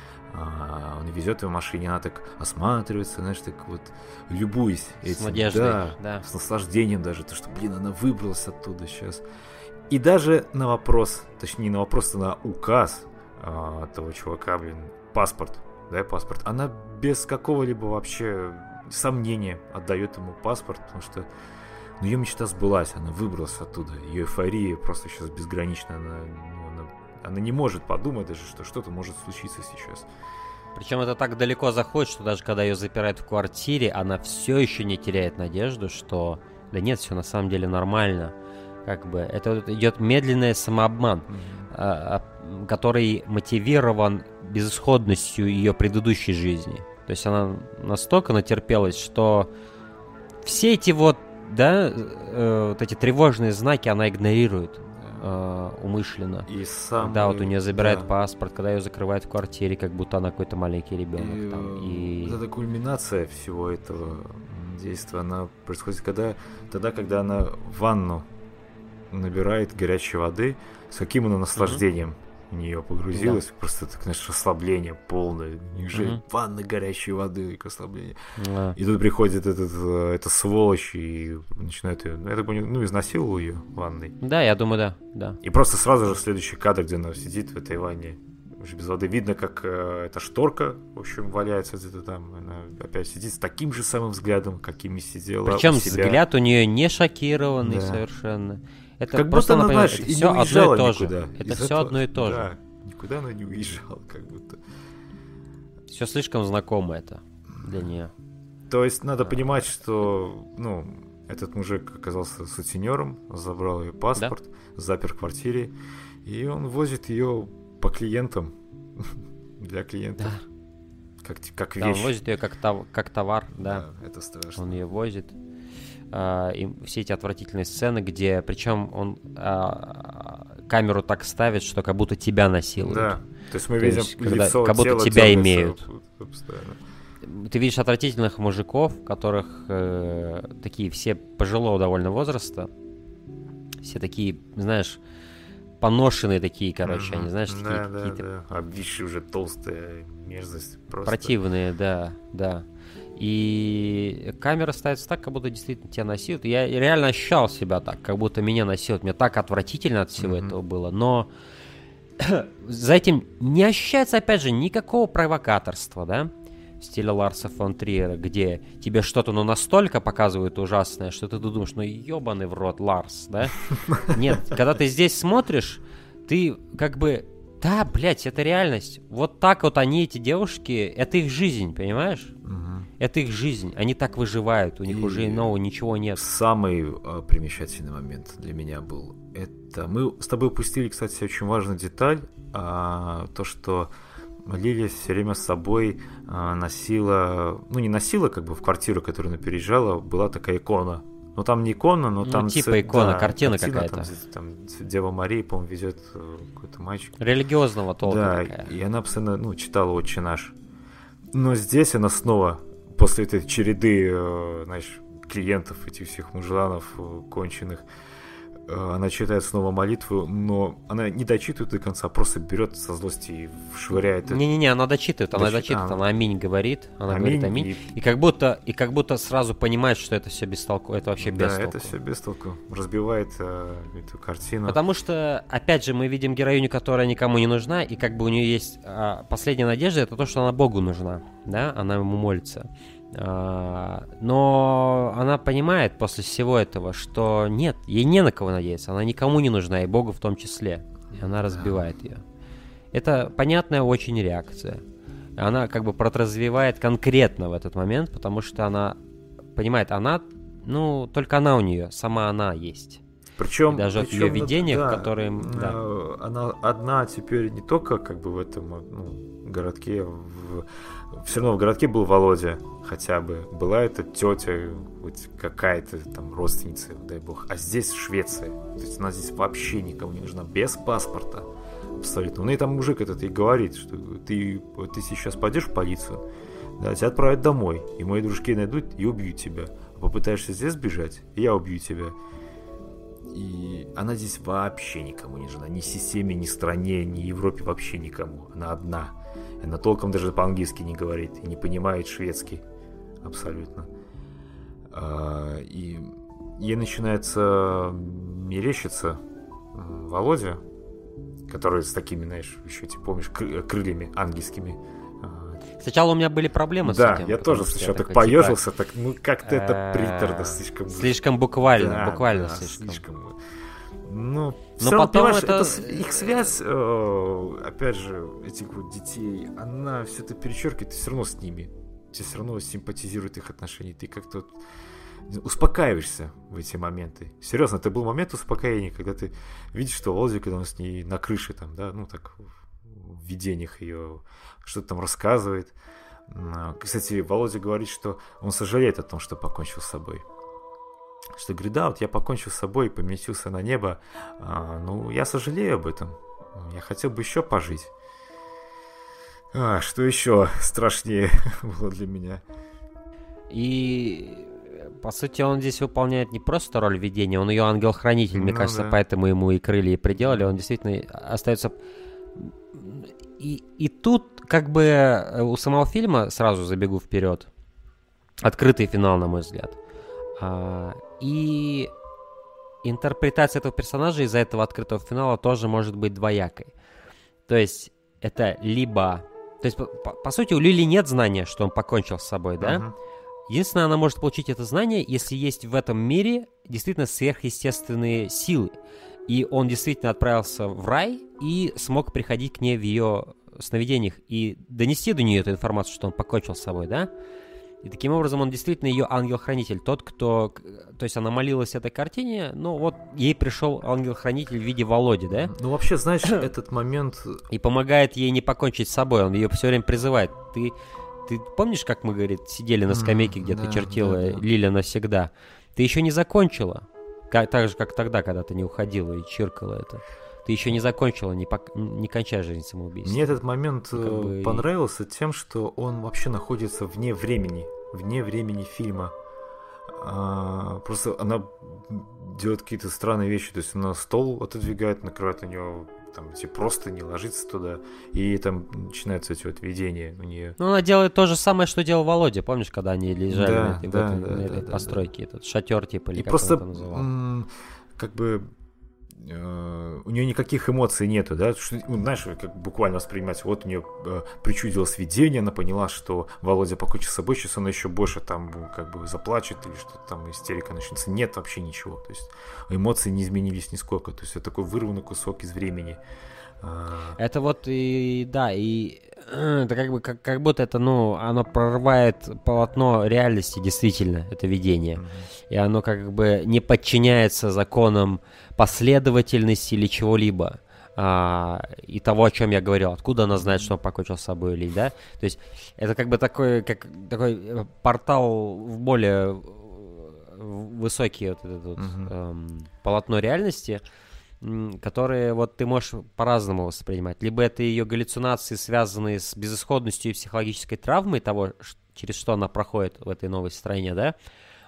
А, он везет ее в машине, она так осматривается, знаешь, так вот любуясь этим. С надеждой, да, да. с наслаждением даже, то, что, блин, она выбралась оттуда сейчас. И даже на вопрос, точнее, не на вопрос, а на указ а, того чувака, блин, паспорт, дай паспорт, она без какого-либо вообще сомнения отдает ему паспорт, потому что ну, ее мечта сбылась, она выбралась оттуда, ее эйфория просто сейчас безгранична, она, ну, она Она не может подумать даже, что что-то может случиться сейчас. Причем это так далеко заходит, что даже когда ее запирают в квартире, она все еще не теряет надежду, что да нет, все на самом деле нормально. Как бы это вот идет медленный самообман, mm-hmm. а, а, который мотивирован безысходностью ее предыдущей жизни. То есть она настолько натерпелась, что все эти вот, да, э, вот эти тревожные знаки она игнорирует. Uh, умышленно. И сам... Да, вот у нее забирают да. паспорт, когда ее закрывают в квартире, как будто она какой-то маленький ребенок. И, там, и... Вот эта кульминация всего этого действия, она происходит когда, тогда, когда она в ванну набирает горячей воды, с каким она наслаждением в нее погрузилась, да. Просто, так, знаешь, расслабление полное. Неужели mm-hmm. ванна горячей воды, к расслаблению. Yeah. И тут приходит этот, эта сволочь и начинает ее, я так понимаю, ну, изнасиловал ее в ванной. Да, я думаю, да, да. И просто сразу же следующий кадр, где она сидит в этой ванне, уже без воды, видно, как э, эта шторка, в общем, валяется где-то там, она опять сидит с таким же самым взглядом, какими сидела. Причем у себя. Взгляд у нее не шокированный да. совершенно. Это как просто, будто она, например, знаешь, это все одно и то же. Это все этого, одно и то да, же. Никуда она не уезжала, как будто. Все слишком знакомо это для нее. То есть надо понимать, что, ну, этот мужик оказался сутенером, забрал ее паспорт, да? Запер в квартире, и он возит ее по клиентам, для клиентов. Да. Как, как вещь. Да, он возит ее как, тов- как товар, да. Да, это страшно. Он ее возит. Uh, и все эти отвратительные сцены, где, причем он uh, камеру так ставит, что как будто тебя насилуют. Да, то есть мы то видим есть, когда, лицо, как будто тело тебя имеют. Постоянно. Ты видишь отвратительных мужиков, которых э, такие все пожилого довольно возраста, все такие, знаешь, поношенные такие, короче, mm-hmm. они, знаешь, такие да, какие-то... Да, да, обвисшие уже толстые, мерзость просто. Противные, да, да. И камера ставится так, как будто действительно тебя насилуют. Я реально ощущал себя так, как будто меня насилуют. Мне так отвратительно от всего mm-hmm. этого было. Но за этим не ощущается, опять же, никакого провокаторства, да, в стиле Ларса фон Триера, где тебе что-то, ну, настолько показывают ужасное, что ты думаешь, ну, ебаный в рот, Ларс, да? Нет, когда ты здесь смотришь, ты как бы... Да, блядь, это реальность. Вот так вот они, эти девушки, это их жизнь, понимаешь? Угу. Это их жизнь. Они так выживают, у них и уже иного ничего нет. Самый э, примечательный момент для меня был, это мы с тобой упустили, кстати, очень важную деталь, а, то, что Лилия все время с собой а, носила, ну не носила как бы в квартиру, которую она переезжала, была такая икона. Ну там не икона, но ну, там... типа ц... икона, да, картина, картина какая-то. Там, там Дева Мария, по-моему, везет какой-то мальчик. Религиозного толка да, такая. И она постоянно, ну, читала «Отче наш». Но здесь она снова, после этой череды, э, знаешь, клиентов, этих всех мужланов конченых. Она читает снова молитву, но она не дочитывает до конца, просто берет со злости и швыряет. Не-не-не, она дочитывает, она Дочит... дочитывает, а, она аминь говорит, она аминь, говорит аминь, и... и как будто и как будто сразу понимает, что это все без толку, это вообще без да, толку. Да, это все без толку, разбивает э, эту картину. Потому что, опять же, мы видим героиню, которая никому не нужна, и как бы у нее есть а, последняя надежда, это то, что она Богу нужна, да, она ему молится. А, но она понимает после всего этого, что нет, ей не на кого надеяться, она никому не нужна, и Богу в том числе, и она разбивает ее. Это понятная очень реакция. Она как бы протрезвевает конкретно в этот момент, потому что она понимает, она, ну, только она у нее, сама она есть. Причем, и даже причем, в ее видениях, да, которые... Да. Она одна теперь не только как бы в этом ну, городке, в... все равно в городке был Володя хотя бы, была эта тетя, хоть какая-то там родственница, дай бог, а здесь Швеция, то есть она здесь вообще никому не нужна, без паспорта абсолютно. Ну и там мужик этот и говорит, что ты, ты сейчас пойдешь в полицию, да, тебя отправят домой, и мои дружки найдут и убьют тебя, а попытаешься здесь сбежать, и я убью тебя. И она здесь вообще никому не нужна. Ни системе, ни стране, ни Европе, вообще никому. Она одна. Она толком даже по-английски не говорит и не понимает шведский. Абсолютно. И ей начинается мерещиться Володя, который с такими, знаешь, еще, ты помнишь, крыльями ангельскими. Сначала у меня были проблемы да, с этим. Да, я тоже сначала так такой, поежился, типа, так, ну как-то это приторно слишком. Слишком буквально, да, буквально да, слишком. слишком. Ну, но потом равно, это... это их связь, опять же, этих вот детей, она все это перечеркивает, ты все равно с ними, тебе все равно симпатизирует их отношения, ты как-то успокаиваешься в эти моменты. Серьезно, это был момент успокоения, когда ты видишь, что Володя, когда он с ней на крыше, там, да, ну так, в видениях ее что-то там рассказывает. Кстати, Володя говорит, что он сожалеет о том, что покончил с собой. Что говорит, да, вот я покончил с собой и поместился на небо. А, ну, я сожалею об этом. Я хотел бы еще пожить. А, что еще страшнее было для меня? И, по сути, он здесь выполняет не просто роль видения, он ее ангел-хранитель, мне ну, кажется, да. Поэтому ему и крылья и приделали. Он действительно остается... И, и тут, как бы, у самого фильма, сразу забегу вперед, открытый финал, на мой взгляд. А, и интерпретация этого персонажа из-за этого открытого финала тоже может быть двоякой. То есть, это либо... То есть, по, по сути, у Лили нет знания, что он покончил с собой, да? Uh-huh. Единственное, она может получить это знание, если есть в этом мире действительно сверхъестественные силы. И он действительно отправился в рай и смог приходить к ней в ее сновидениях и донести до нее эту информацию, что он покончил с собой, да? И таким образом он действительно ее ангел-хранитель, тот, кто... То есть она молилась этой картине, но вот ей пришел ангел-хранитель в виде Володи, да? Ну вообще, знаешь, этот момент... И помогает ей не покончить с собой, он ее все время призывает. Ты, ты помнишь, как мы, говорит, сидели на скамейке, где да, ты чертила да, да. Лиля навсегда? Ты еще не закончила. Как, так же, как тогда, когда ты не уходила и чиркала это. Ты еще не закончила, не, пок... не кончай жизнь самоубийством. Мне этот момент как бы понравился и... тем, что он вообще находится вне времени, вне времени фильма. А, просто она делает какие-то странные вещи, то есть она стол отодвигает, накрывает на него там эти простыни, ложится туда, и там начинаются эти вот видения у нее. Ну, она делает то же самое, что делал Володя, помнишь, когда они лежали да, на этой, да, в этой, да, на да, этой да, постройке, да. Этот шатер типа, или и как просто, он это называл. М- как бы э- у нее никаких эмоций нету, да, что, ну, знаешь, как буквально воспринимать, вот у нее э- причудилось видение, она поняла, что Володя покончил с собой, сейчас она еще больше там как бы заплачет или что-то там, истерика начнется. Нет вообще ничего, то есть эмоции не изменились нисколько, то есть это такой вырванный кусок из времени. Это вот и да, и это как бы как, как будто это, ну, оно прорывает полотно реальности, действительно, это видение. Mm-hmm. И оно как бы не подчиняется законам последовательности или чего-либо. А, и того, о чем я говорил, откуда она знает, что он покончил с собой или, да? То есть это как бы такой, как, такой портал в более высокий вот этот вот, mm-hmm. эм, полотно реальности, которые вот ты можешь по-разному воспринимать. Либо это ее галлюцинации, связанные с безысходностью и психологической травмой того, через что она проходит в этой новой стране, да?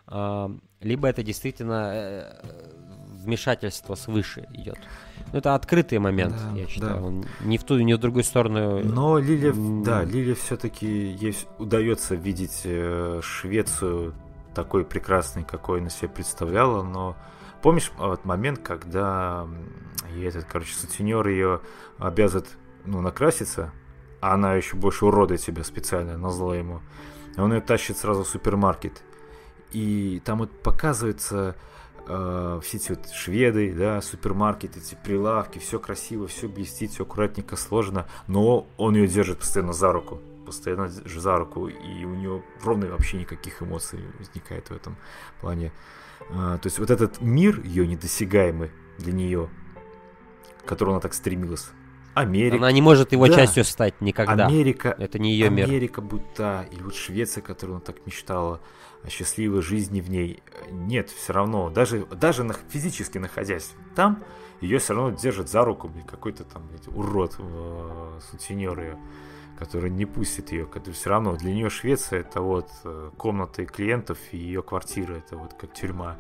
либо это действительно вмешательство свыше идет. Ну, это открытый момент, да, я считаю. Да. Он ни в ту, ни в другую сторону. Но Лилия, м- да, Лилия все-таки ей удается видеть Швецию такой прекрасной, какой она себе представляла, но помнишь вот момент, когда этот, короче, сутенер ее обязывает, ну, накраситься, а она еще больше уродует себя специально, назло ему. И он ее тащит сразу в супермаркет. И там вот показывается э, все эти вот шведы, да, супермаркеты, эти прилавки, все красиво, все блестит, все аккуратненько сложено, но он ее держит постоянно за руку, постоянно же за руку, и у нее ровно вообще никаких эмоций возникает в этом плане. Э, то есть вот этот мир ее недосягаемый для нее, к которому она так стремилась. Америка. Она не может его да. частью стать никогда. Америка. Это не ее мир. Америка, будь та, или вот Швеция, которую она так мечтала, о счастливой жизни в ней. Нет, все равно, даже, даже на, физически находясь там, ее все равно держит за руку какой-то там урод, э, сутенер ее, который не пустит ее. Все равно для нее Швеция — это вот комната клиентов, и ее квартира — это вот как тюрьма.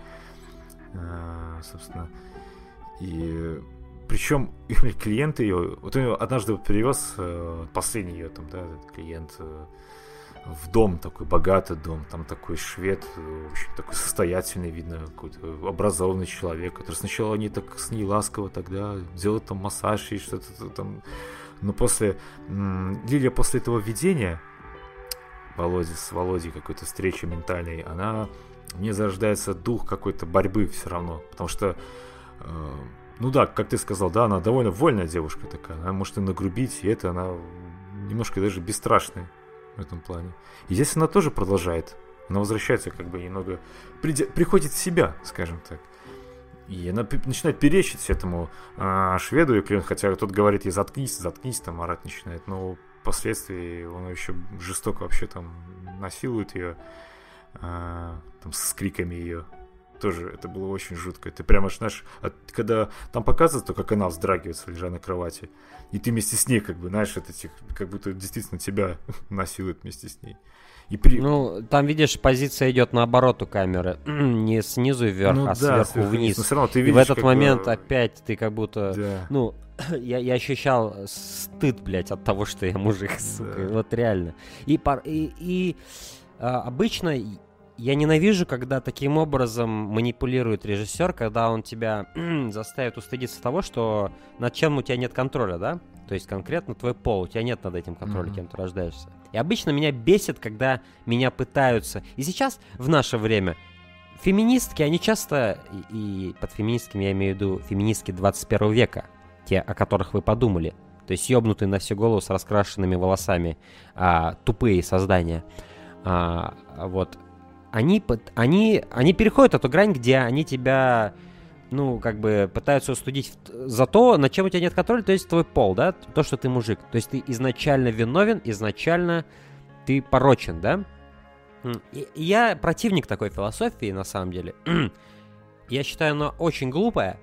Э, собственно. И... Причем клиенты ее, вот он ее однажды привез, э, последний ее там, да, этот клиент э, в дом, такой богатый дом, там такой швед, э, очень такой состоятельный, видно, какой-то образованный человек, который сначала они так с ней ласково тогда делают там массаж и что-то там, но после, м- Лилия после этого видения, Володи, с Володей какой-то встречи ментальной, она, мне зарождается дух какой-то борьбы все равно, потому что э, ну да, как ты сказал, да, она довольно вольная девушка такая. Она может и нагрубить, и это она немножко даже бесстрашная в этом плане. И здесь она тоже продолжает. Она возвращается как бы немного... Приди, приходит в себя, скажем так. И она п- начинает перечить этому а, шведу, и клиент, хотя тот говорит ей заткнись, заткнись, там орать начинает. Но впоследствии он еще жестоко вообще там насилует ее, а, там с криками ее. Тоже это было очень жутко. Ты прямо, знаешь, от, когда там показывают, то как она вздрагивается, лежа на кровати, и ты вместе с ней, как бы, знаешь, это как будто действительно тебя насилует вместе с ней. И при... Ну, там, видишь, позиция идет наоборот у камеры. Не снизу вверх, ну, а да, сверху вниз. Но все равно ты видишь, и в этот как момент бы... опять ты как будто... Да. Ну, я, я ощущал стыд, блядь, от того, что я мужик, сука. Да. Вот реально. И, и, и а, обычно... Я ненавижу, когда таким образом манипулирует режиссер, когда он тебя заставит устыдиться того, что над чем у тебя нет контроля, да? То есть конкретно твой пол, у тебя нет над этим контроля, mm-hmm. кем ты рождаешься. И обычно меня бесит, когда меня пытаются... И сейчас, в наше время, феминистки, они часто... И, и под феминистками я имею в виду феминистки двадцать первого века, те, о которых вы подумали. То есть ёбнутые на всю голову с раскрашенными волосами, а, тупые создания. А, вот... Они, они, они переходят эту грань, где они тебя, ну, как бы пытаются устудить за то, над чем у тебя нет контроля, то есть твой пол, да, то, что ты мужик. То есть ты изначально виновен, изначально ты порочен, да. И, и я противник такой философии, на самом деле. Я считаю, она очень глупая,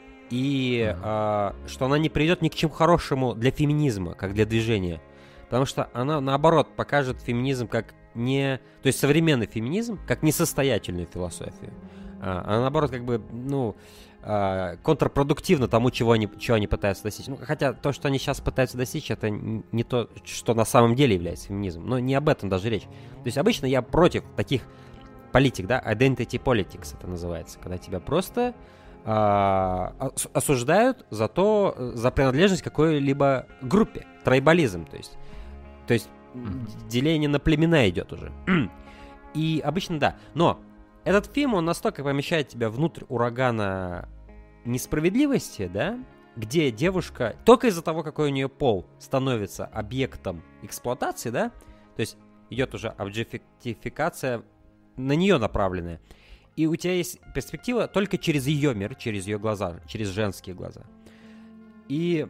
и mm-hmm. э, что она не приведет ни к чему хорошему для феминизма, как для движения. Потому что она, наоборот, покажет феминизм как не... То есть современный феминизм как несостоятельную философию. А, а наоборот, как бы, ну, а, контрпродуктивно тому, чего они, чего они пытаются достичь. Ну, хотя то, что они сейчас пытаются достичь, это не то, что на самом деле является феминизмом. Но не об этом даже речь. То есть обычно я против таких политик, да, identity politics это называется, когда тебя просто а, осуждают за то, за принадлежность к какой-либо группе. Трайбализм, то есть. То есть mm-hmm. деление на племена идет уже. И обычно да. Но этот фильм, он настолько помещает тебя внутрь урагана несправедливости, да, где девушка только из-за того, какой у нее пол, становится объектом эксплуатации, да, то есть идет уже объектификация на нее направленная. И у тебя есть перспектива только через ее мир, через ее глаза, через женские глаза. И...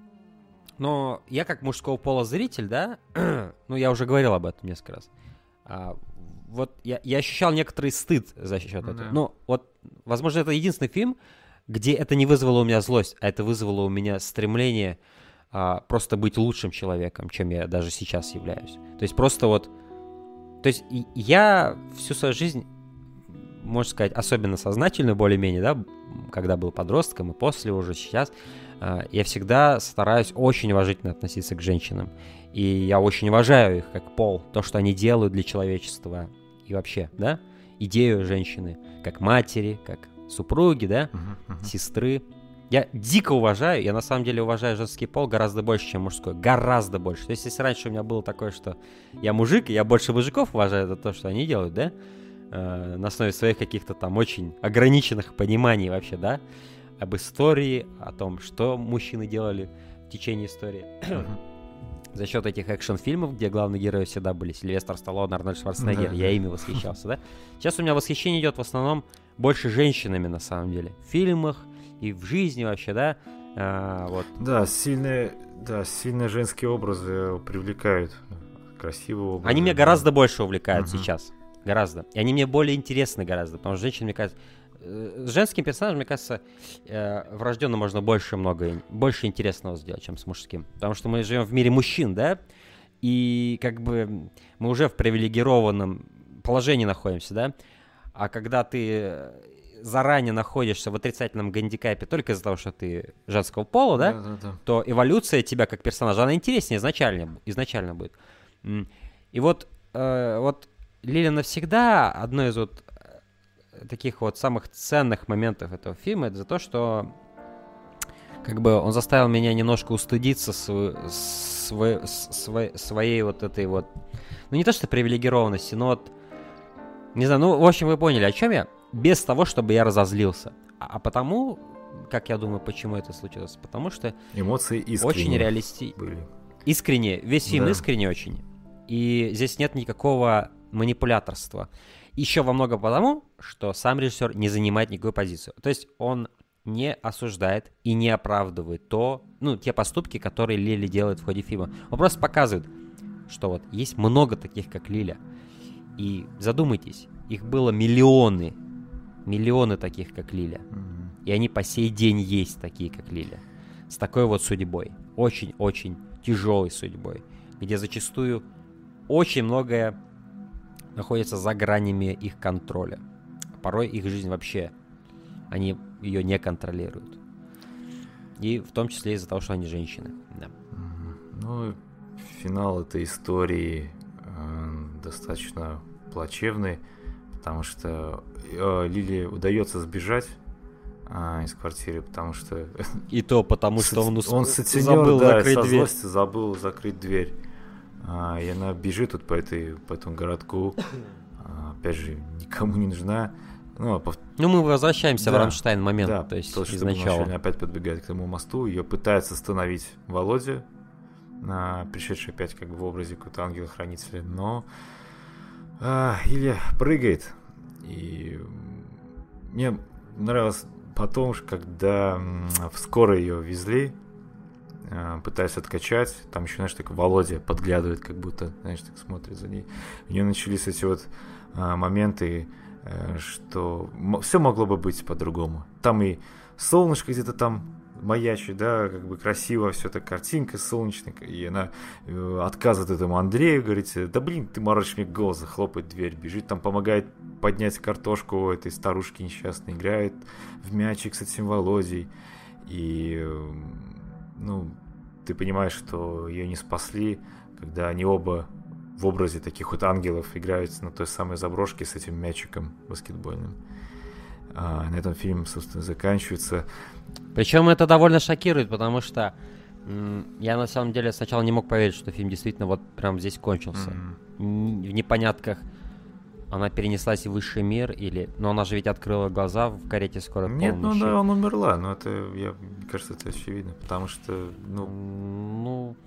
Но я как мужского пола зритель, да, ну я уже говорил об этом несколько раз, а, вот я, я ощущал некоторый стыд за счет ну, этого. Да. Но вот, возможно, это единственный фильм, где это не вызвало у меня злость, а это вызвало у меня стремление а, просто быть лучшим человеком, чем я даже сейчас являюсь. То есть просто вот, то есть я всю свою жизнь можно сказать, особенно сознательную более-менее, да, когда был подростком и после уже сейчас, я всегда стараюсь очень уважительно относиться к женщинам. И я очень уважаю их как пол, то, что они делают для человечества и вообще, да, идею женщины, как матери, как супруги, да, uh-huh, uh-huh. сестры. Я дико уважаю, я на самом деле уважаю женский пол гораздо больше, чем мужской, гораздо больше. То есть если раньше у меня было такое, что я мужик, и я больше мужиков уважаю за то, что они делают, да, э, на основе своих каких-то там очень ограниченных пониманий вообще, да, об истории, о том, что мужчины делали в течение истории. За счет этих экшн-фильмов, где главные герои всегда были Сильвестр Сталлоне, Арнольд Шварценеггер, я ими восхищался, да. Сейчас у меня восхищение идет в основном больше женщинами, на самом деле. В фильмах и в жизни вообще, да. А, вот. Да, сильные, да, сильные женские образы привлекают. Красивые образы. Они меня гораздо больше увлекают uh-huh. сейчас. Гораздо. И они мне более интересны гораздо. Потому что женщины, мне кажется... С женским персонажем, мне кажется, э, врожденно можно больше много, больше интересного сделать, чем с мужским. Потому что мы живем в мире мужчин, да, и как бы мы уже в привилегированном положении находимся, да, а когда ты заранее находишься в отрицательном гандикапе только из-за того, что ты женского пола, да, да, да, да. то эволюция тебя как персонажа, она интереснее изначально, изначально будет. И вот, э, вот Лиля навсегда одно из вот таких вот самых ценных моментов этого фильма, это за то, что как бы он заставил меня немножко устыдиться св- св- св- своей вот этой вот, ну не то что привилегированности, но вот, не знаю, ну в общем вы поняли, о чем я, без того, чтобы я разозлился. А, а потому, как я думаю, почему это случилось, потому что эмоции искренние очень реалистично. Искренне, весь фильм да. искренне очень. И здесь нет никакого манипуляторства. Еще во многом потому, что сам режиссер не занимает никакую позицию. То есть он не осуждает и не оправдывает то, ну, те поступки, которые Лили делает в ходе фильма. Он просто показывает, что вот есть много таких, как Лиля. И задумайтесь, их было миллионы, миллионы таких, как Лиля. Mm-hmm. И они по сей день есть такие, как Лиля. С такой вот судьбой. Очень-очень тяжелой судьбой. Где зачастую очень многое находится за гранями их контроля. Порой их жизнь вообще, они ее не контролируют. И в том числе из-за того, что они женщины. Да. Ну, финал этой истории э, достаточно плачевный, потому что э, Лиле удается сбежать э, из квартиры, потому что... И то потому, что он, усп... он сутенер, забыл да, закрыть со дверь. злости забыл закрыть дверь. А, и она бежит тут по, этой, по этому городку, а, опять же, никому не нужна. Ну, пов... ну мы возвращаемся да, в Рамштайн момент, да, то есть то, что изначала. Опять подбегает к тому мосту, ее пытается остановить Володя, а, пришедший опять как бы в образе какого-то ангела-хранителя, но а, Илья прыгает. И мне нравилось потом, когда в скорой ее везли, пытаясь откачать, там еще, знаешь, так Володя подглядывает, как будто, знаешь, так смотрит за ней. У нее начались эти вот а, моменты, а, что м- все могло бы быть по-другому. Там и солнышко где-то там маячит, да, как бы красиво, все так, картинка солнечная, и она э, отказывает этому Андрею, говорит, да блин, ты морочишь мне голос, захлопает дверь, бежит, там помогает поднять картошку этой старушки несчастной, играет в мячик с этим Володей, и... Э, ну, ты понимаешь, что ее не спасли, когда они оба в образе таких вот ангелов играют на той самой заброшке с этим мячиком баскетбольным. А на этом фильм, собственно, заканчивается. Причем это довольно шокирует, потому что м- я на самом деле сначала не мог поверить, что фильм действительно вот прям здесь кончился. Mm-hmm. Н- в непонятках она перенеслась в высший мир, или... Но она же ведь открыла глаза в карете скорой помощи. Нет, ну да, она умерла, но это, я, мне кажется, это очевидно, потому что, ну... Ну...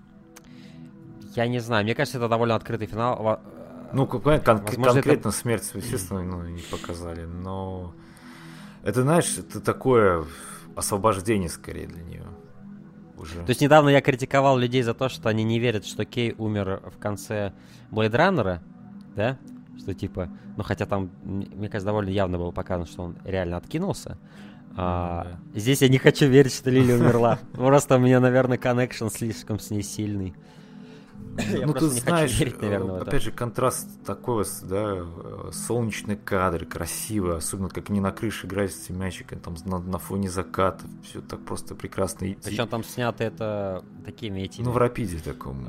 Я не знаю, мне кажется, это довольно открытый финал. Ну, кон- кон- Возможно, конкретно это... смерть, естественно, ну, не показали, но... Это, знаешь, это такое освобождение, скорее, для нее. Уже. То есть недавно я критиковал людей за то, что они не верят, что Кей умер в конце Blade Runner, да? Что типа, ну хотя там, мне кажется, довольно явно было показано, что он реально откинулся. А, mm-hmm. Здесь я не хочу верить, что Лили умерла. Просто у меня, наверное, коннекшн слишком с ней сильный. Я ну, ты просто не хочу знаешь, верить, наверное, в это. опять же, контраст такой, да, солнечные кадры, красиво, особенно как они на крыше играют с этим мячиком, там на, на фоне заката, все так просто прекрасно. И, Причем там снято это такими этими... Ну, в рапиде таком.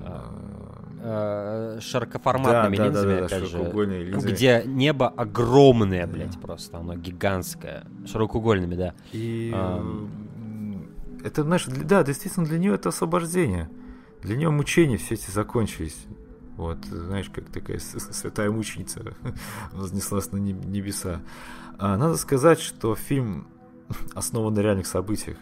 А, широкоформатными да, линзами, да, да, опять же, линзами. где небо огромное, блядь, да. Просто, оно гигантское, широкоугольными, да. И а... это, знаешь, да, действительно, для нее это освобождение. Для нее мучения все эти закончились. Вот, знаешь, как такая святая мученица вознеслась на небеса. А надо сказать, что фильм основан на реальных событиях.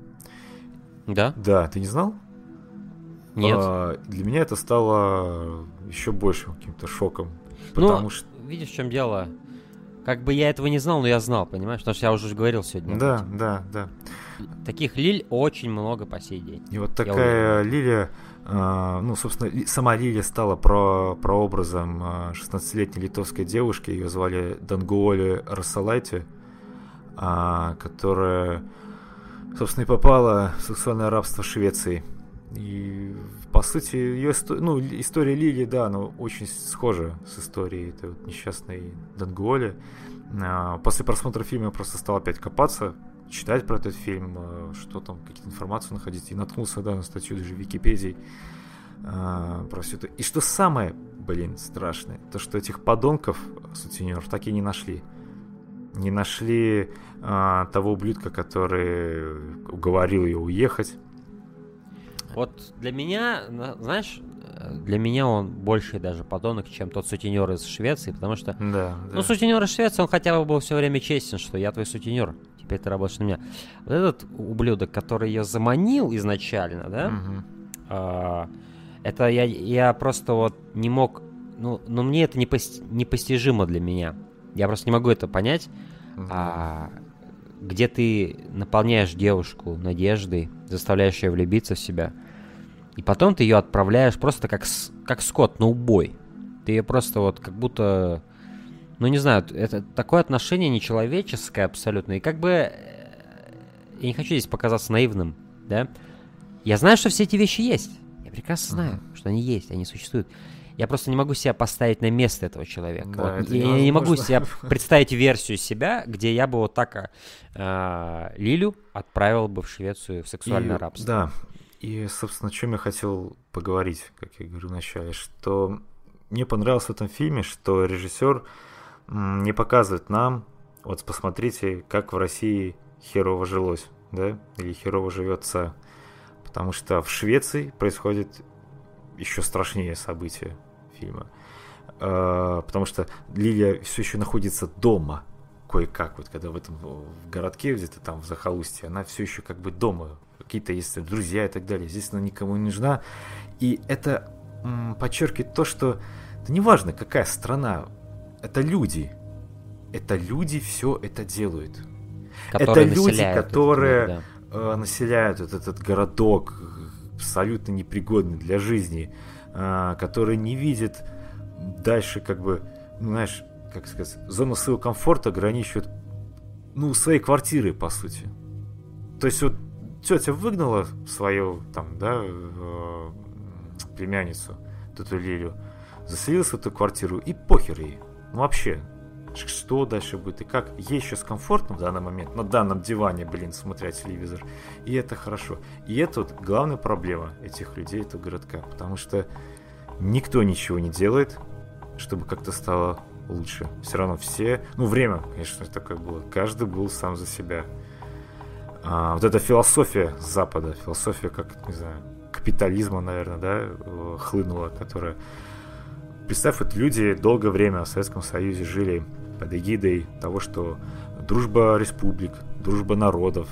Да? Да, ты не знал? Нет. А, для меня это стало еще большим каким-то шоком. Потому ну, что... видишь, в чем дело? Как бы я этого не знал, но я знал, понимаешь? Потому что я уже говорил сегодня. Да, да, да. Таких лиль очень много по сей день. И вот такая лилия, э, ну, собственно, сама лилия стала про, прообразом шестнадцатилетней литовской девушки, ее звали Дангуоли Расалайте, э, которая, собственно, и попала в сексуальное рабство Швеции. И, по сути, ее ну, история Лилии, да, она очень схожа с историей этой вот несчастной Дангуоли. Э, после просмотра фильма я просто стал опять копаться, читать про этот фильм, что там, какие-то информацию находить, и наткнулся, да, на статью даже в Википедии э, про все это. И что самое, блин, страшное, то, что этих подонков, сутенеров, так и не нашли. Не нашли э, того ублюдка, который уговорил ее уехать. Вот для меня, знаешь, для меня он больше даже подонок, чем тот сутенер из Швеции, потому что, да, да. ну, сутенер из Швеции, он хотя бы был все время честен, что я твой сутенер. Теперь ты работаешь на меня. Вот этот ублюдок, который ее заманил изначально, да, угу. а, это я, я просто вот не мог, ну, ну мне это непости, непостижимо для меня. Я просто не могу это понять. Угу. А, где ты наполняешь девушку надеждой, заставляешь ее влюбиться в себя, и потом ты ее отправляешь просто как, как скот на убой. Ты ее просто вот как будто... Ну, не знаю, это такое отношение нечеловеческое абсолютно. И как бы... Я не хочу здесь показаться наивным, да? Я знаю, что все эти вещи есть. Я прекрасно знаю, uh-huh. что они есть, они существуют. Я просто не могу себя поставить на место этого человека. Да, вот. это Я не могу себе представить версию себя, где я бы вот так э, Лилю отправил бы в Швецию в сексуальное и, рабство. Да, и, собственно, о чем я хотел поговорить, как я говорю вначале, что мне понравилось в этом фильме, что режиссер не показывает нам, вот посмотрите, как в России херово жилось, да, или херово живется, потому что в Швеции происходит еще страшнее события фильма, э, потому что Лилия все еще находится дома, кое-как, вот когда в этом в городке где-то там в захолустье, она все еще как бы дома, какие-то есть друзья и так далее, здесь она никому не нужна, и это м, подчеркивает то, что это не важно, какая страна, это люди. Это люди все это делают. Которые это люди, которые этот мир, да. э, населяют вот этот городок, абсолютно непригодный для жизни, э, которые не видят дальше, как бы, ну, знаешь, как сказать, зону своего комфорта ограничивают, ну, своей квартиры, по сути. То есть вот тетя выгнала свою, там, да, э, племянницу, эту Лилию, заселилась в эту квартиру, и похер ей. Ну, вообще, что дальше будет и как. Ей сейчас комфортно в данный момент, на данном диване, блин, смотря телевизор. И это хорошо. И это вот главная проблема этих людей, этого городка. Потому что никто ничего не делает, чтобы как-то стало лучше. Все равно все... Ну, время, конечно, такое было. Каждый был сам за себя. А, вот эта философия Запада, философия, как, не знаю, капитализма, наверное, да, хлынула, которая... Представь, вот люди долгое время в Советском Союзе жили под эгидой того, что дружба республик, дружба народов,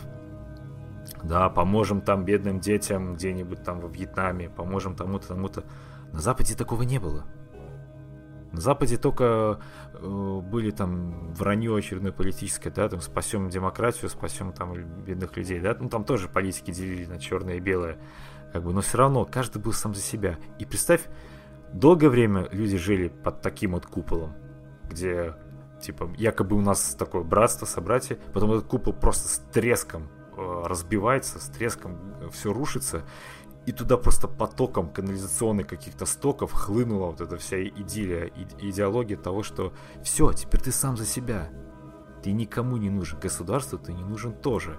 да, поможем там бедным детям где-нибудь там во Вьетнаме, поможем тому-то, тому-то. На Западе такого не было. На Западе только э, были там вранье очередное политическое, да, там спасем демократию, спасем там бедных людей, да, ну там тоже политики делили на черное и белое, как бы, но все равно каждый был сам за себя. И представь, долгое время люди жили под таким вот куполом, где, типа, якобы у нас такое братство, собратья, потом этот купол просто с треском э, разбивается, с треском все рушится, и туда просто потоком канализационных каких-то стоков хлынула вот эта вся идиллия, и, идеология того, что все, теперь ты сам за себя. Ты никому не нужен, государству ты не нужен тоже.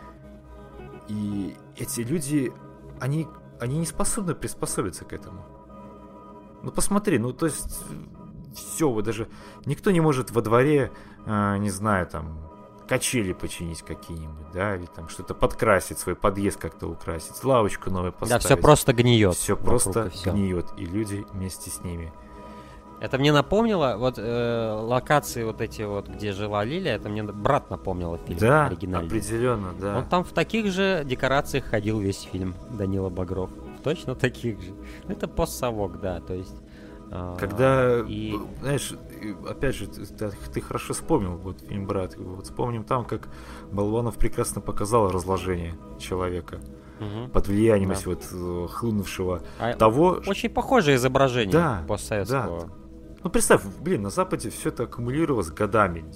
И эти люди, они, они не способны приспособиться к этому. Ну посмотри, ну то есть все, вот даже никто не может во дворе, э, не знаю, там, качели починить какие-нибудь, да, или там что-то подкрасить, свой подъезд как-то украсить, лавочку новую поставить. Да, все просто гниет. Все просто и гниет, и люди вместе с ними. Это мне напомнило, вот э, локации вот эти вот, где жила Лилия, это мне брат напомнило фильм да, оригинальный. Да, определенно, да. Он там в таких же декорациях ходил весь фильм, Данила Багров. Точно таких же. Это постсовок, да, то есть... Когда, и... знаешь, опять же, ты, ты хорошо вспомнил вот фильм «Брат». Вот вспомним там, как Балабанов прекрасно показал разложение человека угу. под влиянием да. вот хлынувшего а того... Очень похожее изображение да, постсоветского. Да. Ну, представь, блин, на Западе все это аккумулировалось годами.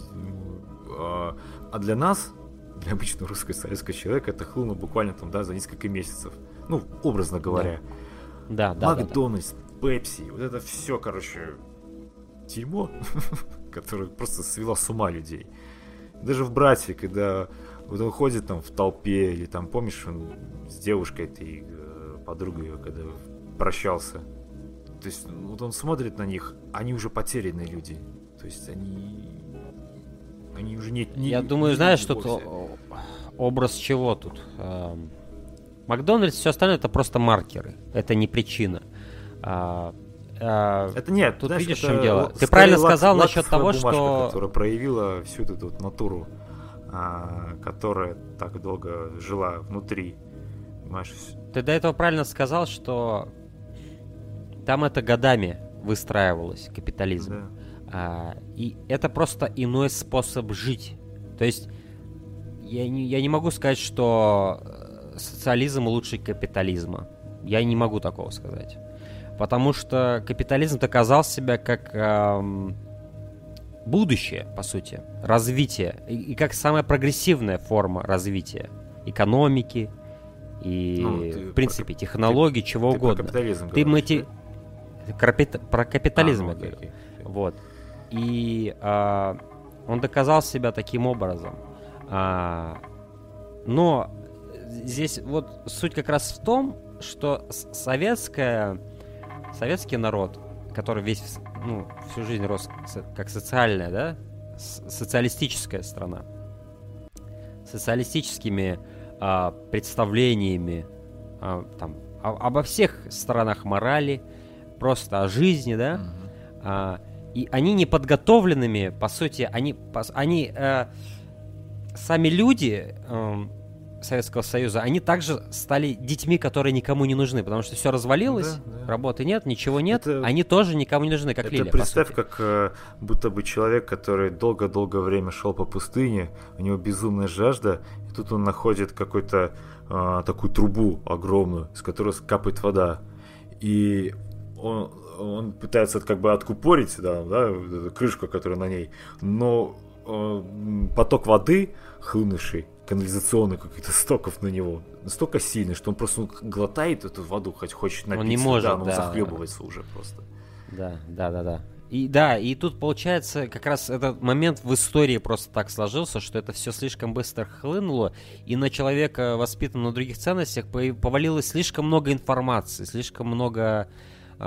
А для нас, для обычного русского советского человека, это хлынуло буквально там, да, за несколько месяцев. Ну, образно говоря. Да, да, Макдональдс, да, да. Пепси, вот это все, короче, дерьмо, которое просто свело с ума людей. Даже в «Брате», когда вот он ходит там в толпе, или там, помнишь, он с девушкой этой подругой, когда прощался. То есть вот он смотрит на них, они уже потерянные люди. То есть они... Они уже не... не Я думаю, не знаешь, тут образ чего тут? Макдональдс, все остальное это просто маркеры. Это не причина. А, а, это нет, тут знаешь, видишь, в это чем дело. Ты правильно лак, сказал лак, насчет того, бумажка, что... которая проявила всю эту вот натуру, а, которая так долго жила внутри. Понимаешь? Ты до этого правильно сказал, что там это годами выстраивалось, капитализм. Да. А, и это просто иной способ жить. То есть я не, я не могу сказать, что социализм лучше капитализма. Я не могу такого сказать. Потому что капитализм доказал себя как эм, будущее, по сути, развитие. И, и как самая прогрессивная форма развития экономики и, ну, ты, в принципе, про, технологий, ты, чего ты угодно. Про капитализм ты говоришь, мотив... да? Капит... Про капитализм а, я ну, говорю. окей, окей. Вот. И э, он доказал себя таким образом. А, но здесь вот суть как раз в том, что советская, советский народ, который весь, ну, всю жизнь рос как социальная, да, социалистическая страна, социалистическими а, представлениями а, там, а, обо всех сторонах морали, просто о жизни, да, mm-hmm. а, и они неподготовленными, по сути, они, они а, сами люди а, Советского Союза, они также стали детьми, которые никому не нужны, потому что все развалилось, да, да. работы нет, ничего нет, это, они тоже никому не нужны, как это Лилия. Представь, как э, будто бы человек, который долго-долго время шел по пустыне, у него безумная жажда, и тут он находит какую-то э, такую трубу огромную, с которой капает вода, и он, он пытается как бы откупорить, да, да, крышку, которая на ней, но э, поток воды, хлынувший, канализационных каких-то стоков на него настолько сильный, что он просто ну, глотает эту воду, хоть хочет напиться, он не может, да, но да, он захлебывается да. уже просто. Да, да, да, да. И да, и тут получается как раз этот момент в истории просто так сложился, что это все слишком быстро хлынуло, и на человека, воспитанного на других ценностях, повалилось слишком много информации, слишком много э,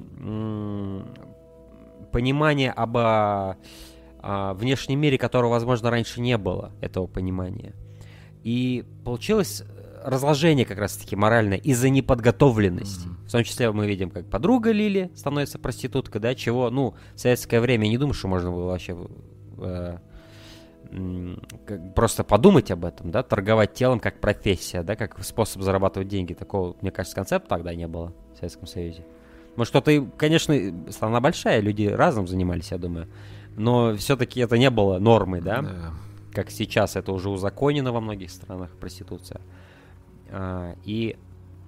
м- понимания об э, внешнем мире, которого, возможно, раньше не было, этого понимания. И получилось разложение как раз-таки моральное из-за неподготовленности. Mm-hmm. В том числе мы видим, как подруга Лили становится проституткой, да, чего, ну, в советское время, я не думаю, что можно было вообще э, э, просто подумать об этом, да, торговать телом как профессия, да, как способ зарабатывать деньги. Такого, мне кажется, концепта тогда не было в Советском Союзе. Может, что-то, конечно, страна большая, люди разным занимались, я думаю, но все-таки это не было нормой, да, yeah. как сейчас это уже узаконено во многих странах, проституция. А, и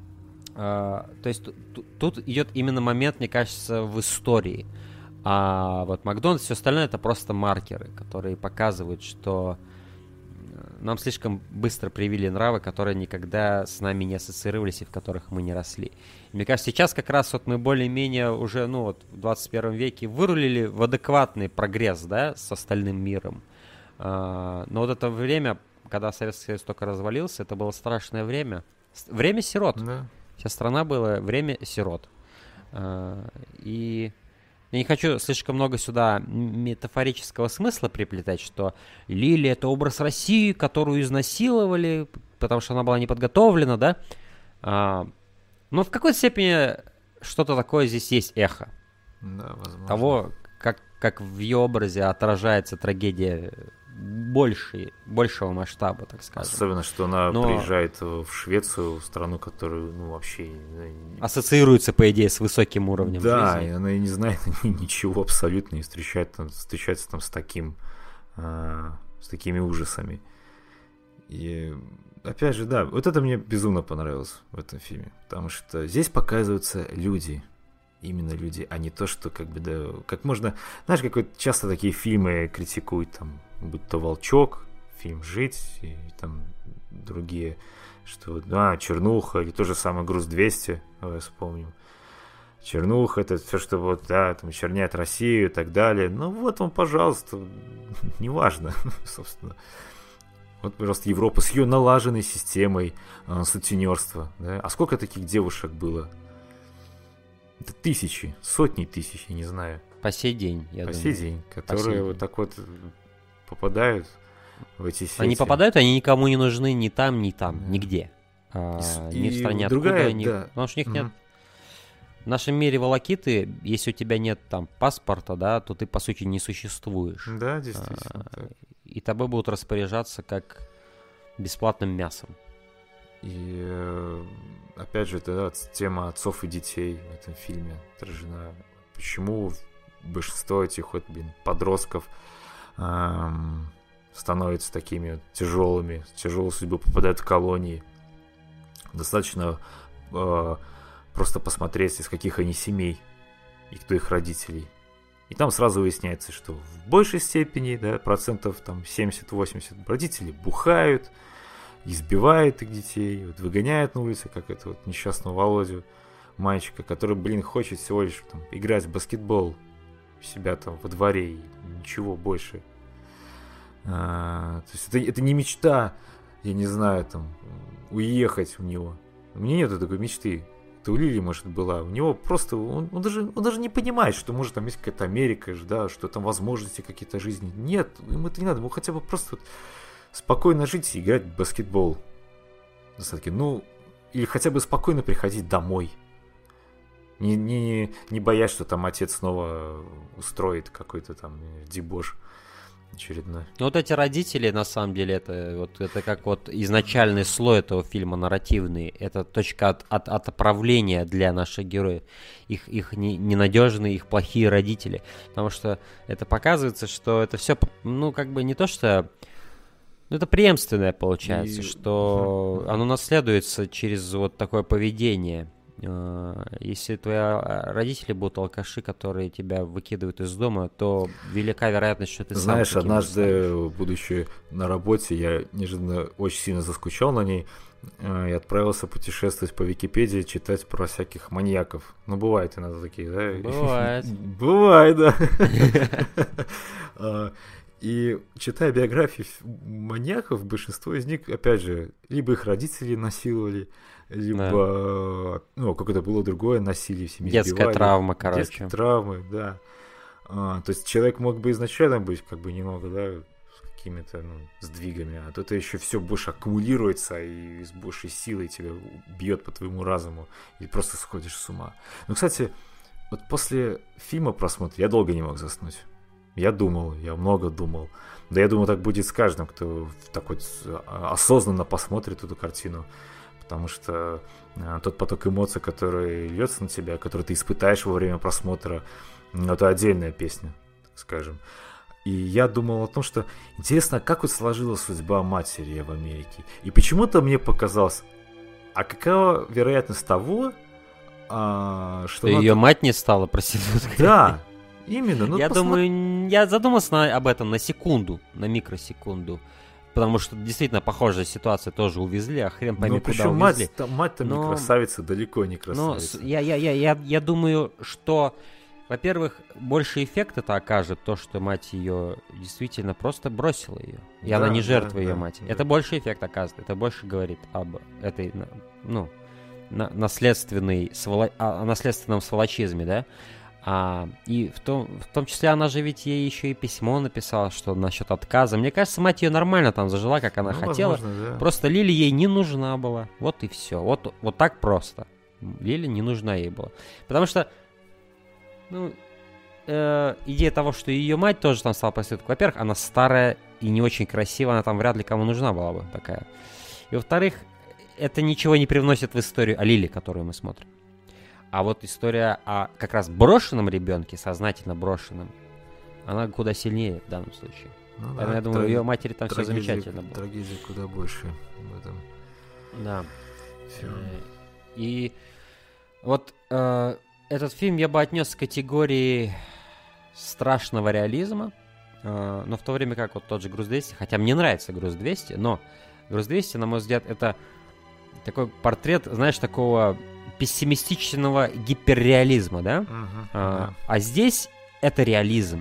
а, то есть тут, тут идет именно момент, мне кажется, в истории. А вот Макдональдс, все остальное это просто маркеры, которые показывают, что нам слишком быстро привили нравы, которые никогда с нами не ассоциировались и в которых мы не росли. И мне кажется, сейчас как раз вот мы более-менее уже, ну вот, в двадцать первом веке вырулили в адекватный прогресс, да, с остальным миром. А, но вот это время, когда Советский Союз только развалился, это было страшное время. Время сирот. Да. Вся страна была время сирот. А, и... Я не хочу слишком много сюда метафорического смысла приплетать, что Лили — это образ России, которую изнасиловали, потому что она была не подготовлена, да? А, но в какой-то степени что-то такое здесь есть эхо. Да, возможно. Того, как, как в ее образе отражается трагедия больше, большего масштаба, так скажем. Особенно, что она Но... приезжает в Швецию, страну, которую, ну, вообще... ассоциируется, по идее, с высоким уровнем да, жизни. Да, и она и не знает ничего абсолютно, и встречает, там, встречается там с таким, а, с такими ужасами. И, опять же, да, вот это мне безумно понравилось в этом фильме, потому что здесь показываются люди, именно люди, а не то, что как бы, да, как можно... Знаешь, как вот часто такие фильмы критикуют, там, будь то «Волчок», фильм «Жить» и там другие, что, да, «Чернуха», или то же самое «Груз двести», давай вспомним. «Чернуха» — это все, что вот, да, там, черняет Россию и так далее. Ну вот вам, пожалуйста, неважно, собственно. Вот, пожалуйста, Европа с ее налаженной системой э, сутенерства, да. А сколько таких девушек было? Это тысячи, сотни тысяч, я не знаю. По сей день, я По думаю. сей день, которые сей вот день. так вот попадают в эти сети. Они попадают, они никому не нужны ни там, ни там, да. Нигде. А, и, ни в стране, другая, откуда они... да. Потому что у них Mm-hmm. нет... В нашем мире волокиты, если у тебя нет там паспорта, да, то ты, по сути, не существуешь. Да, действительно. А, и тобой будут распоряжаться как бесплатным мясом. И опять же, да, тема отцов и детей в этом фильме отражена. Почему большинство этих вот, блин, подростков эм, становятся такими тяжелыми, тяжелой судьбой, попадают в колонии. Достаточно э, просто посмотреть, из каких они семей и кто их родителей. И там сразу выясняется, что в большей степени, да, процентов там семьдесят-восемьдесят родители бухают, избивают их детей, вот, выгоняют на улице, как это вот несчастного Володю, мальчика, который, блин, хочет всего лишь там играть в баскетбол у себя там во дворе и ничего больше. А, то есть это, это не мечта, я не знаю, там, уехать у него. У меня нету такой мечты. Это у Лили, может, была. У него просто, он, он, даже, он даже не понимает, что может там есть какая-то Америка, да, что там возможности какие-то жизни. Нет, ему это не надо, ему хотя бы просто вот спокойно жить и играть в баскетбол. Достаточно. Ну, или хотя бы спокойно приходить домой. Не, не, не боясь, что там отец снова устроит какой-то там дебош очередной. Ну, вот эти родители, на самом деле, это вот это как вот изначальный слой этого фильма, нарративный. Это точка от, от, отправления для наших героев. Их, их не, ненадежные, их плохие родители. Потому что это показывается, что это все, ну, как бы не то, что... Ну, это преемственное получается, и... что оно наследуется через вот такое поведение. Если твои родители будут алкаши, которые тебя выкидывают из дома, то велика вероятность, что ты сам Знаешь, таким однажды, станешь. будучи на работе, я неожиданно очень сильно заскучал на ней и отправился путешествовать по Википедии, читать про всяких маньяков. Ну, бывает иногда такие, да? Бывает. Бывает, да. И читая биографии маньяков, большинство из них, опять же, либо их родители насиловали, либо, да. ну, какое-то было другое насилие в семье. Детская избивали. травма, короче. Детские травмы, да. А, то есть человек мог бы изначально быть как бы немного, да, с какими-то, ну, сдвигами, а то это еще все больше аккумулируется и с большей силой тебя бьет по твоему разуму, и просто сходишь с ума. Ну, кстати, вот после фильма просмотра я долго не мог заснуть. Я думал, я много думал. Да я думаю, так будет с каждым, кто так вот осознанно посмотрит эту картину. Потому что э, тот поток эмоций, который льется на тебя, который ты испытаешь во время просмотра, ну, это отдельная песня, так скажем. И я думал о том, что интересно, как вот сложилась судьба матери в Америке. И почему-то мне показалось, а какова вероятность того, а, что... Что ее мать не стала проституткой. Да. Именно. Ну, я посмотри... думаю, я задумался на, об этом на секунду, на микросекунду. потому что действительно похожая ситуация, тоже увезли, а хрен пойми, ну, куда причем увезли. Мать, там, мать там но... не красавица, далеко не красавица. Но я, я, я, я, я думаю, что, во-первых, больше эффект это окажет то, что мать ее действительно просто бросила ее. И да, она не жертва да, ее да, мать. да. Это больше эффект оказывает. Это больше говорит об этой, ну, на, наследственной, своло... о наследственном сволочизме, да? А, и в том, в том числе она же ведь ей еще и письмо написала, что насчет отказа. Мне кажется, мать ее нормально там зажила, как она ну, хотела. Возможно, да. Просто Лили ей не нужна была. Вот и все. Вот, вот так просто. Лили не нужна ей была. Потому что, ну, э, идея того, что ее мать тоже там стала проституткой. Во-первых, она старая и не очень красивая, она там вряд ли кому нужна была бы такая. И во-вторых, это ничего не привносит в историю о Лили, которую мы смотрим. А вот история о как раз брошенном ребенке, сознательно брошенном, она куда сильнее в данном случае. Ну, да, я думаю, траг... ее матери там все замечательно было. Трагедия куда больше в этом. Да. Все. И вот э, этот фильм я бы отнес к категории страшного реализма, э, но в то время как вот тот же «Груз двести», хотя мне нравится «Груз двести», но «Груз двести», на мой взгляд, это такой портрет, знаешь, такого пессимистичного гиперреализма, да? Uh-huh, а, uh-huh. а здесь это реализм.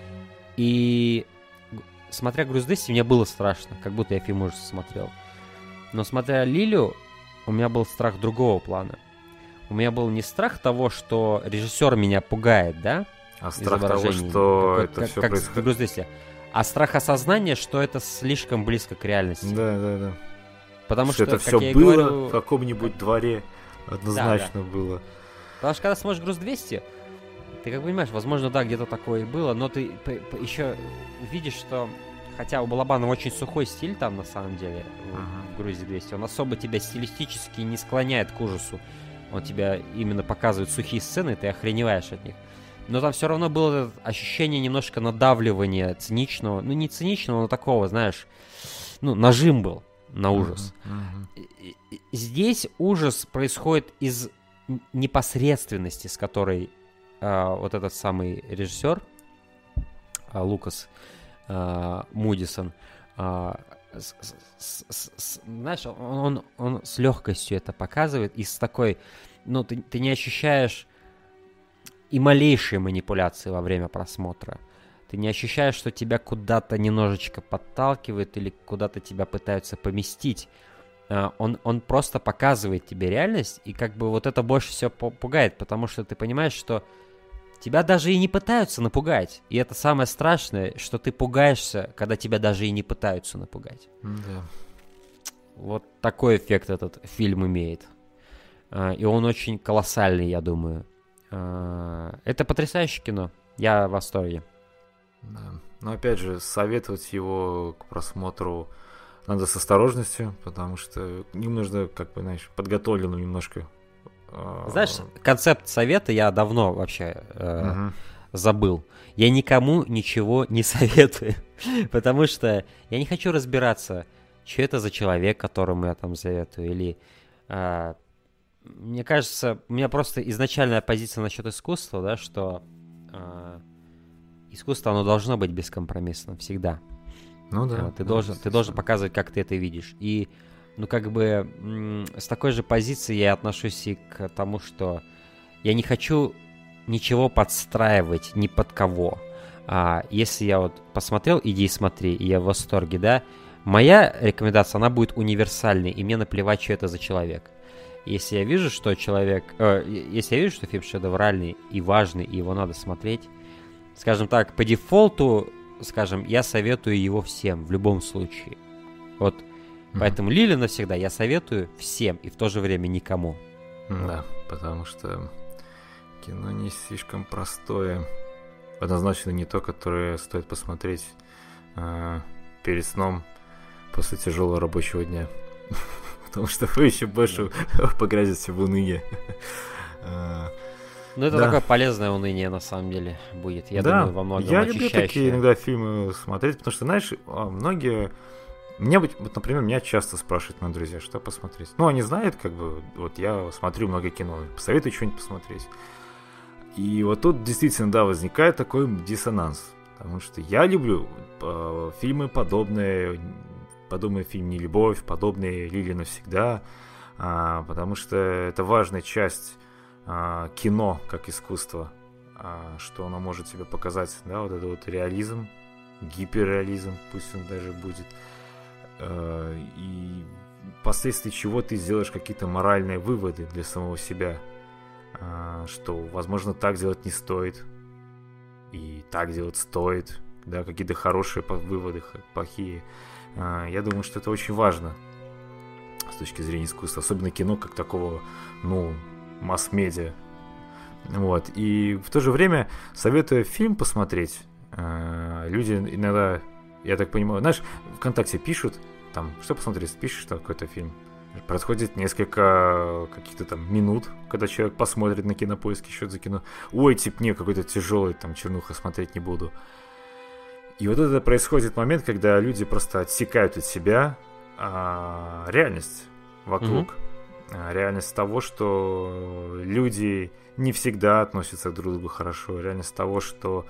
И смотря «Груз двести», мне было страшно, как будто я фильм ужаса смотрел. Но смотря «Лилю», у меня был страх другого плана. У меня был не страх того, что режиссер меня пугает, да? А страх того, что как, это как, все как происходит. В «Груз двести». А страх осознания, что это слишком близко к реальности. Да, да, да. Потому что, что это все я было говорю, в каком-нибудь дворе. Однозначно да, да. было. Потому что когда смотришь «Груз двести», ты как понимаешь, возможно, да, где-то такое и было, но ты еще видишь, что хотя у Балабанова очень сухой стиль там, на самом деле, uh-huh. в «Грузе двести», он особо тебя стилистически не склоняет к ужасу. Он тебя именно показывает сухие сцены, и ты охреневаешь от них. Но там все равно было ощущение немножко надавливания циничного, ну не циничного, но такого, знаешь, ну нажим был на ужас. Uh-huh, uh-huh. Здесь ужас происходит из непосредственности, с которой э, вот этот самый режиссер э, Лукас э, Мудисон, э, с, с, с, с, знаешь, он, он, он с легкостью это показывает, и с такой, ну, ты, ты не ощущаешь и малейшие манипуляции во время просмотра. Ты не ощущаешь, что тебя куда-то немножечко подталкивает или куда-то тебя пытаются поместить. Uh, он, он просто показывает тебе реальность, и как бы вот это больше всего пугает, потому что ты понимаешь, что тебя даже и не пытаются напугать. И это самое страшное, что ты пугаешься, когда тебя даже и не пытаются напугать. Да. Вот такой эффект этот фильм имеет. Uh, и он очень колоссальный, я думаю. Uh, это потрясающее кино. Я в восторге. Да. Но опять же, советовать его к просмотру надо с осторожностью, потому что им нужно, как бы, знаешь, подготовленным немножко. Знаешь, концепт совета я давно вообще э, uh-huh. забыл. Я никому ничего не советую, потому что я не хочу разбираться, что это за человек, которому я там советую, или... Э, мне кажется, у меня просто изначальная позиция насчет искусства, да, что э, искусство, оно должно быть бескомпромиссным всегда. Ну да. Ты, да, должен, ты должен показывать, как ты это видишь. И, ну, как бы, м- с такой же позиции я отношусь и к тому, что я не хочу ничего подстраивать ни под кого. А если я вот посмотрел, иди и смотри, и я в восторге, да, моя рекомендация, она будет универсальной, и мне наплевать, что это за человек. Если я вижу, что человек... Э, если я вижу, что фильм шедевральный и важный, и его надо смотреть, скажем так, по дефолту, скажем, я советую его всем, в любом случае. Вот, mm-hmm. поэтому Лили навсегда я советую всем, и в то же время никому. Да, потому что кино не слишком простое. Однозначно не то, которое стоит посмотреть э, перед сном после тяжелого рабочего дня. Потому что вы еще больше погрязите в уныние. Ну, это да. такое полезное уныние, на самом деле, будет. Я да. думаю, во многом Я очищающее. люблю такие иногда фильмы смотреть, потому что, знаешь, многие... Мне, вот, например, меня часто спрашивают мои друзья, что посмотреть. Ну, они знают, как бы, вот я смотрю много кино, посоветую что-нибудь посмотреть. И вот тут действительно, да, возникает такой диссонанс. Потому что я люблю э, фильмы подобные подобный фильм «Нелюбовь», подобный «Лили навсегда», а, потому что это важная часть а, кино как искусство, а, что оно может тебе показать, да, вот этот вот реализм, гиперреализм, пусть он даже будет, а, и впоследствии чего ты сделаешь какие-то моральные выводы для самого себя, а, что, возможно, так делать не стоит, и так делать стоит, да, какие-то хорошие выводы, плохие. А, я думаю, что это очень важно с точки зрения искусства, особенно кино как такого, ну, масс-медиа. Вот. И в то же время, советуя фильм посмотреть, э, люди иногда, я так понимаю, знаешь, ВКонтакте пишут, там, что посмотреть, пишешь там какой-то фильм, происходит несколько каких-то там минут, когда человек посмотрит на Кинопоиске счет за кино, ой, типа, не, какой-то тяжелый, там, чернуха смотреть не буду. И вот это происходит момент, когда люди просто отсекают от себя а, реальность вокруг. Mm-hmm. Реальность того, что люди не всегда относятся друг к другу хорошо. Реальность того, что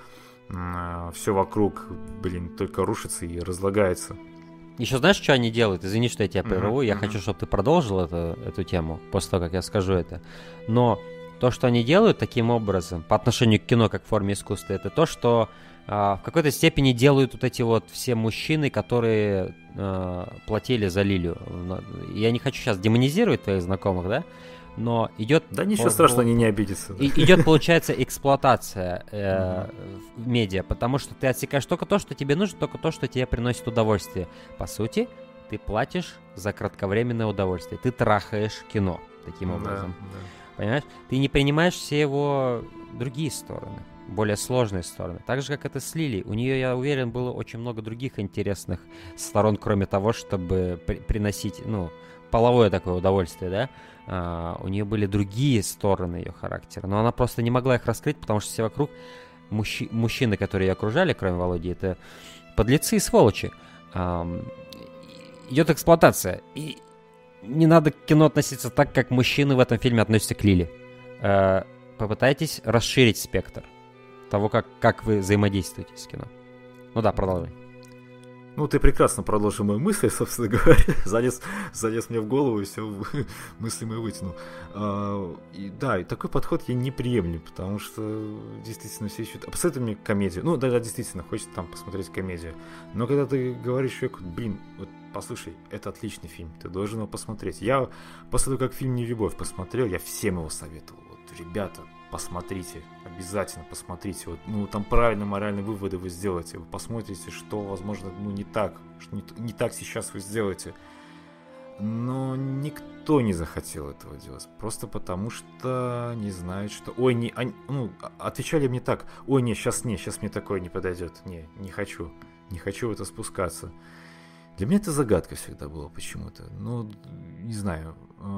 а, все вокруг, блин, только рушится и разлагается. Еще знаешь, что они делают? Извини, что я тебя прерву. Mm-hmm. Я mm-hmm. хочу, чтобы ты продолжил это, эту тему после того, как я скажу это. Но то, что они делают таким образом по отношению к кино как форме искусства, это то, что Uh, в какой-то степени делают вот эти вот все мужчины, которые uh, платили за Лилию. Я не хочу сейчас демонизировать твоих знакомых, да? Но идет... Да ничего по- страшного, они не обидятся. Да. Идет, получается, эксплуатация э, uh-huh. в медиа, потому что ты отсекаешь только то, что тебе нужно, только то, что тебе приносит удовольствие. По сути, ты платишь за кратковременное удовольствие. Ты трахаешь кино таким образом. Да, да. Понимаешь? Ты не принимаешь все его другие стороны, более сложные стороны. Так же, как это с Лили. У нее, я уверен, было очень много других интересных сторон, кроме того, чтобы при- приносить, ну, половое такое удовольствие, да. А, у нее были другие стороны ее характера, но она просто не могла их раскрыть, потому что все вокруг мужчи- мужчины, которые ее окружали, кроме Володи, это подлецы и сволочи. А, идет эксплуатация. И не надо к кино относиться так, как мужчины в этом фильме относятся к Лили. А, попытайтесь расширить спектр того, как, как вы взаимодействуете с кино. Ну да, продолжай. Ну, ты прекрасно продолжил мои мысли, собственно говоря. залез, залез мне в голову и все мысли мои вытянул. А, и, да, и такой подход я не приемлю, потому что действительно все ищут... А посоветуй мне комедию. Ну, да, да, действительно, хочется там посмотреть комедию. Но когда ты говоришь человеку, блин, вот послушай, это отличный фильм, ты должен его посмотреть. Я после того, как фильм «Нелюбовь» посмотрел, я всем его советовал. Вот, ребята, посмотрите, обязательно посмотрите. Вот, ну, там правильно моральные выводы вы сделаете. Вы посмотрите, что, возможно, ну, не так, что не, не так сейчас вы сделаете. Но никто не захотел этого делать. Просто потому что не знают, что... Ой, не... А, ну, отвечали мне так. Ой, не, сейчас не, сейчас мне такое не подойдет. Не, не хочу. Не хочу в это спускаться. Для меня это загадка всегда была почему-то. Ну, не знаю.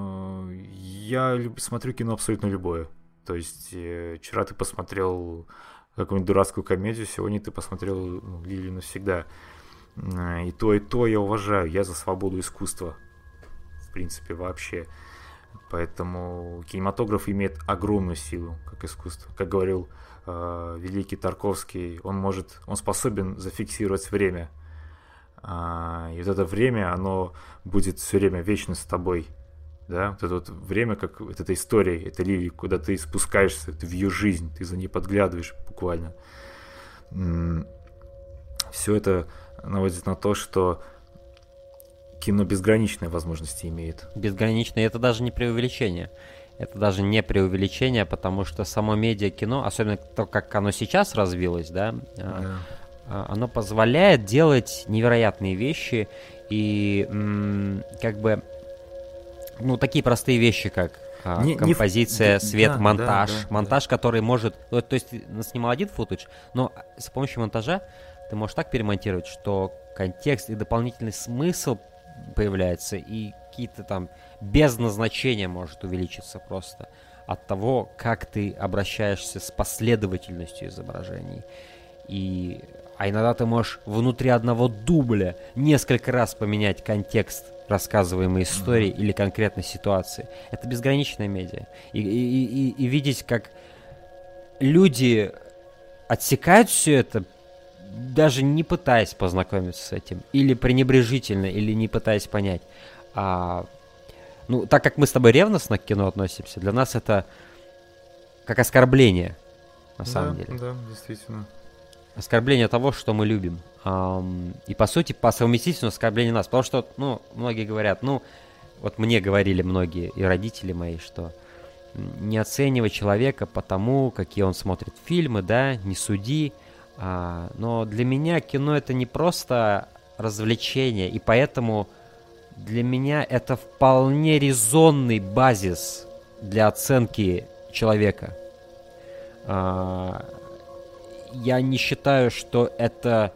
Я люб... смотрю кино абсолютно любое. То есть э, вчера ты посмотрел какую-нибудь дурацкую комедию, сегодня ты посмотрел ну, «Лилию навсегда». И то, и то я уважаю. Я за свободу искусства, в принципе, вообще. Поэтому кинематограф имеет огромную силу, как искусство. Как говорил э, великий Тарковский, он может, он способен зафиксировать время. А, и вот это время, оно будет все время вечно с тобой. Да, вот это вот время, как вот эта история, это Лили, куда ты спускаешься ты в ее жизнь, ты за ней подглядываешь буквально. Все это наводит на то, что кино безграничные возможности имеет. Безграничные, это даже не преувеличение. Это даже не преувеличение, потому что само медиа-кино, особенно то, как оно сейчас развилось, да, yeah. оно позволяет делать невероятные вещи и м- как бы ну, такие простые вещи, как а, не, композиция, не... свет, да, монтаж. Да, да, монтаж, да. который может... Ну, то есть ты снимал один футаж, но с помощью монтажа ты можешь так перемонтировать, что контекст и дополнительный смысл появляется, и какие-то там без назначения может увеличиться просто от того, как ты обращаешься с последовательностью изображений. И... А иногда ты можешь внутри одного дубля несколько раз поменять контекст рассказываемой истории mm-hmm. или конкретной ситуации. Это безграничная медиа. И, и, и, и видеть, как люди отсекают все это даже не пытаясь познакомиться с этим, или пренебрежительно, или не пытаясь понять. А, ну, так как мы с тобой ревностно к кино относимся, для нас это как оскорбление, на самом да, деле. Да, действительно. Оскорбление того, что мы любим. Um, и, по сути, по совместительству оскорбление нас. Потому что, ну, многие говорят, ну, вот мне говорили многие, и родители мои, что не оценивай человека по тому, какие он смотрит фильмы, да, не суди. А, но для меня кино — это не просто развлечение, и поэтому для меня это вполне резонный базис для оценки человека. А, я не считаю, что это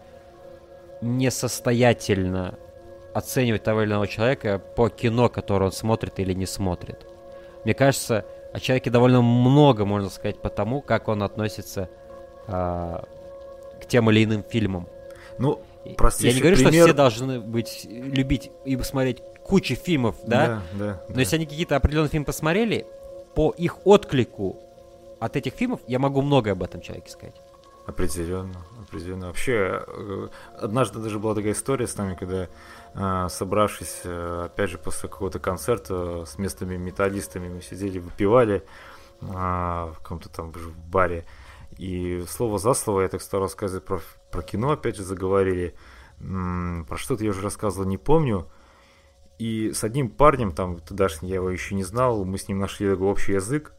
несостоятельно оценивать того или иного человека по кино, которое он смотрит или не смотрит. Мне кажется, о человеке довольно много можно сказать по тому, как он относится а, к тем или иным фильмам. Ну, простейший Я не говорю, пример... что все должны быть, любить и смотреть кучу фильмов, да? Да, да. Но да. если они какие-то определенные фильмы посмотрели, по их отклику от этих фильмов я могу многое об этом человеке сказать. Определенно, определенно. Вообще, однажды даже была такая история с нами, когда, собравшись, опять же, после какого-то концерта с местными металлистами, мы сидели, выпивали в каком-то там в баре, и слово за слово я так стал рассказывать про, про кино, опять же, заговорили. Про что-то я уже рассказывал, не помню. И с одним парнем, там, тогдашний, я его еще не знал, мы с ним нашли такой общий язык.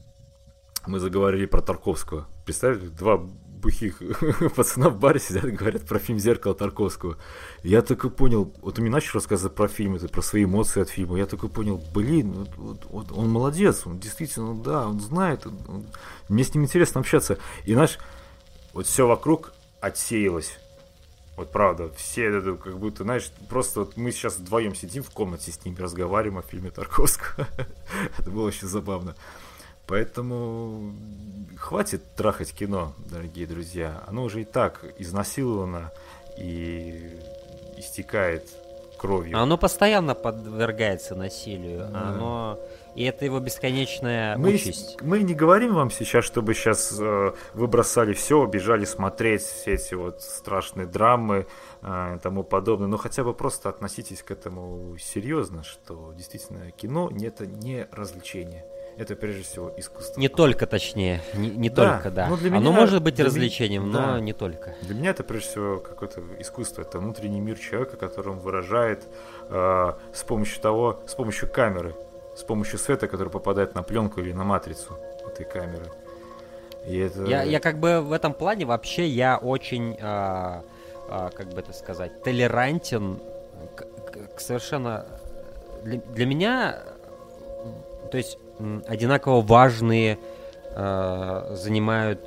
Мы заговорили про Тарковского. Представьте, два бухих пацана в баре сидят и говорят про фильм «Зеркало» Тарковского. Я такой понял, вот он мне начал рассказывать про фильм, это, про свои эмоции от фильма. Я такой понял, блин, вот, вот, вот, он молодец, он действительно, да, он знает, он, мне с ним интересно общаться. И наш, вот все вокруг отсеялось. Вот правда, все это как будто, знаешь, просто вот мы сейчас вдвоем сидим в комнате с ними, разговариваем о фильме Тарковского. Это было очень забавно. Поэтому хватит трахать кино, дорогие друзья. Оно уже и так изнасиловано и истекает кровью. Оно постоянно подвергается насилию. Да. Оно... И это его бесконечная мы, участь. Мы не говорим вам сейчас, чтобы сейчас э, вы бросали все, бежали смотреть все эти вот страшные драмы э, и тому подобное. Но хотя бы просто относитесь к этому серьезно, что действительно кино это не развлечение. Это прежде всего искусство. Не только, точнее, не, не да, только, да. Ну для Оно меня, может быть для развлечением, меня, но да. не только. Для меня это прежде всего какое-то искусство. Это внутренний мир человека, который он выражает э, с помощью того, с помощью камеры, с помощью света, который попадает на пленку или на матрицу этой камеры. И это... я, я как бы в этом плане вообще я очень, э, э, как бы это сказать, толерантен к, к, к совершенно... Для, для меня, то есть одинаково важные э, занимают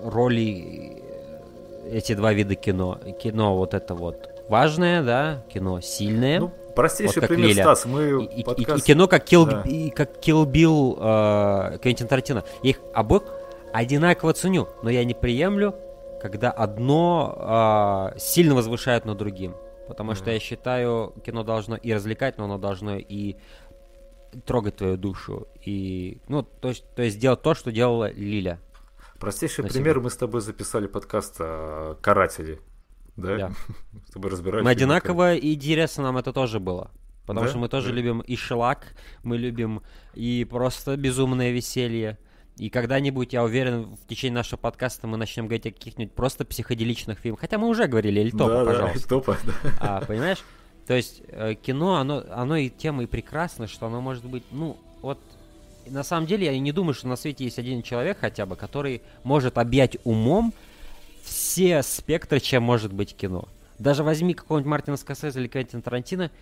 роли эти два вида кино. Кино вот это вот важное, да, кино сильное. Ну, простейший вот пример, Лиля. Стас, мы и, подкаст... и, и кино как Kill, да. и, как Kill Bill э, Квентин Тарантино. Я их обоих одинаково ценю, но я не приемлю, когда одно э, сильно возвышает над другим. Потому mm-hmm. что я считаю, кино должно и развлекать, но оно должно и трогать твою душу. И, ну, то есть, то есть делать то, что делала Лиля. Простейший пример, мы с тобой записали подкаст о «Карателе». Да? Да. С тобой разбирались. Мы одинаково и интересно нам это тоже было. Потому да? что мы тоже да. любим и шлак, мы любим и просто безумное веселье. И когда-нибудь, я уверен, в течение нашего подкаста мы начнем говорить о каких-нибудь просто психоделичных фильмах. Хотя мы уже говорили, Эльтопа, да, пожалуйста. Да, Эльтопа, да. А, понимаешь? То есть э, кино, оно, оно и тем и прекрасно, что оно может быть, ну, вот, на самом деле я не думаю, что на свете есть один человек хотя бы, который может объять умом все спектры, чем может быть кино. Даже возьми какого-нибудь Мартина Скорсезе или Квентина Тарантино,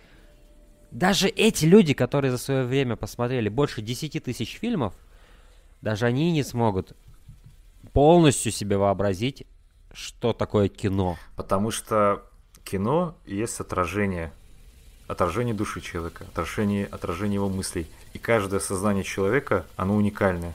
даже эти люди, которые за свое время посмотрели больше десяти тысяч фильмов, даже они не смогут полностью себе вообразить, что такое кино. Потому что кино есть отражение, отражение души человека, отражение, отражение его мыслей. И каждое сознание человека, оно уникальное.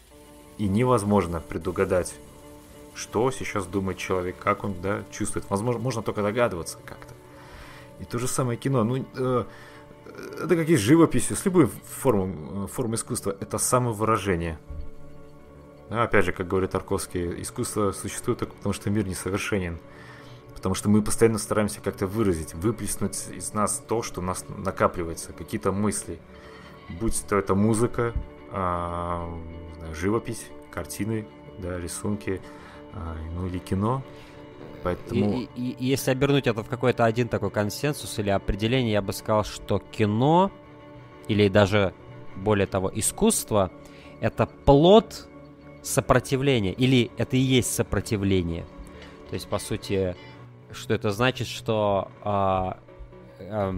И невозможно предугадать, что сейчас думает человек, как он, да, чувствует. Возможно, можно только догадываться как-то. И то же самое кино. Ну, э, это как и с живописью, с любой формой, формой искусства. Это самовыражение. Да, опять же, как говорит Тарковский, искусство существует только потому, что мир несовершенен. Потому что мы постоянно стараемся как-то выразить, выплеснуть из нас то, что у нас накапливается, какие-то мысли. Будь то это музыка, а, живопись, картины, да, рисунки, а, ну или кино. Поэтому... И, и, и если обернуть это в какой-то один такой консенсус или определение, я бы сказал, что кино, или даже более того, искусство, это плод сопротивления, или это и есть сопротивление. То есть, по сути, что это значит, что а, а,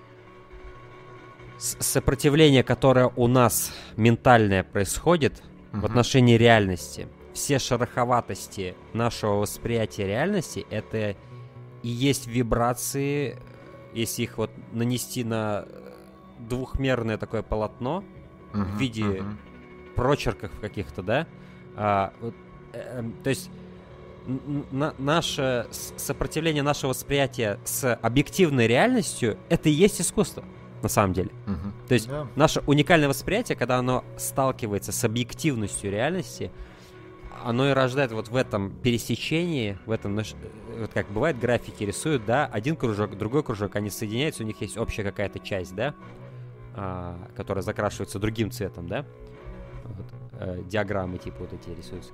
сопротивление, которое у нас ментальное происходит uh-huh. в отношении реальности, все шероховатости нашего восприятия реальности, это и есть вибрации, если их вот нанести на двухмерное такое полотно uh-huh, в виде uh-huh. прочерков каких-то, да, а, вот, э, то есть н- наше сопротивление нашего восприятия с объективной реальностью, это и есть искусство, на самом деле. Uh-huh. То есть yeah. наше уникальное восприятие, когда оно сталкивается с объективностью реальности, оно и рождает вот в этом пересечении, в этом, вот как бывает, графики рисуют, да, один кружок, другой кружок, они соединяются, у них есть общая какая-то часть, да, а, которая закрашивается другим цветом, да, вот, э, диаграммы типа вот эти рисуются.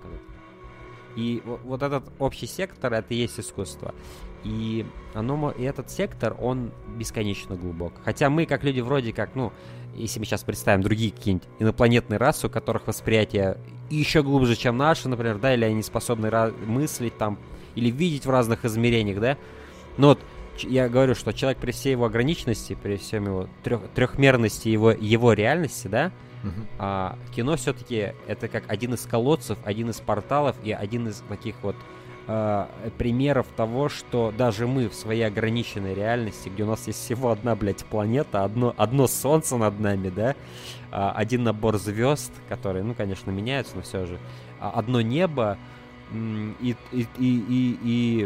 И вот, вот этот общий сектор, это и есть искусство. И, оно, и этот сектор, он бесконечно глубок. Хотя мы, как люди, вроде как, ну, если мы сейчас представим другие какие-нибудь инопланетные расы, у которых восприятие еще глубже, чем наше, например, да, или они способны ra- мыслить там, или видеть в разных измерениях, да. Но вот я говорю, что человек при всей его ограниченности, при всем его трех, трехмерности его, его реальности, да, uh-huh. а, кино все-таки это как один из колодцев, один из порталов и один из таких вот а, примеров того, что даже мы в своей ограниченной реальности, где у нас есть всего одна, блядь, планета, одно, одно солнце над нами, да, а, один набор звезд, которые, ну, конечно, меняются, но все же, а, одно небо м- и, и, и, и, и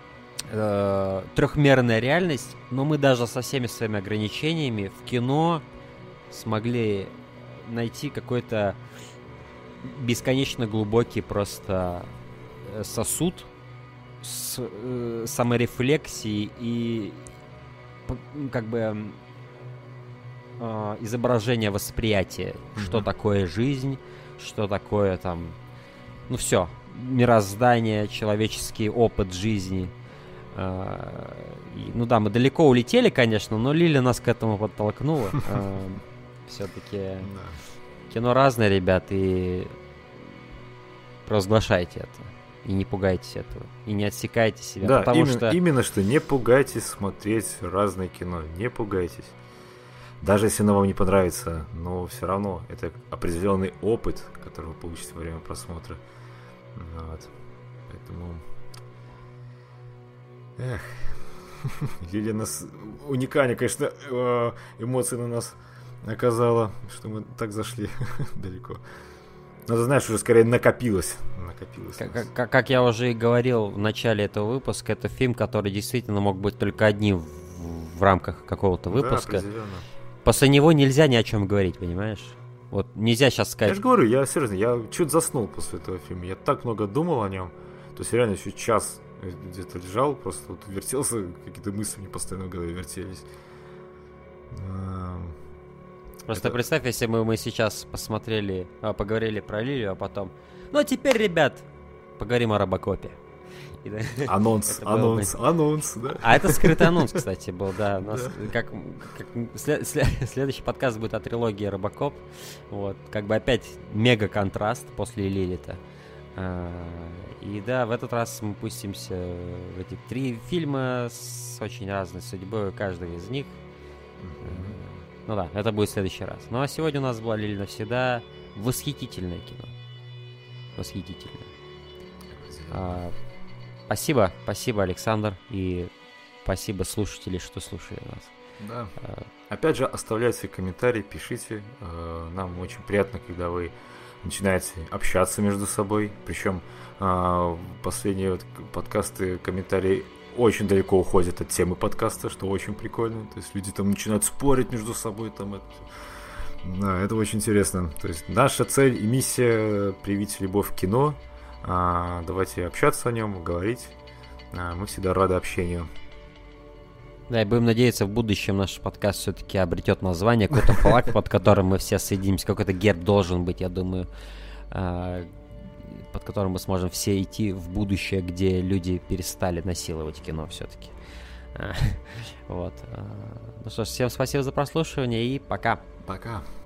э, трехмерная реальность, но мы даже со всеми своими ограничениями в кино смогли найти какой-то бесконечно глубокий просто сосуд с э, саморефлексией и как бы э, изображение восприятия, mm-hmm. что такое жизнь, что такое там, ну все, мироздание, человеческий опыт жизни. Э, и, ну да, мы далеко улетели, конечно, но Лиля нас к этому подтолкнула. Э, все-таки кино разное, ребят, и провозглашайте это. И не пугайтесь этого. И не отсекайте себя. Да, потому именно, что... именно что не пугайтесь смотреть разное кино. Не пугайтесь. Даже если оно вам не понравится, но все равно это определенный опыт, который вы получите во время просмотра. Вот. Поэтому... Эх. Лилия нас уникальные, конечно, эмоции на нас оказала, что мы так зашли далеко. Но ты знаешь, уже скорее накопилось. накопилось как, как, как я уже и говорил в начале этого выпуска, это фильм, который действительно мог быть только одним в, в рамках какого-то выпуска. Да, после него нельзя ни о чем говорить, понимаешь? Вот нельзя сейчас сказать... Я же говорю, я серьезно, я чуть заснул после этого фильма. Я так много думал о нем. То есть реально еще час где-то лежал, просто вот вертелся, какие-то мысли мне постоянно в голове вертелись. Просто это... представь, если бы мы сейчас посмотрели, а, поговорили про Лилию, а потом... Ну, а теперь, ребят, поговорим о Робокопе. Анонс, анонс, бы... анонс, да. А это скрытый анонс, кстати, был, да. У нас да. Как, как след, след, следующий подкаст будет о трилогии Робокоп. Вот, как бы опять мега контраст после Лилита. А, и да, в этот раз мы пустимся в эти три фильма с очень разной судьбой, каждый из них. Mm-hmm. Ну да, это будет в следующий раз. Ну а сегодня у нас была Лиля навсегда. Восхитительное кино. Восхитительное. А, спасибо, спасибо, Александр. И спасибо, слушатели, что слушали нас. Да. А, Опять же, оставляйте комментарии, пишите. Нам очень приятно, когда вы начинаете общаться между собой. Причем последние вот подкасты, комментарии очень далеко уходят от темы подкаста, что очень прикольно. То есть люди там начинают спорить между собой. Там это... Да, это очень интересно. То есть наша цель и миссия — привить любовь к кино. А, давайте общаться о нем, говорить. Мы всегда рады общению. Да, и будем надеяться, в будущем наш подкаст все-таки обретет название, какой-то флаг, под которым мы все соединимся, какой-то герб должен быть, я думаю, под которым мы сможем все идти в будущее, где люди перестали насиловать кино все-таки. Вот. Ну что ж, всем спасибо за прослушивание и пока. Пока.